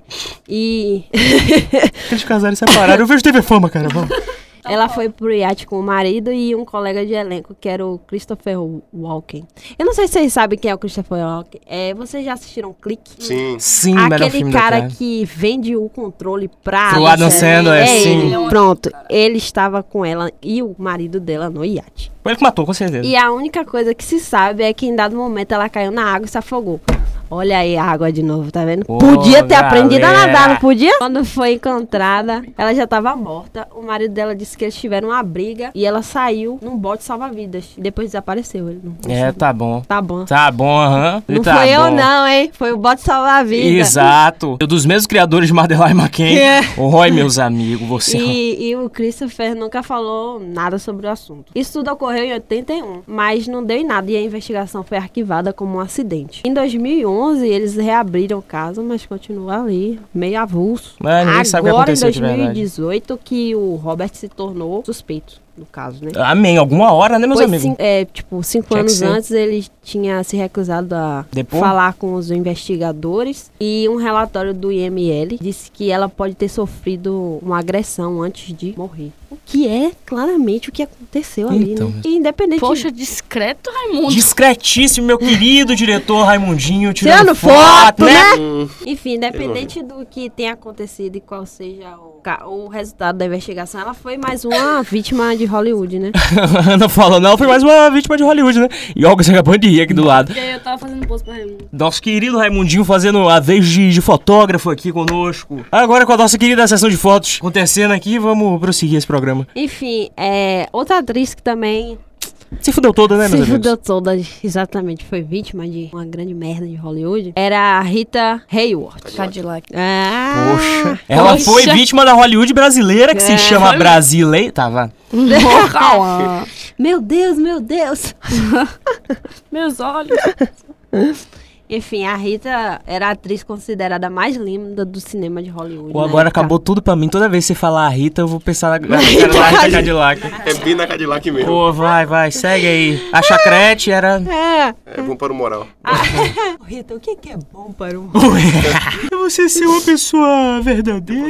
E Eles casaram e separaram. Eu vejo TV Fama, cara. Vamos. ela foi pro iate com o marido e um colega de elenco, que era o Christopher Walken. Eu não sei se vocês sabem quem é o Christopher Walken. Vocês já assistiram Clique? Sim. Sim, melhor Aquele filme da cara Terra. que vende o controle pra... Pro Adam Sandler, sim. ele. Pronto. Ele estava com ela e o marido dela no iate. Foi ele que matou, com certeza. E a única coisa que se sabe é que em dado momento ela caiu na água e se afogou. Olha aí a água de novo, tá vendo? Pô, Podia ter aprendido a galera. nadar, não podia? Quando foi encontrada, ela já tava morta. O marido dela disse que eles tiveram uma briga e ela saiu num bote salva-vidas. E depois desapareceu. Ele não conseguiu. Tá bom. Tá bom. Tá bom, aham. Não Tá foi eu bom. não, hein? Foi o bote salva-vidas. Exato. Eu dos mesmos criadores de Madeline McCain. Oi, meus amigos, você... E o Christopher nunca falou nada sobre o assunto. Isso tudo ocorreu em 81, mas não deu em nada e a investigação foi arquivada como um acidente. Em 2011, eles reabriram o caso, mas continua ali, meio avulso. Mas ninguém sabe o que Agora, em aconteceu de verdade. 2018, que o Robert se tornou suspeito do caso, né? Amém. Alguma hora, né, meus Pois amigos? 5 Tinha que anos ser. antes, ele tinha se recusado a Depor? falar com os investigadores. E um relatório do IML disse que ela pode ter sofrido uma agressão antes de morrer. O que é claramente o que aconteceu ali, Então, né? E independente... Poxa, discreto, Raimundo. Discretíssimo, meu querido diretor Raimundinho, tirando Tirando foto, foto, né? Enfim, independente do que tenha acontecido e qual seja o resultado da investigação, ela foi mais uma vítima de Hollywood, né? Não falou não, foi mais uma vítima de Hollywood, né? E Olga, você acabou de rir aqui do lado. E aí eu tava fazendo pose pra Raimundo. Nosso querido Raimundinho fazendo a vez de fotógrafo aqui conosco. Agora com a nossa querida sessão de fotos acontecendo aqui, vamos prosseguir esse programa. Enfim, outra atriz que também Se fudeu toda, né, meus se amigos? fudeu toda, exatamente, foi vítima de uma grande merda de Hollywood, era a Rita Hayworth. Cadillac. Poxa. Ela Poxa. foi vítima da Hollywood brasileira, que se É. chama Brasileira. Tava. Calma. Meu Deus, meu Deus. Meus olhos. Enfim, a Rita era a atriz considerada mais linda do cinema de Hollywood. Pô, na agora época. acabou tudo pra mim. Toda vez que você falar a Rita, eu vou pensar na Rita Cadillac. É bem na Cadillac mesmo. Pô, vai, segue aí. A Chacrete era... É bom para o moral. Rita, o que é bom para um... É você ser uma pessoa verdadeira.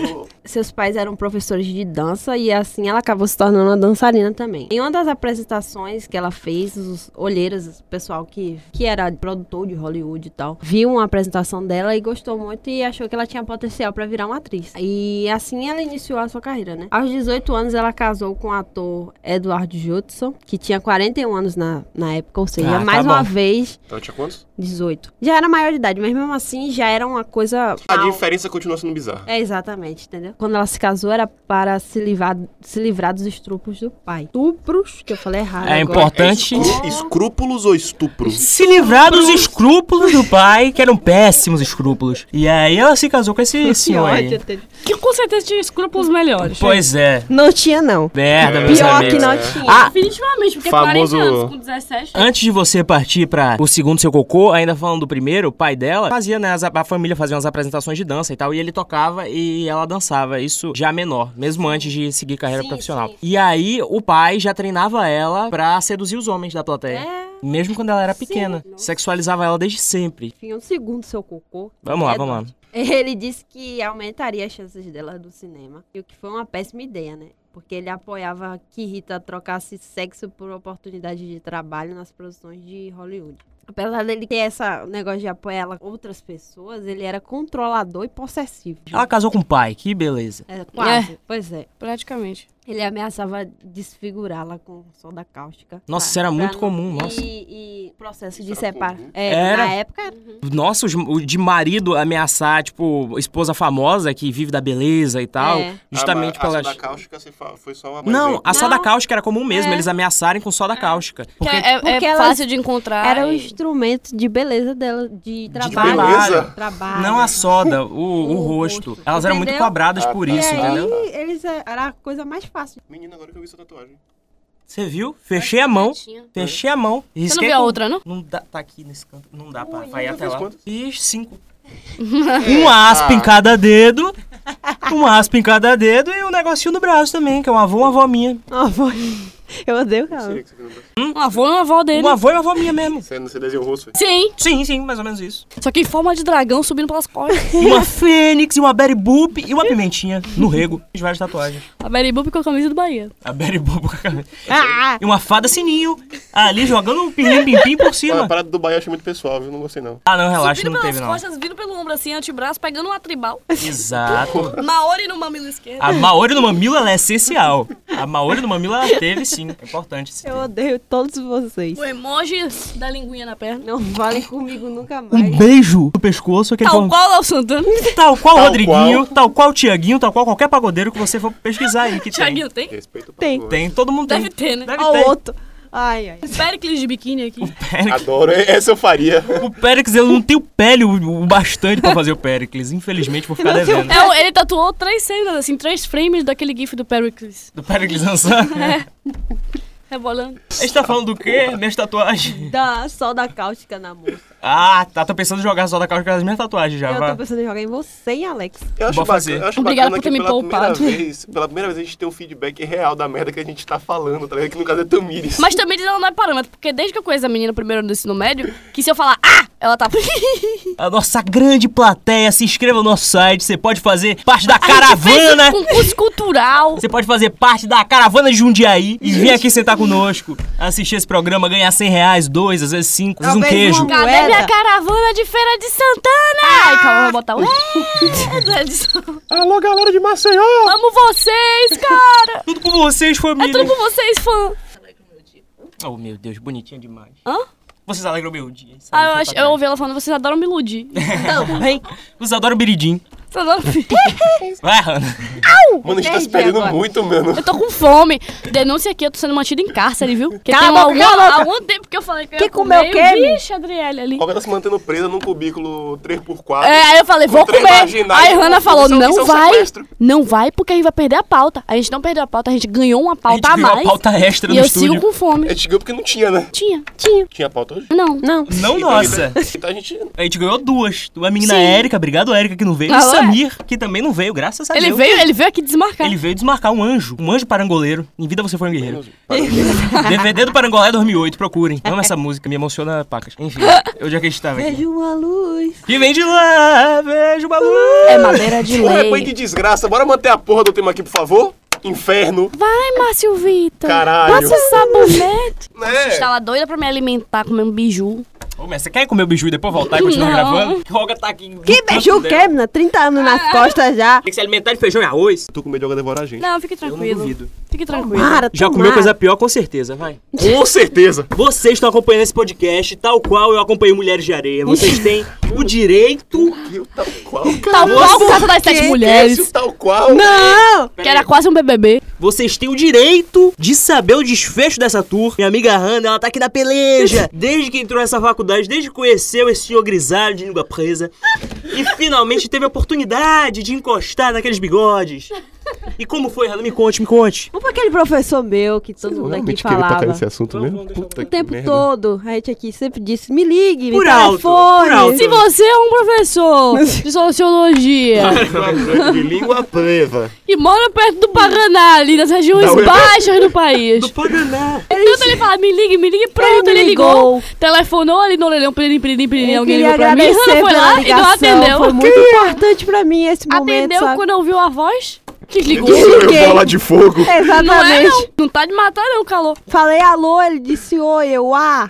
seus pais eram professores de dança e assim ela acabou se tornando uma dançarina também. Em uma das apresentações que ela fez, os olheiros, o pessoal que era produtor de Hollywood e tal, viu uma apresentação dela e gostou muito e achou que ela tinha potencial pra virar uma atriz. E assim ela iniciou a sua carreira, né? Aos 18 anos ela casou com o ator Edward Judson, que tinha 41 anos na época, ou seja, mais uma vez... Então tinha quantos? 18. Já era maior de idade, mas mesmo assim já era uma coisa... A diferença continua sendo bizarra. É, exatamente, entendeu? Quando ela se casou era para se livrar dos estupros do pai. Estupros, que eu falei errado É agora. importante... Escrúpulos ou estupros? Se livrar dos escrúpulos do pai, que eram péssimos escrúpulos. E aí ela se casou com esse senhor aí. Que com certeza tinha escrúpulos melhores. Pois é. Não tinha, não. Merda, meus Pior amigos. que não tinha. Ah, Definitivamente, porque Famoso- 40 anos com 17... antes de você partir para o segundo seu cocô, ainda falando do primeiro, o pai dela fazia, né, a família fazia umas apresentações de dança e tal, e ele tocava e ela dançava, isso já menor, mesmo antes de seguir carreira Sim, profissional. sim. E aí, o pai já treinava ela pra seduzir os homens da plateia. É. Mesmo quando ela era pequena. Nossa. Sexualizava ela desde sempre. Enfim, um segundo seu cocô. Vamos lá, vamos lá. Ele disse que aumentaria as chances dela do cinema. E o que foi uma péssima ideia, né? Porque ele apoiava que Rita trocasse sexo por oportunidade de trabalho nas produções de Hollywood. Apesar dele ter esse negócio de apoiar outras pessoas, ele era controlador e possessivo. Ela casou com o pai, que beleza. Quase, pois é. Praticamente. Ele ameaçava desfigurá-la com soda cáustica. Nossa, isso era muito não- comum, nossa. E processo de era separação. comum? Era? Na época era. Nossa, o de marido ameaçar, tipo, esposa famosa que vive da beleza e tal, É. justamente a pelas... soda cáustica foi só uma... Não, a soda Não. cáustica era comum mesmo, É. eles ameaçarem com soda cáustica. Que Porque é porque fácil de encontrar. Era o e- instrumento de beleza dela, de trabalho. beleza? Trabalho. não a soda, o rosto. Elas eram muito Entendeu? cobradas por E isso, aí, entendeu? eles era a coisa mais fácil. Menina, agora que eu vi essa tatuagem. Você viu? Fechei a mão. Fechei a mão. Você não viu a outra, não? Não dá, tá aqui nesse canto. Não dá pra ir já até fez lá. quantos? Ih, 5. Uma aspa em cada dedo. Uma aspa em cada dedo e um negocinho no braço também, que é um avô e uma avó minha. Eu odeio cara. Seria que você perguntou? Um avô e uma avó dele. Um avô e uma avó minha mesmo. Você desenhou o rosto? Sim, Sim, mais ou menos isso. só que em forma de dragão subindo pelas costas. E uma fênix, e uma Betty Boop e uma pimentinha no rego. Fiz várias tatuagens. A Mary Boop com a camisa do Bahia. A Betty Boop com a camisa. E uma fada sininho ali jogando um pim-pim por A cima. parada do Bahia eu achei muito pessoal, viu? Não gostei, não. Ah, não, relaxa, Subindo não pelas teve não. costas, vindo pelo ombro assim, antebraço, pegando uma tribal. Exato. Maori no mamilo esquerdo. A Maori no mamilo, ela é essencial. A Maori no mamilo, ela teve sim. É importante esse Eu termo. odeio todos vocês. O emoji da linguinha na perna. Não falem comigo nunca mais. Um beijo no pescoço, aquele Tal qual Léo Santana. tal qual o Tal Rodriguinho, tal qual o Tiaguinho, tal qual qualquer pagodeiro que você for pesquisar aí que tem. Tiaguinho tem? Respeito o Tem. papo. Tem, todo mundo Deve tem. ter, né? Deve Ó, ter. o outro. Ai. Péricles de biquíni aqui. Adoro, essa eu faria. O Péricles, eu não tenho pele o bastante pra fazer o Péricles. Infelizmente, vou ficar Não tenho devendo. Ele tatuou 3 cenas, assim, 3 frames daquele gif do Péricles. Do Péricles dançando. Rebolando. A gente tá falando do quê? Minhas tatuagens. Da soda cáustica na moça. Ah, tá. Tô pensando em jogar só da calça com as minhas tatuagens já, Eu vai. tô pensando em jogar em você, hein, Alex? Eu acho Vou fazer. bacana, eu acho Obrigada bacana por ter que me poupado. pela primeira vez a gente tem um feedback real da merda que a gente tá falando, tá ligado? Que no caso é Tamires. Mas também ela não é parâmetro, porque desde que eu conheço a menina primeiro do ensino médio, que se eu falar ela tá... A nossa grande plateia, se inscreva no nosso site. Você pode fazer parte da A gente fez caravana. um concurso cultural. Você pode fazer parte da caravana de Jundiaí e vir aqui sentar conosco, assistir esse programa, ganhar R$100, 2, às vezes 5, às vezes um Talvez queijo. uma- Cadê Moeda. minha caravana de Feira de Santana? Ai, calma, eu vou botar o... Alô, galera de Maceió! Amo vocês, cara. Tudo por vocês, É família. tudo por vocês, fã. Oh, meu Deus, bonitinho demais. Hã? Vocês alegram meu dia. isso Ah, aí eu, tá acho, pra eu trás. ouvi ela falando, vocês adoram me iludir. Também. Vocês adoram biridim. Vocês adoram me... Vai, Hannah. Mano, a gente tá se Entendi perdendo agora. muito, mano. Eu tô com fome. Denúncia aqui, eu tô sendo mantido em cárcere, viu? Porque Cala tem a boca, cala a boca. algum tempo que eu falei que eu Que ia comeu comer o quê, e Mi? Vixe, Adriele ali. Olga tá se mantendo presa num cubículo 3x4. É, aí eu falei, vou trem comer. imaginário, Aí Hannah falou, isso é não um vai. sequestro. Não vai, porque aí vai perder a pauta. A gente não perdeu a pauta, a gente ganhou uma pauta a a gente ganhou mais. a pauta extra E no eu estúdio. sigo com fome. A gente ganhou porque não tinha, né? Tinha. Tinha pauta hoje? Não. Não. Não, Então, nossa. Então a gente... A gente ganhou 2. A menina Sim. Érica, obrigado Érica que não veio. E Alô, Samir, que também não veio, graças a Ele Deus. veio aqui desmarcar. Ele veio desmarcar um anjo parangoleiro. Em vida você foi um guerreiro. DVD do Parangolé 2008, procurem. Amo essa música, me emociona, pacas. Enfim, onde é que a gente tava aqui? Vejo uma luz. Que vem de lá, vejo uma luz. É madeira de Porra, lei. é de desgraça. Bora manter a porra do tema aqui, por favor? Inferno. Vai, Márcio Vitor. Caralho. Passa sabonete. Né? Estava doida pra me alimentar, comer um biju. Ô, mas você quer comer o biju e depois voltar e continuar Não. gravando? Que o Olga tá aqui. Que beijo que, menina? 30 anos nas costas já. Tem que se alimentar de feijão e arroz. Tô com medo de Olga devorar a gente. Não, fique Eu não tranquilo. duvido. Fique tranquilo. Para, Já comeu coisa pior, com certeza, vai. Com certeza. Vocês estão acompanhando esse podcast, tal qual eu acompanhei Mulheres de Areia. Vocês têm o direito... Tal qual, Tal qual por causa das 7 mulheres. Tal qual. Não! Que era quase um BBB. Vocês têm o direito de saber o desfecho dessa tour. Minha amiga Hannah, ela tá aqui na peleja. Desde que entrou nessa faculdade, desde que conheceu esse senhor grisalho de língua presa. E finalmente teve a oportunidade de encostar naqueles bigodes. E como foi, Hannah? Me conte, me conte. Vamos pra aquele professor meu que todo Eu mundo aqui realmente queria tocar falava. nesse assunto mesmo? Vamos, Puta O que tempo merda. todo, a gente aqui sempre disse, me ligue, me Por alto, telefone. por alto. Se você é um professor de sociologia De língua presa. e mora perto do Paraná, ali nas regiões Não, eu- baixas do país. Do Paraná. Tanto ele fala, me ligue, pronto, ele ligou. Telefonou, ele não leu, alguém Eu ligou queria pra mim. agradecer Hannah foi pela lá e não ligação, atendeu. foi muito importante pra mim esse momento, Atendeu sabe? quando ouviu a voz? Desligou. Liguei. Bola de fogo. Não é, Exatamente. não. Não tá de matar, não, calor. Falei alô, ele disse oi, eu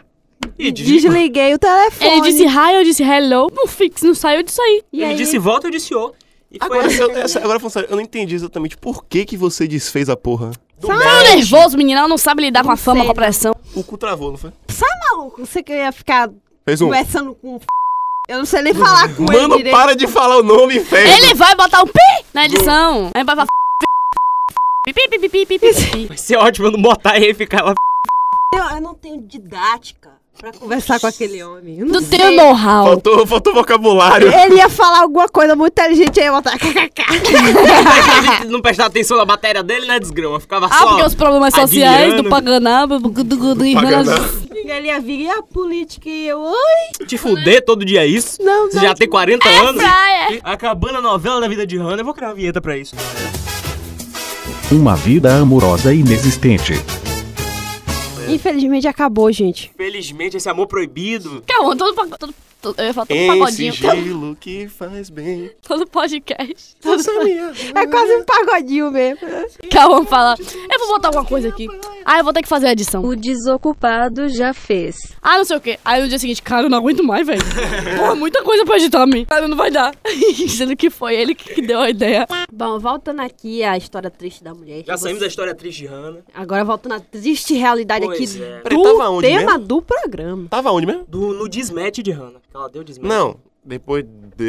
E desligou. desliguei o telefone. Ele disse hi, eu disse hello. Não fix, não saiu disso aí. E Ele aí, disse volta, eu disse ô. E foi Agora, assim. agora falando sério, eu não entendi exatamente por que você desfez a porra. Do Tá México. nervoso, menina. Ela não sabe lidar com a fama, sei, com a pressão. O cu travou, não foi? maluco, você queria ficar Fez um. conversando com eu não sei nem falar com ele Mano, direito. para de falar o nome, velho. Ele vai botar um pi na edição. Aí vai falar pi, pi, pi, pi, pi, pi, pi. Vai ser ótimo eu não botar e ficar lá. Eu não tenho didática pra conversar com aquele homem. Eu não Não sei. tem o know-how. Faltou vocabulário. Ele ia falar alguma coisa muito inteligente, aí eu ia botar kkk. Não prestar atenção na matéria dele, né, desgrama? Ficava Ah, só porque os problemas sociais adivinhando. do Paganá, do Paganá. Ele ia vir, e a política, e eu, oi? Te fuder todo dia é isso? Não, Você não, já tem 40 anos? praia. Acabando a novela da vida de Hannah, eu vou criar uma vinheta pra isso. Uma vida amorosa inexistente. Infelizmente acabou, gente. Felizmente, esse amor proibido. Calma, eu ia falar todo Em pagodinho. sigilo que faz bem. Todo podcast. Essa minha. É quase um pagodinho mesmo. Calma, fala. Eu vou botar alguma coisa aqui. Ah, eu vou ter que fazer a edição. O desocupado já fez. Ah, não sei o quê. Aí no dia seguinte, cara, eu não aguento mais, velho. Porra, muita coisa pra editar, mim. Cara, não vai dar. Sendo que foi ele que deu a ideia. Bom, voltando aqui à história triste da mulher. Já saímos da história triste de Hannah. Agora voltando à triste realidade Pois aqui é. Peraí, do tava onde tema mesmo? do programa. Tava onde mesmo? No desmatch de Hannah. Ela deu desmatch. Não, depois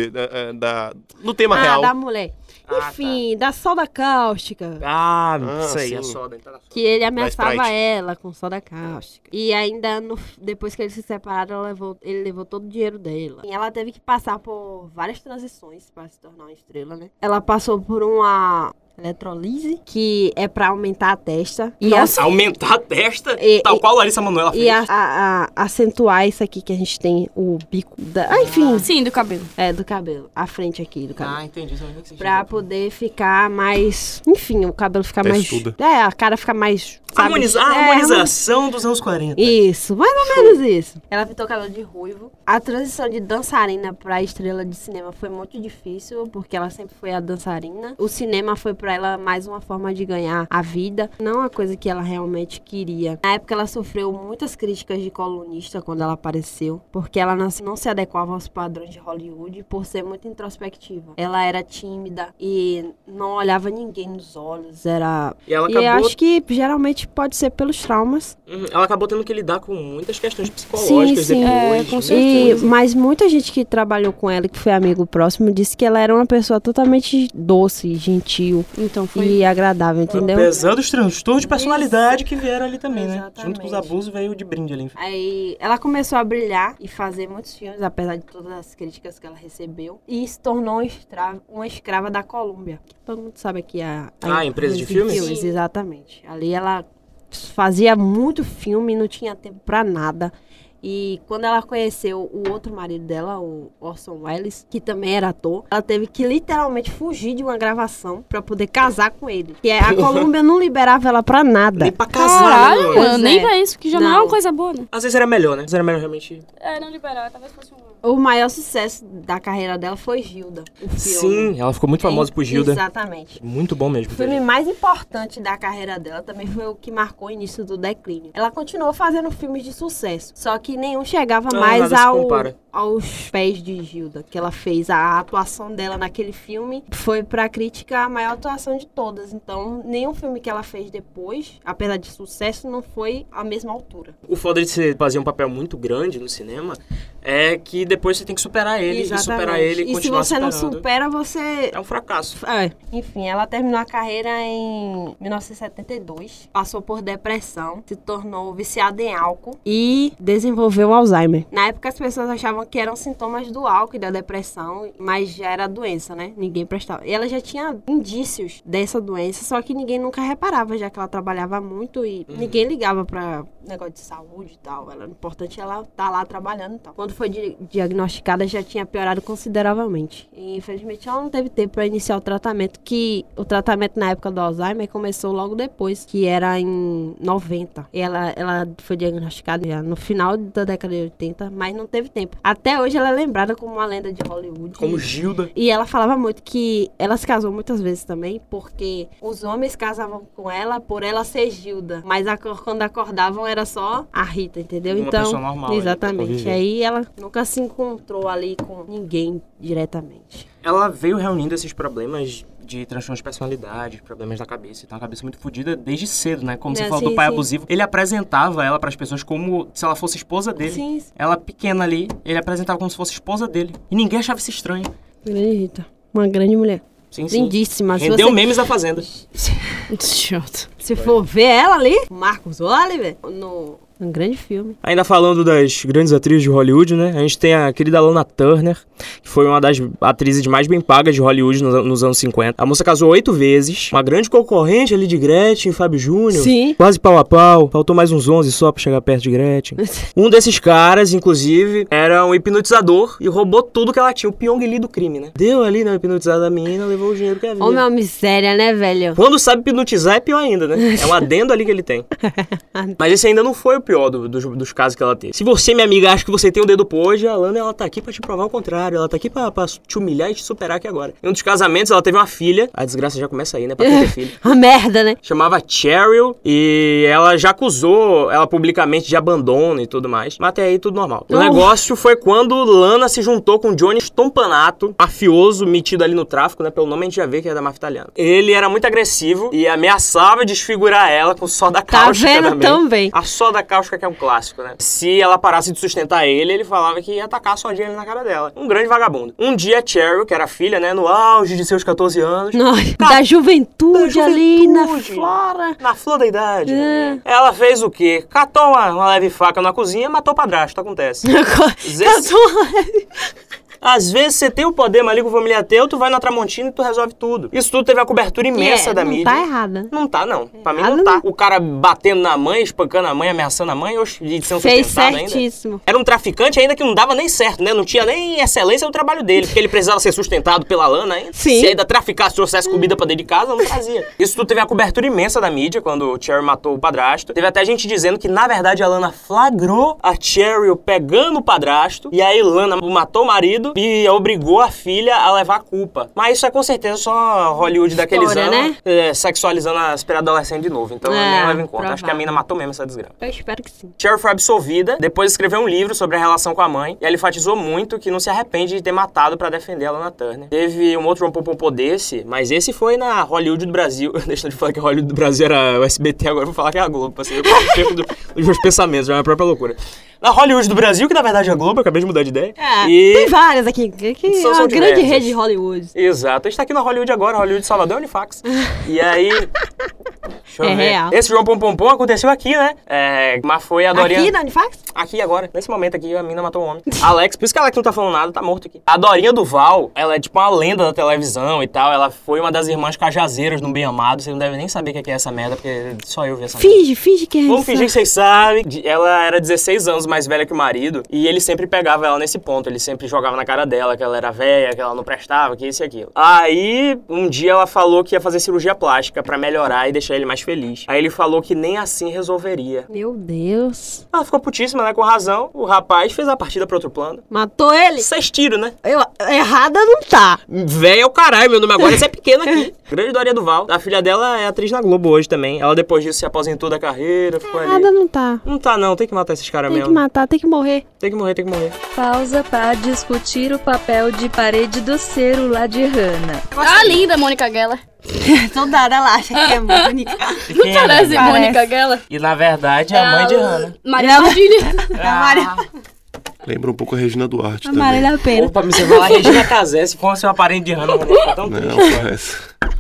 no tema real. da mulher. Ah, Enfim, da soda cáustica. Ah, Ah, isso aí, sim. a soda. Então, a soda. Que ele ameaçava Sprite. ela com soda cáustica. E ainda, depois que eles se separaram, ele levou todo o dinheiro dela. E ela teve que passar por várias transições pra se tornar uma estrela, né? Ela passou por uma eletrolise, que é pra aumentar a testa. E Nossa, aumentar a testa? E- tal e- qual a Larissa Manoela fez. E acentuar isso aqui que a gente tem, o bico da... Ah, enfim, Sim, do cabelo. do cabelo. A frente aqui do cabelo. Ah, entendi. Isso não existe. Pra poder ficar mais... Enfim, o cabelo ficar Testuda. mais... a cara ficar mais... sabe? A harmonização dos anos 40. Isso, mais ou menos isso. Ela pintou o cabelo de ruivo. A transição de dançarina pra estrela de cinema foi muito difícil, porque ela sempre foi a dançarina. O cinema foi pra ela mais uma forma de ganhar a vida, não uma coisa que ela realmente queria. Na época ela sofreu muitas críticas de colunista quando ela apareceu, porque ela não se adequava aos padrões de Hollywood por ser muito introspectiva. Ela era tímida e não olhava ninguém nos olhos, E ela E eu acabou, acho que geralmente pode ser pelos traumas. ela acabou tendo que lidar com muitas questões psicológicas Sim, depois. com né? certeza. Mas muita gente que trabalhou com ela, que foi amigo próximo, disse que ela era uma pessoa totalmente doce, gentil Então e agradável, entendeu? Apesar dos transtornos de personalidade que vieram ali também, né? Exatamente. Junto com os abusos veio de brinde ali. Aí ela começou a brilhar e fazer muitos filmes, apesar de todas as críticas que ela recebeu. E se tornou uma escrava da Colômbia. Todo mundo sabe aqui a empresa de filmes? Sim. Exatamente. Ali ela fazia muito filme e não tinha tempo pra nada. E quando ela conheceu o outro marido dela, o Orson Welles, que também era ator, ela teve que literalmente fugir de uma gravação pra poder casar com ele. Que a Columbia não liberava ela pra nada. Nem pra casar, Caralho, né? mano, nem pra isso, que já não é uma coisa boa, né? Às vezes era melhor, né? Às vezes era melhor realmente... Não liberar, talvez fosse um... O maior sucesso da carreira dela foi Gilda, o filme. Sim, ela ficou muito famosa por Gilda. Exatamente. Muito bom mesmo. O filme mais importante da carreira dela também foi o que marcou o início do declínio. Ela continuou fazendo filmes de sucesso, só que nenhum chegava mais aos pés de Gilda, que ela fez. A atuação dela naquele filme foi pra crítica a maior atuação de todas. Então, nenhum filme que ela fez depois, apesar de sucesso, não foi a mesma altura. O foda de você fazer um papel muito grande no cinema é que depois você tem que superar ele. Exatamente. E superar ele e continuar se você não superando. supera, você... É um fracasso. Enfim, ela terminou a carreira em 1972, passou por depressão, se tornou viciada em álcool e desenvolveu Alzheimer. Na época, as pessoas achavam que eram sintomas do álcool e da depressão, mas já era doença, né? Ninguém prestava. E ela já tinha indícios dessa doença, só que ninguém nunca reparava, já que ela trabalhava muito e ninguém ligava pra negócio de saúde e tal. Era importante ela estar lá trabalhando e tal. Quando foi diagnosticada, já tinha piorado consideravelmente. E, infelizmente, ela não teve tempo para iniciar o tratamento, que o tratamento na época do Alzheimer começou logo depois, que era em 90. E ela foi diagnosticada já no final da década de 80, mas não teve tempo. Até hoje ela é lembrada como uma lenda de Hollywood. Como Gilda. E ela falava muito que ela se casou muitas vezes também, porque os homens casavam com ela por ela ser Gilda, mas quando acordavam era só a Rita, entendeu? Uma pessoa normal, exatamente. Aí ela nunca se encontrou ali com ninguém diretamente. Ela veio reunindo esses problemas de transtorno de personalidade, problemas da cabeça. Então, a cabeça muito fodida desde cedo, né? Como você falou do pai abusivo. Ele apresentava ela pras pessoas como se ela fosse esposa dele. Sim. Ela pequena ali, ele apresentava como se fosse esposa dele. E ninguém achava isso estranho. Grande Rita. Uma grande mulher. Sim. Lindíssima. Rendeu memes da Fazenda. Se for ver ela ali, Marcos Oliver, um grande filme. Ainda falando das grandes atrizes de Hollywood, né? A gente tem a querida Lana Turner, que foi uma das atrizes mais bem pagas de Hollywood nos anos 50. A moça casou 8 vezes, uma grande concorrente ali de Gretchen, Fábio Júnior. Sim. Quase pau a pau, faltou mais uns 11 só pra chegar perto de Gretchen. Um desses caras, inclusive, era um hipnotizador e roubou tudo que ela tinha, o Pyong Lee do crime, né? Deu ali na hipnotizada da menina, levou o dinheiro que havia. Homem é uma miséria, né, velho? Quando sabe hipnotizar é pior ainda, né? É um adendo ali que ele tem. Mas esse ainda não foi o pior dos casos que ela teve. Se você, minha amiga, acha que você tem o dedo podre, a Lana, ela tá aqui pra te provar o contrário. Ela tá aqui pra te humilhar e te superar aqui agora. Em um dos casamentos, ela teve uma filha. A desgraça já começa aí, né? Pra quem ter filho. A merda, né? Chamava Cheryl e ela já acusou ela publicamente de abandono e tudo mais. Mas até aí tudo normal. O negócio foi quando Lana se juntou com Johnny Stompanato, mafioso metido ali no tráfico, né? Pelo nome a gente já vê que é da máfia italiana. Ele era muito agressivo e ameaçava desfigurar ela com soda cáustica também. A soda cáustica que é um clássico, né? Se ela parasse de sustentar ele falava que ia atacar a sodinha ali na cara dela. Um grande vagabundo. Um dia, Cheryl, que era filha, né? No auge de seus 14 anos. Da juventude ali, na flora. Na flor da idade. Ela fez o quê? Catou uma leve faca na cozinha e matou o padrasto. Acontece. Às vezes você tem o poder maligno familiar teu, tu vai na Tramontina e tu resolve tudo. Isso tudo teve uma cobertura imensa da mídia. Não tá errada. Não tá, não. Pra mim não tá. O cara batendo na mãe, espancando a mãe, ameaçando a mãe, de ser um sustentado ainda. Era um traficante ainda que não dava nem certo, né? Não tinha nem excelência no trabalho dele, porque ele precisava ser sustentado pela Lana ainda. Sim. Se ainda traficasse, trouxesse comida pra dentro de casa, não fazia. Isso tudo teve uma cobertura imensa da mídia, quando o Cheryl matou o padrasto. Teve até gente dizendo que, na verdade, a Lana flagrou a Cheryl pegando o padrasto, e aí Lana matou o marido e obrigou a filha a levar a culpa. Mas isso é com certeza só Hollywood daqueles anos, né? Sexualizando as pré-adolescentes de novo. Então eu nem levo em conta. Acho que a mina matou mesmo essa desgraça. Eu espero que sim. Cheryl foi absolvida, depois escreveu um livro sobre a relação com a mãe, e ela enfatizou muito que não se arrepende de ter matado pra defender a Lana Turner. Teve um outro rompopopô desse, mas esse foi na Hollywood do Brasil. Deixa eu falar que a Hollywood do Brasil era o SBT, agora eu vou falar que é a Globo, pra ser o tempo dos meus pensamentos, já é a minha própria loucura. Na Hollywood do Brasil, que na verdade é a Globo, eu acabei de mudar de ideia. Tem várias aqui, que é uma grande rede de Hollywood. Exato, a gente tá aqui na Hollywood agora, Hollywood Salvador Unifax. E aí, Deixa eu ver. real. Esse João Pompom aconteceu aqui, né? Mas foi a Dorinha... Aqui, na Unifax? Aqui agora, nesse momento aqui, a mina matou um homem. Alex, por isso que a Alex não tá falando nada, tá morto aqui. A Dorinha Duval, ela é tipo uma lenda da televisão e tal. Ela foi uma das irmãs cajazeiras no Bem Amado. Você não deve nem saber o que é essa merda, porque só eu vi essa merda. Finge que é Vamos isso. fingir que vocês sabem. Ela era 16 anos mais velha que o marido. E ele sempre pegava ela nesse ponto. Ele sempre jogava na cara dela que ela era velha, que ela não prestava, que isso e aquilo. Aí, um dia ela falou que ia fazer cirurgia plástica pra melhorar e deixar ele mais feliz. Aí ele falou que nem assim resolveria. Meu Deus. Ela ficou putíssima, né? Com razão. O rapaz fez a partida pra outro plano. Matou ele? 6 tiros, né? Errada não tá. Véi é o caralho, meu nome agora é pequeno aqui. Grande Dorinha Duval. A filha dela é atriz na Globo hoje também. Ela depois disso se aposentou da carreira, ficou ali. Errada não tá. Não tá não, tem que matar esses caras Tem mesmo. que matar, tem que morrer. Tem que morrer, tem que morrer. Pausa para discutir o papel de parede do celular de Hannah. Ah, linda, Mônica Geller. Toda hora ela acha que é bonita. Não parece Mônica Geller? E na verdade é a mãe de Hannah. Maria Padilha. Lembra um pouco a Regina Duarte A também. Marília Pena. Opa, você vai lá, Regina Casé, se fosse uma parente de Hannah, não ficar tão triste. Não, foi essa.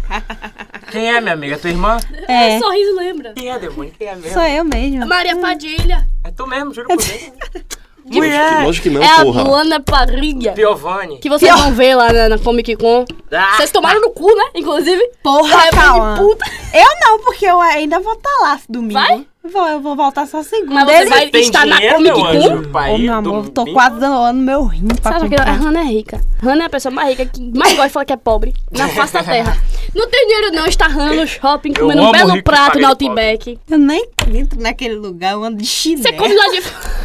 Quem é, minha amiga? Tua irmã? É. Sorriso lembra. Quem é, demônio? Quem é mesmo? Sou eu mesma. Maria Padilha. É tu mesmo, juro por Deus. Mulher! Lógico que não, É a porra. Luana Parrilha. Piovani. Que vocês vão ver lá na Comic Con. Vocês tomaram no cu, né? Inclusive. Porra, calma. Puta. Eu não, porque eu ainda vou estar lá domingo. Vai? Eu vou voltar só segunda. Mas você vai Tem estar na dinheiro, Comic meu Con? anjo, pra Ô, ir meu amor, tô domingo? quase doando meu rim pra Sabe que a comprar. Hannah é rica. Hannah é a pessoa mais rica que mais gosta de falar que é pobre na face da terra. Não tem dinheiro não, está Hannah no shopping Eu comendo um amo belo rico prato que no paga de Outback. Eu nem entro naquele lugar, eu ando de chinelo. Você come lá de...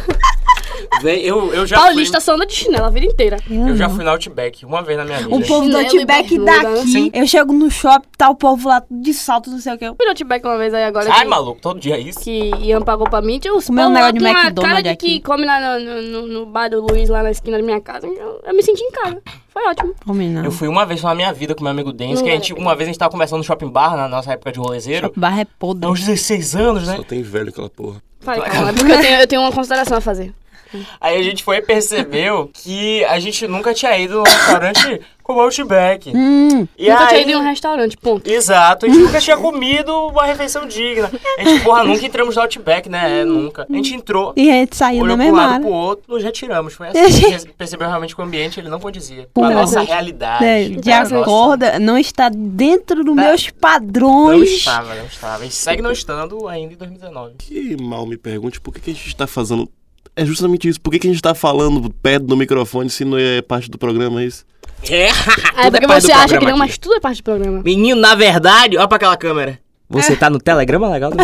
Véi, eu já Paulista só anda de chinelo a vida inteira. eu já fui no Outback uma vez na minha vida. O povo do Chinelo e Outback bermuda, daqui, Sim. eu chego no shopping, tá o povo lá de salto, não sei o que. Eu fui no Outback uma vez aí agora. Ai, que- maluco, todo dia é isso? Que Ian pagou pra mim. Tinha uns Comeu um povos lá negócio de com uma McDonald's cara de aqui. que come lá no bar do Luiz, lá na esquina da minha casa. Eu me senti em casa. Foi ótimo. Homem, não. Eu fui uma vez na minha vida com meu amigo Dennis, que a gente, uma vez a gente tava conversando no shopping bar, na nossa época de rolezeiro. Barra é podre. Aos 16 anos, né? Só tem velho aquela porra. Falei, calma, é porque eu tenho uma consideração a fazer. Aí a gente foi e percebeu que a gente nunca tinha ido num restaurante como Outback. E Nunca tinha aí... ido em um restaurante, ponto. Exato, a gente nunca tinha comido uma refeição digna. A gente, porra, nunca entramos no Outback, né? Nunca. A gente entrou, E a gente saiu olhou na pra um mesma lado hora. pro outro, nos retiramos. Foi assim, a gente percebeu realmente que o ambiente ele não condizia com a nossa realidade. De com a nossa- acordo, não está dentro dos meus Não padrões. estava, não estava. E segue não estando ainda em 2019. Que mal me pergunte por que a gente tá fazendo... É justamente isso. Por que a gente tá falando perto do microfone se não é parte do programa, é isso? É, É porque você acha que não, mas tudo é parte do programa. Menino, na verdade, olha pra aquela câmera. Você tá no Telegrama legal?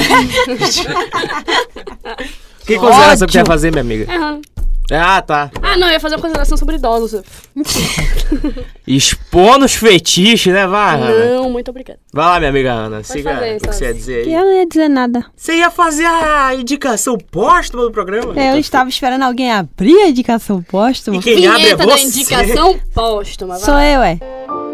Que consideração que você ia fazer, minha amiga? Aham. Ah, tá. Ah, não, eu ia fazer uma consideração sobre idosos. Expor nos fetiches, né? Vai, Ana. Não, muito obrigada. Vai lá, minha amiga Ana. Siga fazer, o que você ia dizer E aí. eu não ia dizer nada. Você ia fazer a indicação póstuma do programa? Eu estava esperando alguém abrir a indicação póstuma. E quem abre é Vinheta da você. indicação póstuma. vai Sou lá. eu, é.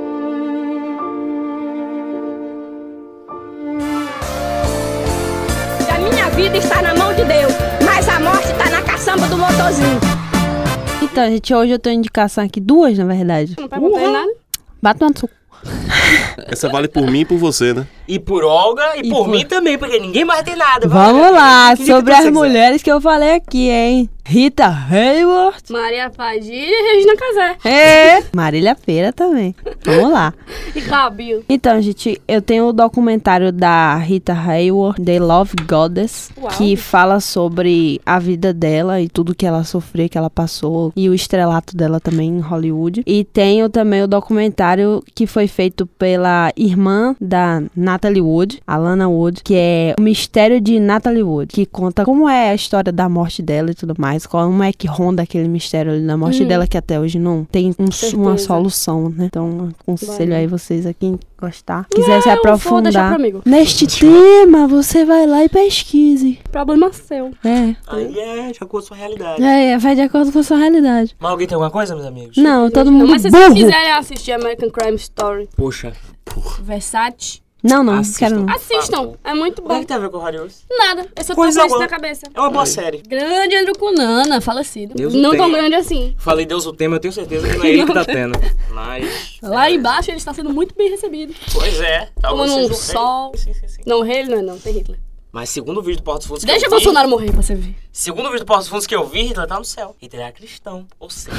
A minha vida está na mão de Deus, mas a morte está na caçamba do motorzinho. Então, gente, hoje eu tenho indicação aqui, duas, na verdade. Não perguntei nada. Bata no suco. Essa vale por mim e por você, né? E por Olga e, por mim também, porque ninguém mais tem nada. Vai, Vamos minha lá, filha. Que sobre dia as que você quiser. mulheres que eu falei aqui, hein? Rita Hayworth. Maria Padilha e Regina Casé. É. Marília Pera também. Vamos lá. E Cabio. Então, gente, eu tenho o documentário da Rita Hayworth, The Love Goddess, Uau. que fala sobre a vida dela e tudo que ela sofreu, que ela passou, e o estrelato dela também em Hollywood. E tenho também o documentário que foi feito pela irmã da Natalie Wood, a Lana Wood, que é O Mistério de Natalie Wood, que conta como é a história da morte dela e tudo mais, como é que ronda aquele mistério ali na morte dela, que até hoje não tem uma solução, né? Então, aconselho aí vocês a quem gostar, quiser se eu vou deixar aprofundar pro amigo. neste tema, você vai lá e pesquise. Problema seu. Aí é, de acordo com a sua realidade. Vai de acordo com a sua realidade. Mas alguém tem alguma coisa, meus amigos? Não, todo Não, mundo mas se vocês burro. quiserem assistir American Crime Story, Poxa. Versace, Não quero não. Assistam, é muito O bom. que tem a ver com Hollywood? Nada, é só Coisa coisa boa. na cabeça. É uma boa série. Grande Andrew Cunanan, falecido. Deus o não tão tenha. grande assim. Falei Deus o tema, eu tenho certeza que não é ele que tá tendo. Mas... Lá embaixo ele está sendo muito bem recebido. Pois é. Talvez Tomando seja um sol. Sim. Não, ele não é não, tem Hitler. Mas segundo o vídeo do Porta dos Fundos que Deixa eu Bolsonaro morrer pra você ver. vi... Segundo o vídeo do Porta dos Fundos que eu vi, Hitler tá no céu. Hitler era cristão. Ou seja,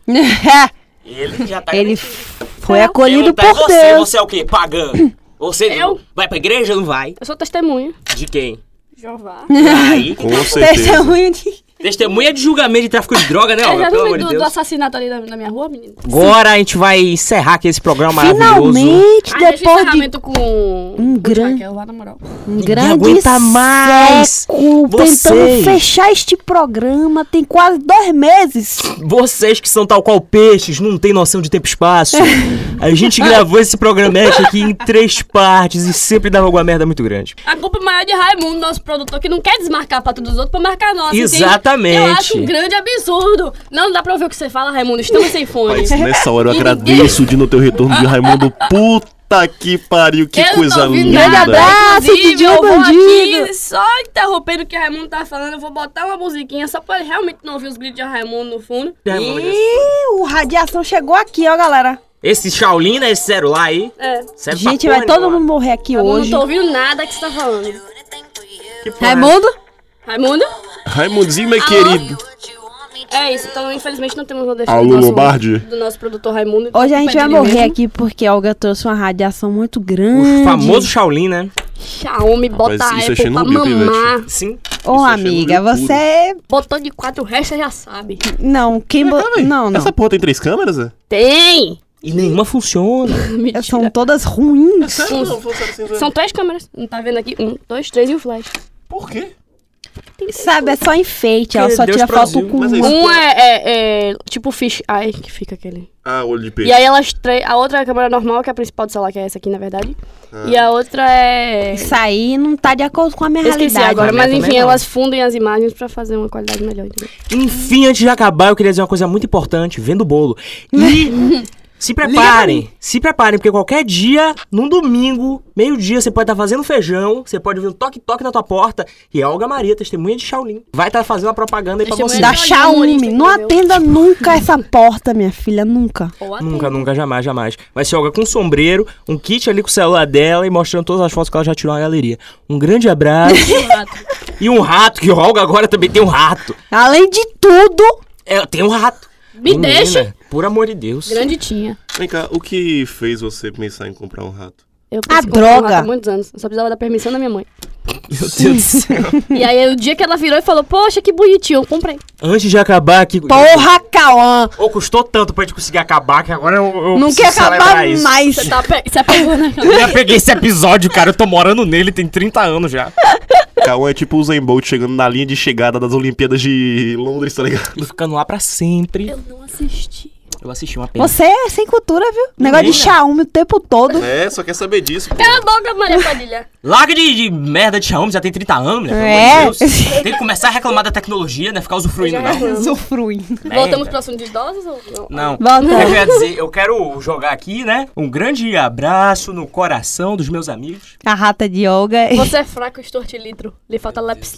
ele já tá... Ele foi acolhido Perguntar por você, Deus. você é o quê? Pagão. Você Eu? vai pra igreja ou não vai? Eu sou testemunha. De quem? Jeová. Aí, Com certeza. Testemunho de... testemunha de julgamento de tráfico de droga, né, Eu Olga? já Pelo vi amor de do Deus. assassinato ali na minha rua, menino. Agora a gente vai encerrar aqui esse programa maravilhoso. Finalmente, Deixa depois de encerramento com um grande- Raquel, lá na moral. um grande aguenta mais. século Vocês. tentando fechar este programa, tem quase 2 meses. Vocês que são tal qual peixes, não tem noção de tempo e espaço. A gente gravou esse programete aqui em 3 partes e sempre dava alguma merda muito grande. A culpa maior é de Raimundo, nosso produtor, que não quer desmarcar pra todos os outros pra marcar nossa. Exatamente. Entende? Eu acho um grande absurdo. Não dá pra ouvir o que você fala, Raimundo. Estamos sem fone. Mas nessa hora eu E agradeço de no teu retorno de Raimundo. Puta que pariu, que Eu não coisa tô ouvindo linda. nada. Abraço, Inclusive, Didi eu vou Bandido. aqui só interrompendo o que o Raimundo tá falando. Eu vou botar uma musiquinha só pra ele realmente não ouvir os gritos de Raimundo no fundo. Ih, o Radiação chegou aqui, ó, galera. Esse Shaolin, né? Esse celular aí. É. serve pra Gente, porra vai todo nenhuma. mundo morrer aqui Eu hoje. não tô ouvindo nada que você tá falando. Que porra é Raimundo? Raimundo? Raimundinho, meu querido. É isso, então infelizmente não temos uma defesa Alô, Lombardi? do nosso produtor Raimundo. Hoje a gente vai Culpa é dele morrer mesmo. aqui porque a Olga trouxe uma radiação muito grande. O famoso Shaolin, né? Xiaomi, bota Mas a isso é Apple pra Chernobyl, Pivete. mamar. Sim. Ô, Isso é amiga, Chernobyl puro. você... Botou de 4, o resto você já sabe. Não, quem... Não. Essa porra tem 3 câmeras, é? Tem! E nenhuma funciona. Mentira. São todas ruins. São 3 câmeras. Não tá vendo aqui? 1, 2, 3 e o flash. Por quê? Sabe, é só enfeite. Ela Porque só Deus tira foto produziu, com mas é uma. isso. Um é tipo fish eye, que fica aquele. Ah, olho de peixe. E aí a outra é a câmera normal, que é a principal do celular, que é essa aqui, na verdade. E a outra é... Isso aí não tá de acordo com a minha Eu esqueci realidade. agora, mas Também enfim, não. elas fundem as imagens pra fazer uma qualidade melhor, entendeu? Enfim, antes de acabar, eu queria dizer uma coisa muito importante. Vendo o bolo. E... Se preparem, porque qualquer dia, num domingo, meio-dia, você pode estar fazendo feijão, você pode vir um toque-toque na tua porta, e a Olga Maria, testemunha de Shaolin, vai estar fazendo uma propaganda aí pra você. Testemunha Da Olha, Xiaomi. humorista, Não entendeu? atenda nunca essa porta, minha filha. Nunca. Ou Nunca, jamais. Vai ser Olga com um sombreiro, um kit ali com o celular dela e mostrando todas as fotos que ela já tirou na galeria. Um grande abraço. E um rato, que o Olga agora também tem um rato. Além de tudo, Tem um rato. Me deixa. Por amor de Deus. Grande tinha. Vem cá, o que fez você pensar em comprar um rato? Eu A pensei em comprar um droga. rato há muitos anos. Eu só precisava da permissão da minha mãe. Meu Deus do céu. E aí, o dia que ela virou e falou, poxa, que bonitinho, eu comprei. Antes de acabar aqui... porra, Cauã. Ou custou tanto pra gente conseguir acabar, que agora eu Não preciso quer celebrar acabar isso. mais. Você apagou, né? Eu já peguei esse episódio, cara. Eu tô morando nele, tem 30 anos já. Cauã é tipo o Usain Bolt chegando na linha de chegada das Olimpíadas de Londres, tá ligado? E ficando lá pra sempre. Eu não assisti. Eu assisti uma pena. Você é sem cultura, viu? Negócio de Menina. Xiaomi o tempo todo. É, só quer saber disso. pô. Cala a boca, Maria Padilha. Larga de merda de Xiaomi, já tem 30 anos, né? Pelo É. amor de Deus. Tem que começar a reclamar da tecnologia, né? Ficar usufruindo, não. Usufruem. Voltamos pro assunto de idosos ou não? Não. Volta. Eu quero dizer, eu quero jogar aqui, né? Um grande abraço no coração dos meus amigos. A rata de Olga. Você é fraco, estortilitro. Lhe falta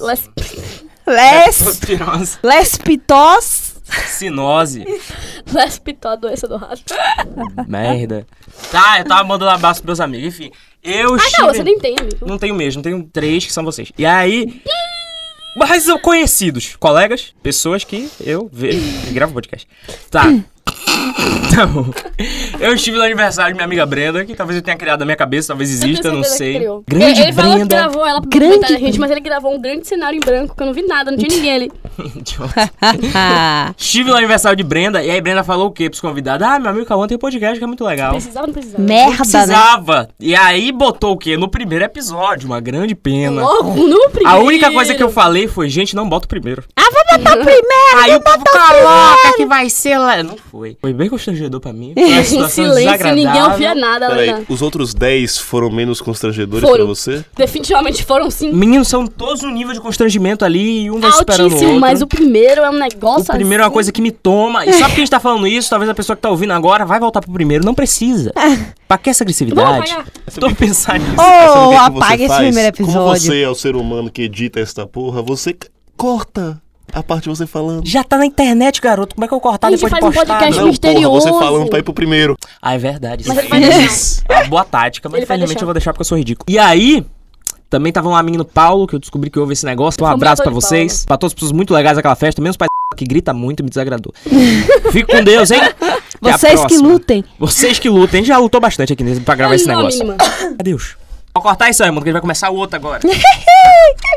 Leptospirose. Lespitós. Sinose. lespitó, a doença do rato. Merda. Tá, eu tava mandando abraço pros meus amigos. Enfim, eu Ah, estive... não, você nem tem, amigo. Não tenho mesmo, tenho 3 que são vocês. E aí... Mas são conhecidos, colegas, pessoas que eu vejo e gravo podcast. Tá. Então, eu estive no aniversário de minha amiga Brenda, que talvez eu tenha criado na minha cabeça, talvez exista, não sei. Grande ele falou que Brenda. gravou ela pra Grande comentar a gente, mas ele gravou um grande cenário em branco, que eu não vi nada, não tinha ninguém ali. Idiota. Estive no aniversário de Brenda, e aí Brenda falou o quê pros convidados? Ah, meu amigo Cauã tem um podcast que é muito legal. Precisava ou não precisava? Não Merda, né? precisava. E aí botou o quê? No primeiro episódio, uma grande pena. Logo no primeiro. A única coisa que eu falei foi, gente, não bota o primeiro. Ah, vai botar o primeiro. Aí o povo coloca que vai ser lá. Não foi. Foi bem constrangedor pra mim. Foi uma situação Silêncio, desagradável. ninguém ouvia nada, Peraí, Lena. os outros 10 foram menos constrangedores Foram. pra você? Definitivamente foram sim. Meninos são todos um nível de constrangimento ali e um vai superando o Altíssimo, outro. mas o primeiro é um negócio O primeiro é uma assim. coisa que me toma. E só porque a gente tá falando isso, talvez a pessoa que tá ouvindo agora vai voltar pro primeiro. Não precisa. Pra que essa agressividade? Vamos Tô pensando nisso. Sabe o que apaga você esse faz? primeiro Como episódio. você é o ser humano que edita esta porra, você corta a parte de você falando. Já tá na internet, garoto. Como é que eu cortar A gente depois de faz um postar? podcast Não, misterioso. porra, você falando pra ir pro primeiro. Ah, é verdade. Mas ele Isso vai aí. deixar. É uma boa tática, mas Ele vai infelizmente deixar. eu vou deixar porque eu sou ridículo. E aí, também tava um menino Paulo, que eu descobri que houve esse negócio. Um abraço pra de vocês. Pra todas as pessoas muito legais daquela festa. Menos pai que grita muito e me desagradou. Fico com Deus, hein? Até a Vocês que próxima. lutem. Vocês que lutem. A gente já lutou bastante aqui pra gravar esse Não, negócio. mínima. Adeus. Vou cortar isso aí, mano, que a gente vai começar o outro agora.